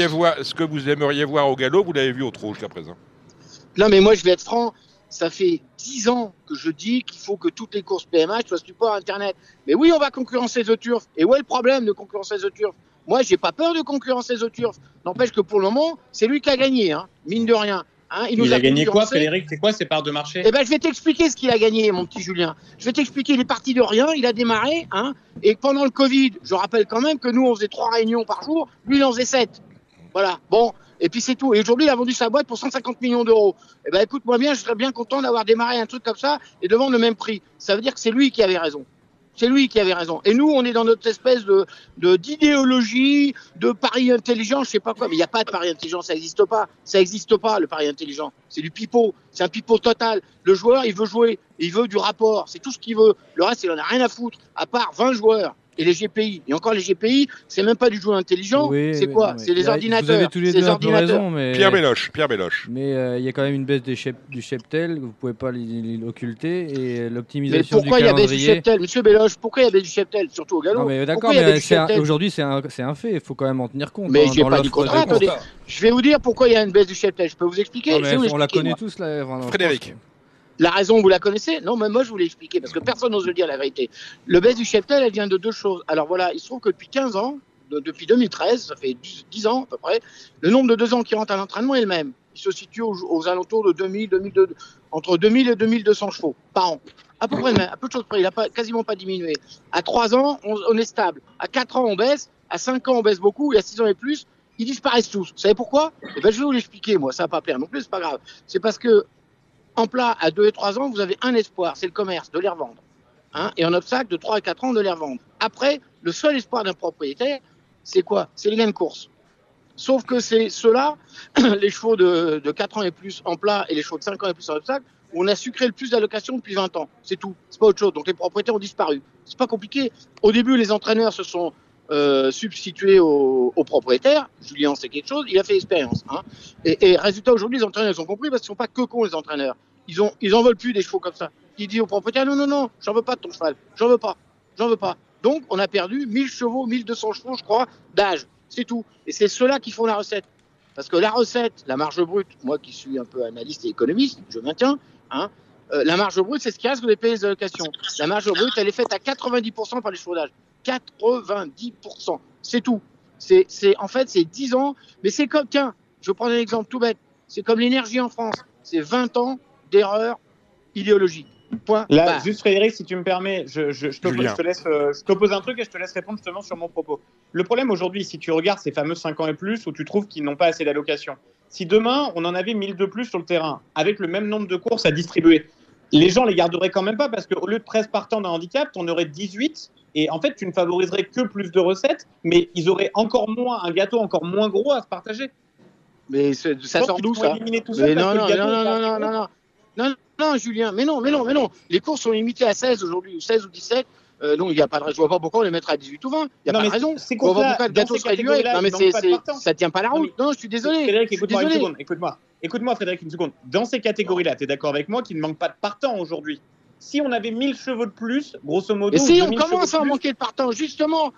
vous aimeriez voir au Gallo, vous l'avez vu au TRO jusqu'à présent. Non mais moi je vais être franc. Ça fait 10 ans que je dis qu'il faut que toutes les courses PMH soient support Internet. Mais oui, on va concurrencer The Turf. Et où est le problème de concurrencer The Turf ? Moi, j'ai pas peur de concurrencer The Turf. N'empêche que pour le moment, c'est lui qui a gagné, hein, mine de rien. Hein, il a gagné quoi, Frédéric ? C'est quoi ses parts de marché ? Eh ben, je vais t'expliquer ce qu'il a gagné, mon petit Julien. Je vais t'expliquer. Il est parti de rien, il a démarré, hein. Et pendant le Covid, je rappelle quand même que nous, on faisait 3 réunions par jour. Lui, il en faisait 7. Voilà. Bon. Et puis c'est tout. Et aujourd'hui, il a vendu sa boîte pour 150 millions d'euros. Eh ben, écoute-moi bien, je serais bien content d'avoir démarré un truc comme ça et de vendre le même prix. Ça veut dire que c'est lui qui avait raison. C'est lui qui avait raison. Et nous, on est dans notre espèce d'idéologie, de pari intelligent, je sais pas quoi. Mais il n'y a pas de pari intelligent, ça n'existe pas. Ça n'existe pas, le pari intelligent. C'est du pipeau. C'est un pipeau total. Le joueur, il veut jouer. Il veut du rapport. C'est tout ce qu'il veut. Le reste, il en a rien à foutre. À part 20 joueurs. Et les GPI. Et encore les GPI, c'est même pas du jouet intelligent. C'est quoi? C'est les ordinateurs. Vous avez tous les deux un peu raison, mais... Pierre Béloche. Mais il y a quand même une baisse du cheptel, vous pouvez pas l'occulter, et l'optimisation du calendrier... pourquoi il y a baisse du cheptel? Monsieur Béloche, pourquoi il y a baisse du cheptel? Surtout au galop. Non mais d'accord, mais aujourd'hui c'est un fait, il faut quand même en tenir compte. Mais j'ai pas dit contraire, attendez. Je vais vous dire pourquoi il y a une baisse du cheptel. Je peux vous expliquer? On la connaît tous là. Frédéric. La raison, vous la connaissez? Non, mais moi, je vous l'ai expliqué, parce que personne n'ose le dire, la vérité. Le baisse du cheptel, elle vient de deux choses. Alors voilà, il se trouve que depuis 15 ans, depuis 2013, ça fait 10 ans à peu près, le nombre de 2 ans qui rentrent à l'entraînement est le même. Il se situe aux alentours de entre 2000 et 2200 chevaux par an. À peu près le même, à peu de choses près, il n'a quasiment pas diminué. À 3 ans, on est stable. À 4 ans, on baisse. À 5 ans, on baisse beaucoup. Et à 6 ans et plus, ils disparaissent tous. Vous savez pourquoi? Eh ben, je vais vous l'expliquer, moi, ça va pas plaire non plus, c'est pas grave. C'est parce que en plat, à 2 et 3 ans, vous avez un espoir, c'est le commerce, de les revendre. Et en obstacle, de 3 à 4 ans, de les revendre. Après, le seul espoir d'un propriétaire, c'est quoi? C'est les gains de course. Sauf que c'est ceux-là, les chevaux de 4 ans et plus en plat et les chevaux de 5 ans et plus en obstacle, où on a sucré le plus d'allocations depuis 20 ans. C'est tout. C'est pas autre chose. Donc les propriétaires ont disparu. C'est pas compliqué. Au début, les entraîneurs se sont substitués aux propriétaires. Julien, c'est quelque chose. Il a fait l'expérience. Et résultat, aujourd'hui, les entraîneurs, ils ont compris parce qu'ils sont pas que cons, les entraîneurs. Ils en veulent plus des chevaux comme ça. Ils disent aux propriétaires, non, j'en veux pas de ton cheval. J'en veux pas. Donc, on a perdu 1000 chevaux, 1200 chevaux, je crois, d'âge. C'est tout. Et c'est ceux-là qui font la recette. Parce que la recette, la marge brute, moi qui suis un peu analyste et économiste, je maintiens, la marge brute, c'est ce qui reste que les payer les allocations. La marge brute, elle est faite à 90% par les chevaux d'âge. 90%. C'est tout. En fait, c'est 10 ans. Mais c'est comme, tiens, je vais prendre un exemple tout bête. C'est comme l'énergie en France. C'est 20 ans d'erreur idéologique. Point. Là, juste Frédéric, si tu me permets, je te pose un truc et je te laisse répondre justement sur mon propos. Le problème aujourd'hui, si tu regardes ces fameux 5 ans et plus où tu trouves qu'ils n'ont pas assez d'allocations, si demain on en avait 1000 de plus sur le terrain avec le même nombre de courses à distribuer, les gens les garderaient quand même pas parce qu'au lieu de 13 partants d'un handicap, tu en aurais 18 et en fait tu ne favoriserais que plus de recettes, mais ils auraient encore moins, un gâteau encore moins gros à se partager. Mais ça sort d'où ça? Non, Julien, mais non. Les courses sont limitées à 16 aujourd'hui, 16 ou 17. Non, il y a pas de raison. Je vois pas pourquoi on les mettra à 18 ou 20. Il n'y a pas de raison. Je vois pas pourquoi le gâteau serait réduit. Non, mais ça tient pas la route. Non, je suis désolé. Frédéric, écoute-moi une seconde. Écoute-moi, Frédéric, une seconde. Dans ces catégories-là, tu es d'accord avec moi qu'il ne manque pas de partants aujourd'hui? Si on avait 1000 chevaux de plus, grosso modo. Et si on commence à manquer de partants, justement,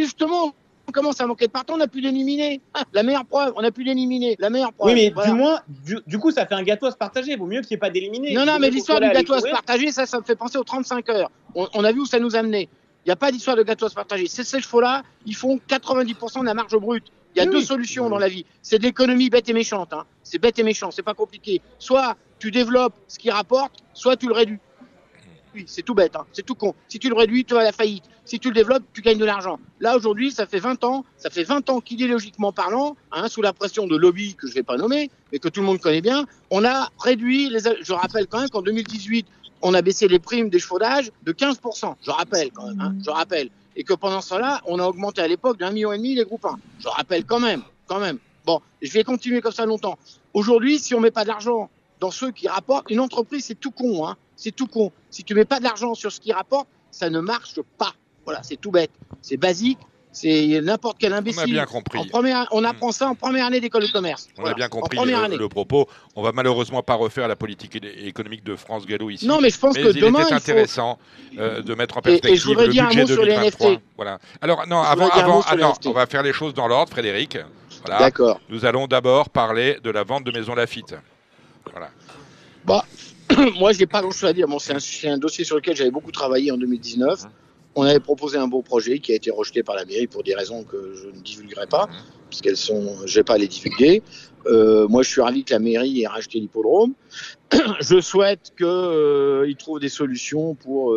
on commence à manquer de partants, on a pu l'éliminer. La meilleure preuve, on a pu l'éliminer. La meilleure preuve. Oui, mais voilà. Du moins, du coup, ça fait un gâteau à se partager. Il vaut mieux qu'il n'y ait pas d'éliminer. Non, mais l'histoire du gâteau à se partager, ça me fait penser aux 35 heures. On a vu où ça nous a mené. Il n'y a pas d'histoire de gâteau à se partager. Ces chevaux-là, ils font 90% de la marge brute. Il y a deux solutions dans la vie. C'est de l'économie bête et méchante. C'est bête et méchant, c'est pas compliqué. Soit tu développes ce qui rapporte, soit tu le réduis. Oui, c'est tout bête, c'est tout con. Si tu le réduis, tu vas à la faillite. Si tu le développes, tu gagnes de l'argent. Là, aujourd'hui, ça fait 20 ans qu'idéologiquement parlant, sous la pression de lobbies que je vais pas nommer, mais que tout le monde connaît bien, on a réduit je rappelle quand même qu'en 2018, on a baissé les primes des chevaux d'âge de 15%. Je rappelle quand même, je rappelle. Et que pendant cela, on a augmenté à l'époque d'1,5 million les groupes 1. Je rappelle quand même. Bon, je vais continuer comme ça longtemps. Aujourd'hui, si on met pas d'argent dans ceux qui rapportent, une entreprise, c'est tout con, c'est tout con. Si tu mets pas de l'argent sur ce qui rapporte, ça ne marche pas. Voilà, c'est tout bête. C'est basique. C'est n'importe quel imbécile. On a bien compris. On apprend ça en première année d'école de commerce. On a bien compris le propos. On va malheureusement pas refaire la politique économique de France Gallo ici. Non, mais je pense que demain, il était intéressant de mettre en perspective et je voudrais le dire budget un mot sur les 2023. NFT. Voilà. Alors non, on va faire les choses dans l'ordre, Frédéric. Voilà. D'accord. Nous allons d'abord parler de la vente de Maison Laffitte. Voilà. Bah, moi, j'ai pas grand-chose à dire. Bon, c'est un dossier sur lequel j'avais beaucoup travaillé en 2019. On avait proposé un beau projet qui a été rejeté par la mairie pour des raisons que je ne divulguerai pas, parce qu'elles sont, je vais pas les divulguer. Moi, je suis ravi que la mairie ait racheté l'hippodrome. Je souhaite qu'ils trouvent des solutions pour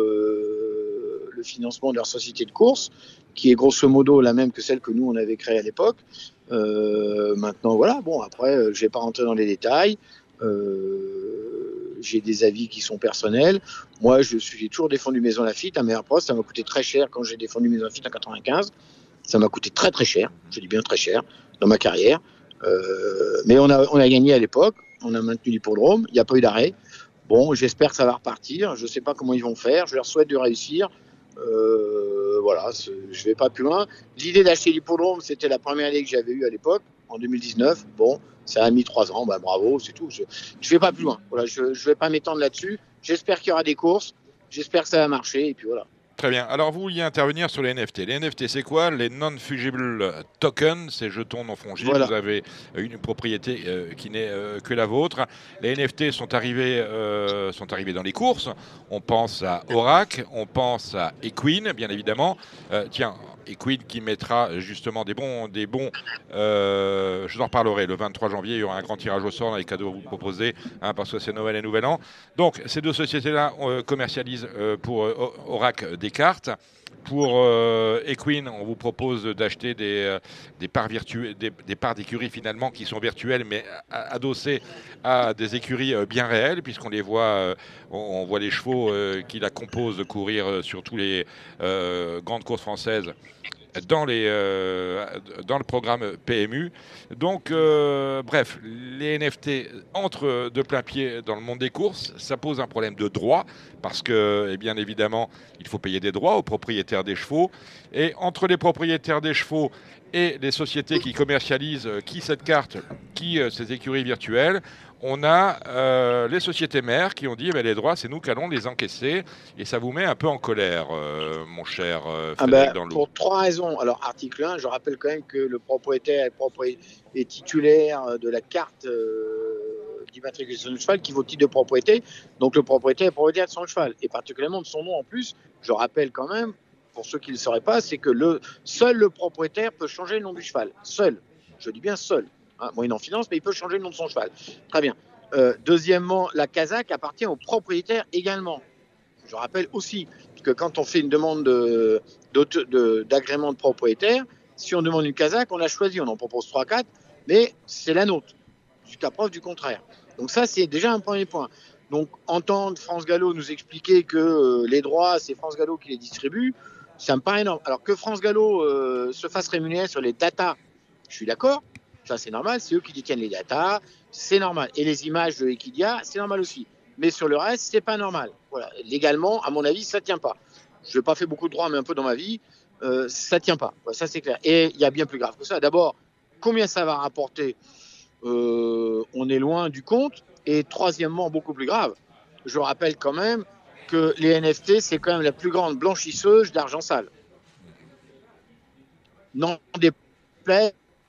le financement de leur société de course, qui est grosso modo la même que celle que nous on avait créée à l'époque. Maintenant, voilà. Bon, après, je vais pas rentrer dans les détails. J'ai des avis qui sont personnels. Moi, j'ai toujours défendu Maison Laffitte à meilleur poste. Ça m'a coûté très cher quand j'ai défendu Maison Laffitte en 95. Ça m'a coûté très très cher. Je dis bien très cher dans ma carrière. Mais on a gagné à l'époque. On a maintenu l'hippodrome. Il n'y a pas eu d'arrêt. Bon, j'espère que ça va repartir. Je ne sais pas comment ils vont faire. Je leur souhaite de réussir. Voilà, je vais pas plus loin. L'idée d'acheter l'hippodrome, c'était la première idée que j'avais eue à l'époque, en 2019. Bon, ça a mis 3 ans, bah, bravo, c'est tout. Je vais pas plus loin. Voilà, je vais pas m'étendre là-dessus. J'espère qu'il y aura des courses. J'espère que ça va marcher. Et puis voilà. Très bien. Alors, vous vouliez intervenir sur les NFT. Les NFT, c'est quoi? Les non-fungible tokens, ces jetons non fongibles. Voilà. Vous avez une propriété qui n'est que la vôtre. Les NFT sont arrivés dans les courses. On pense à Oracle, on pense à Equine, bien évidemment. Tiens, Equine qui mettra justement des bons je vous en reparlerai. Le 23 janvier, il y aura un grand tirage au sort dans les cadeaux à vous proposer, parce que c'est Noël et Nouvel An. Donc, ces deux sociétés-là commercialisent pour Oracle des cartes. Pour Equine, on vous propose d'acheter des parts d'écuries finalement qui sont virtuelles mais adossées à des écuries bien réelles, puisqu'on les voit, on voit les chevaux qui la composent courir sur tous les grandes courses françaises dans le programme PMU. Donc, bref, les NFT entrent de plein pied dans le monde des courses. Ça pose un problème de droit parce que, bien évidemment, il faut payer des droits aux propriétaires des chevaux. Et entre les propriétaires des chevaux et les sociétés qui commercialisent cette carte, ces écuries virtuelles, on a les sociétés mères qui ont dit les droits, c'est nous qui allons les encaisser. Et ça vous met un peu en colère, mon cher Frédéric Danlou. Pour 3 raisons. Alors, article 1, je rappelle quand même que le propriétaire est titulaire de la carte d'immatriculation du cheval qui vaut titre de propriété. Donc, le propriétaire est propriétaire de son cheval, et particulièrement de son nom en plus. Je rappelle quand même, pour ceux qui ne le sauraient pas, c'est que seul le propriétaire peut changer le nom du cheval. Seul. Je dis bien seul. Moyennant finance, mais il peut changer le nom de son cheval. Très bien. Deuxièmement, la casaque appartient au propriétaire également. Je rappelle aussi que quand on fait une demande d'agrément de propriétaire, si on demande une casaque, on l'a choisie. On en propose 3-4, mais c'est la nôtre, jusqu'à preuve du contraire. Donc ça, c'est déjà un premier point. Donc entendre France Gallo nous expliquer que les droits, c'est France Gallo qui les distribue, ça me paraît énorme. Alors que France Gallo se fasse rémunérer sur les datas, je suis d'accord. Ça, c'est normal, c'est eux qui détiennent les datas, c'est normal. Et les images de Equidia, c'est normal aussi. Mais sur le reste, c'est pas normal. Voilà. Légalement, à mon avis, ça tient pas. Je n'ai pas fait beaucoup de droits, mais un peu dans ma vie, ça tient pas. Ouais, ça, c'est clair. Et il y a bien plus grave que ça. D'abord, combien ça va rapporter? On est loin du compte. Et troisièmement, beaucoup plus grave, je rappelle quand même que les NFT, c'est quand même la plus grande blanchisseuse d'argent sale. N'en déplaise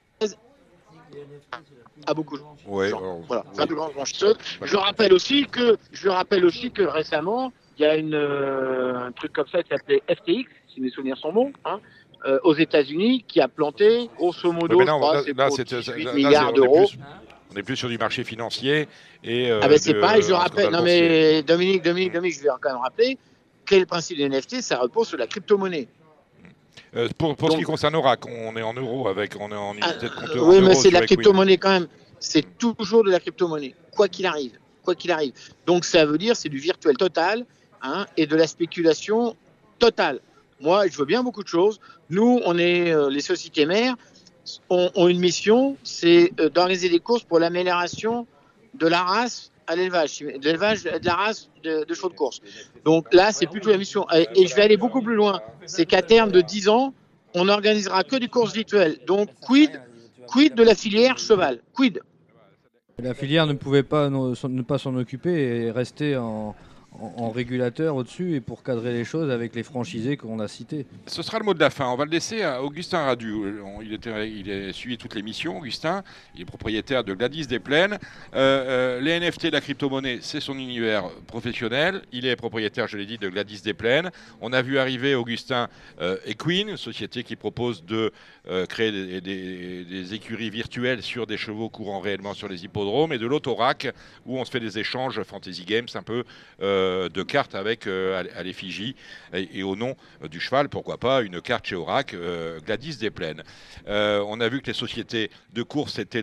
à beaucoup de gens. Ouais, voilà, c'est la plus grande blanchisseuse. Je rappelle aussi que récemment, il y a un truc comme ça qui s'appelait FTX, si mes souvenirs sont bons, aux États-Unis, qui a planté grosso modo, milliards d'euros. On est plus sur du marché financier et. C'est pareil, je rappelle. Non mais Dominique, je vais quand même rappeler quel est le principe des NFT, ça repose sur la crypto-monnaie. Pour ce qui concerne Oracle, on est en euros on est en unité de compte. Oui, mais c'est de la crypto-monnaie quand même. C'est toujours de la crypto-monnaie, quoi qu'il arrive. Donc ça veut dire c'est du virtuel total, et de la spéculation totale. Moi, je veux bien beaucoup de choses. Nous, on est les sociétés mères ont une mission, c'est d'organiser des courses pour l'amélioration de la race à l'élevage, de la race de chevaux de course. Donc là, c'est plutôt la mission. Et je vais aller beaucoup plus loin. C'est qu'à terme de 10 ans, on n'organisera que des courses virtuelles. Donc, quid de la filière cheval? Quid? La filière ne pouvait pas ne pas s'en occuper et rester en régulateur au-dessus et pour cadrer les choses avec les franchisés qu'on a cités. Ce sera le mot de la fin. On va le laisser à Augustin Radu. Il a suivi toutes les missions, Augustin. Il est propriétaire de Gladys des Plaines. Les NFT, la crypto-monnaie, c'est son univers professionnel. Il est propriétaire, je l'ai dit, de Gladys des Plaines. On a vu arriver, Augustin, Equine, une société qui propose de créer des écuries virtuelles sur des chevaux courant réellement sur les hippodromes. Et de l'autre, Oracle, où on se fait des échanges fantasy games un peu de cartes avec à l'effigie et au nom du cheval, pourquoi pas une carte chez Oracle, Gladys des Plaines. On a vu que les sociétés de course étaient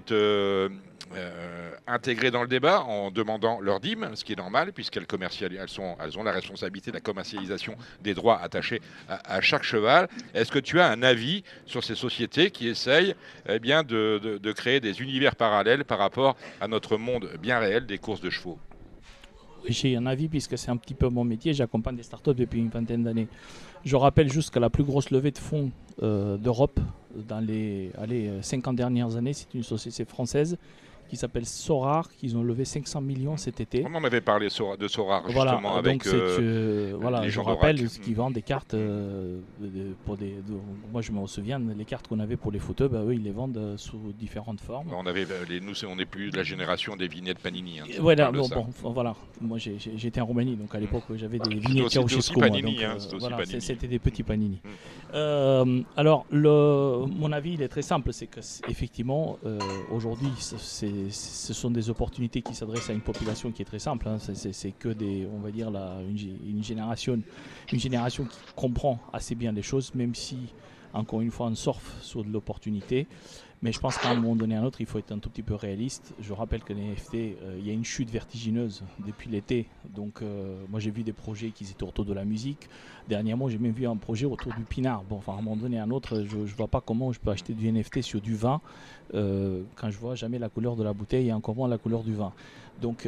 intégrées dans le débat en demandant leur dîme, ce qui est normal puisqu'elles elles ont la responsabilité de la commercialisation des droits attachés à chaque cheval. Est-ce que tu as un avis sur ces sociétés qui essayent de créer des univers parallèles par rapport à notre monde bien réel des courses de chevaux? j'ai un avis puisque c'est un petit peu mon métier. J'accompagne des startups depuis une vingtaine d'années. Je rappelle juste que la plus grosse levée de fonds d'Europe dans les 50 dernières années, c'est une société française qui s'appelle Sorar, qu'ils ont levé 500 millions cet été. On en avait parlé de Sorar, justement, voilà, avec voilà, les je gens rappelle d'Oracle. qu'ils vendent des cartes moi je me souviens, les cartes qu'on avait pour les photos, eux ils les vendent sous différentes formes. On avait, nous, on n'est plus de la génération des vignettes Panini. Hein, voilà, voilà. Moi j'étais en Roumanie, donc à l'époque j'avais des vignettes Ceausescu. C'était des petits Panini. Alors, mon avis il est très simple, c'est que effectivement aujourd'hui ce sont des opportunités qui s'adressent à une population qui est très simple. Hein. C'est que on va dire une génération qui comprend assez bien les choses, même si encore une fois on surfe sur de l'opportunité. Mais je pense qu'à un moment donné à un autre, il faut être un tout petit peu réaliste. Je rappelle que les NFT, il y a une chute vertigineuse depuis l'été. Donc moi j'ai vu des projets qui étaient autour de la musique. Dernièrement, j'ai même vu un projet autour du pinard. Bon, enfin à un moment donné à un autre, je ne vois pas comment je peux acheter du NFT sur du vin quand je vois jamais la couleur de la bouteille et encore moins la couleur du vin. Donc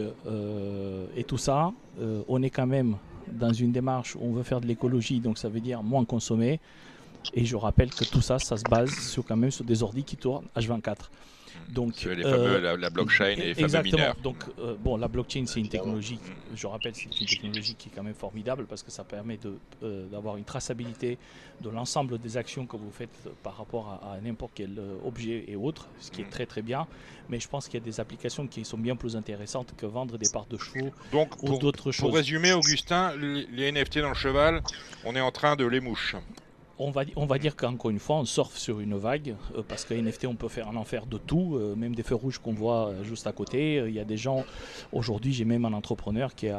et tout ça, on est quand même dans une démarche où on veut faire de l'écologie, donc ça veut dire moins consommer. Et je rappelle que tout ça, ça se base quand même sur des ordi qui tournent H24. Donc, les fameux, la blockchain et les fameux mineurs. Donc, la blockchain, c'est une technologie, je rappelle, c'est une technologie qui est quand même formidable parce que ça permet d'avoir une traçabilité de l'ensemble des actions que vous faites par rapport à n'importe quel objet et autres, ce qui est très très bien. Mais je pense qu'il y a des applications qui sont bien plus intéressantes que vendre des parts de chevaux ou d'autres choses. Pour résumer, Augustin, les NFT dans le cheval, on est en train de les mouches. On va dire qu'encore une fois, on surfe sur une vague, parce que NFT, on peut en faire de tout, même des feux rouges qu'on voit juste à côté. Il y a des gens, aujourd'hui, j'ai même un entrepreneur qui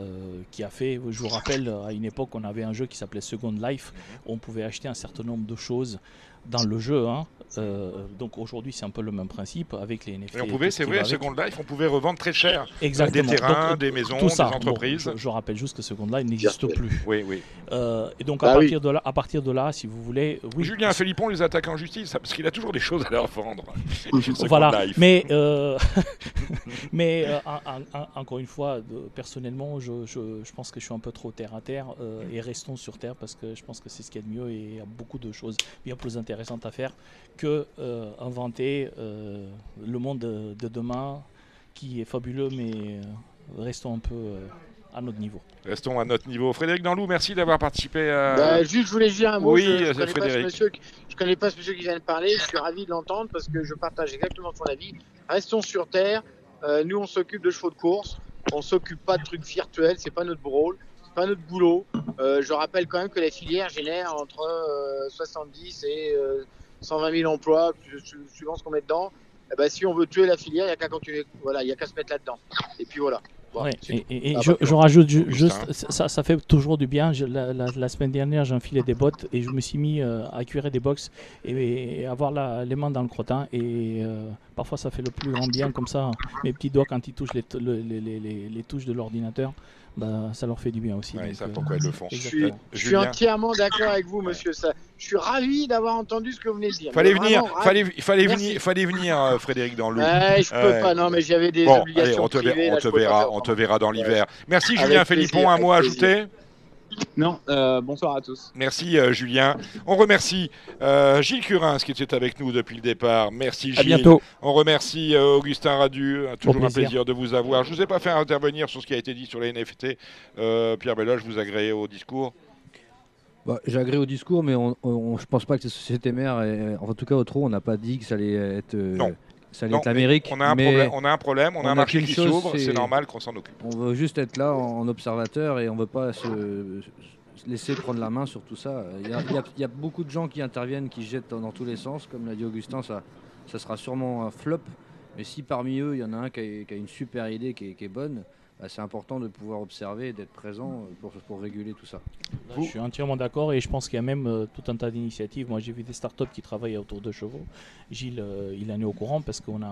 a fait, je vous rappelle, à une époque, on avait un jeu qui s'appelait Second Life, où on pouvait acheter un certain nombre de choses dans le jeu. Donc aujourd'hui, c'est un peu le même principe avec les NFT. Et on pouvait, c'est vrai, Second Life, on pouvait revendre très cher exactement. Des terrains, des maisons, des entreprises. Je rappelle juste que Second Life n'existe plus. Oui. Et donc à partir de là, si vous voulez, Julien Philippon les attaque en justice parce qu'il a toujours des choses à leur vendre. Voilà. Mais encore une fois, personnellement, je pense que je suis un peu trop terre à terre et restons sur terre parce que je pense que c'est ce qu'il y a de mieux et il y a beaucoup de choses bien plus intéressantes à faire que inventer le monde de demain qui est fabuleux, mais restons un peu à notre niveau. Restons à notre niveau. Frédéric Danlou, merci d'avoir participé à... Juste, je voulais dire un mot. Oui, je Frédéric. connais pas ce monsieur qui vient de parler. Je suis ravi de l'entendre parce que je partage exactement son avis. Restons sur terre. Nous, on s'occupe de chevaux de course. On s'occupe pas de trucs virtuels. C'est pas notre rôle. C'est pas notre boulot. Je rappelle quand même que la filière génère entre 70 et 120 000 emplois, suivant ce qu'on met dedans. Et ben, si on veut tuer la filière, il n'y a qu'à continuer. Voilà, il y a qu'à se mettre là-dedans. Et puis voilà. Ouais, et je rajoute juste, ça fait toujours du bien. La semaine dernière, j'ai enfilé des bottes et je me suis mis à cuire des box et avoir les mains dans le crottin. Et parfois, ça fait le plus grand bien comme ça. Mes petits doigts, quand ils touchent les touches de l'ordinateur, ça leur fait du bien aussi. Ouais, ils savent pourquoi ils le font. Je suis entièrement d'accord avec vous, monsieur. Je suis ravi d'avoir entendu ce que vous venez de dire. Fallait venir, Frédéric Danlou. Je peux pas, non, mais j'avais des obligations privées. On te verra dans l'hiver. Merci Julien Philippon, un mot à ajouter ? Non, bonsoir à tous. Merci Julien. On remercie Gilles Curins qui était avec nous depuis le départ. Merci Gilles. À bientôt. On remercie Augustin Radu. Toujours un plaisir de vous avoir. Je ne vous ai pas fait intervenir sur ce qui a été dit sur les NFT. Pierre Belloche, vous agréez au discours ? J'ai agréé au discours, mais je pense pas que les sociétés mères, en tout cas au trot, on n'a pas dit que ça allait être... Ça allait être l'Amérique. On a un problème, on a un marché qui s'ouvre, c'est normal qu'on s'en occupe. On veut juste être là en observateur et on ne veut pas se laisser prendre la main sur tout ça. Il y a beaucoup de gens qui interviennent, qui jettent dans tous les sens. Comme l'a dit Augustin, ça sera sûrement un flop. Mais si parmi eux, il y en a un qui a une super idée qui est bonne, c'est important de pouvoir observer et d'être présent pour réguler tout ça. Je suis entièrement d'accord et je pense qu'il y a même tout un tas d'initiatives. Moi, j'ai vu des startups qui travaillent autour de chevaux. Gilles, il en est au courant parce qu'on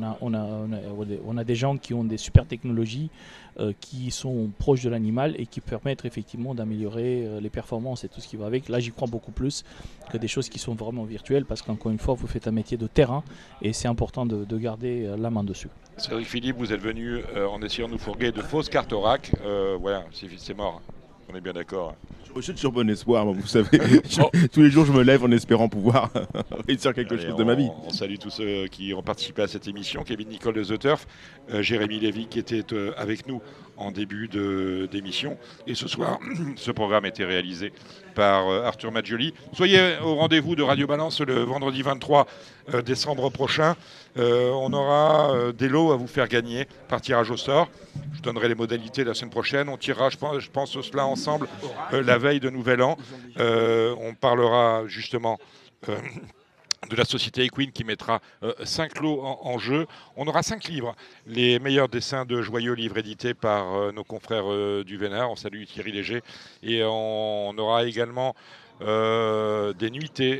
a des gens qui ont des super technologies qui sont proches de l'animal et qui permettent effectivement d'améliorer les performances et tout ce qui va avec. Là, j'y crois beaucoup plus que des choses qui sont vraiment virtuelles parce qu'encore une fois, vous faites un métier de terrain et c'est important de garder la main dessus. Cédric Philippe, vous êtes venu en essayant de nous fourguer de fausses cartes au rack. Voilà, c'est mort. On est bien d'accord. Je suis sur bon espoir, moi, vous savez. Tous les jours, je me lève en espérant pouvoir réussir quelque chose de ma vie. On salue tous ceux qui ont participé à cette émission. Kevin Nicole de The Turf, Jérémy Lévy qui était avec nous en début d'émission. Et ce soir, ce programme a été réalisé par Arthur Maggioli. Soyez au rendez-vous de Radio Balance le vendredi 23 décembre prochain. On aura des lots à vous faire gagner par tirage au sort. Je donnerai les modalités la semaine prochaine. On tirera, je pense cela ensemble la veille de Nouvel An. On parlera justement de la société Equine qui mettra 5 lots en jeu. On aura 5 livres, les meilleurs dessins de joyeux livres édités par nos confrères du Vénard. On salue Thierry Léger. Et on aura également des nuitées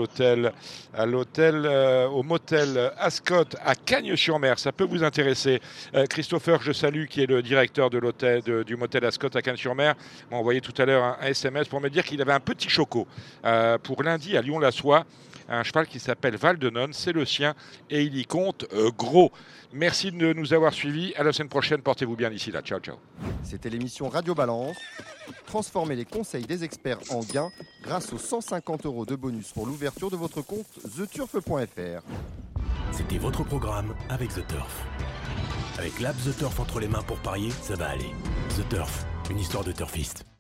au motel Ascot à Cagnes-sur-Mer. Ça peut vous intéresser. Christopher, je salue, qui est le directeur de l'hôtel du motel Ascot à Cagnes-sur-Mer, m'a envoyé tout à l'heure un SMS pour me dire qu'il avait un petit choco pour lundi à Lyon-la-Soie. Un cheval qui s'appelle Val de Nonne, c'est le sien et il y compte gros. Merci de nous avoir suivis. À la semaine prochaine. Portez-vous bien d'ici là. Ciao, ciao. C'était l'émission Radio Balance. Transformez les conseils des experts en gains grâce aux 150 € de bonus pour l'ouverture de votre compte theturf.fr. C'était votre programme avec The Turf. Avec l'app The Turf entre les mains pour parier, ça va aller. The Turf, une histoire de turfiste.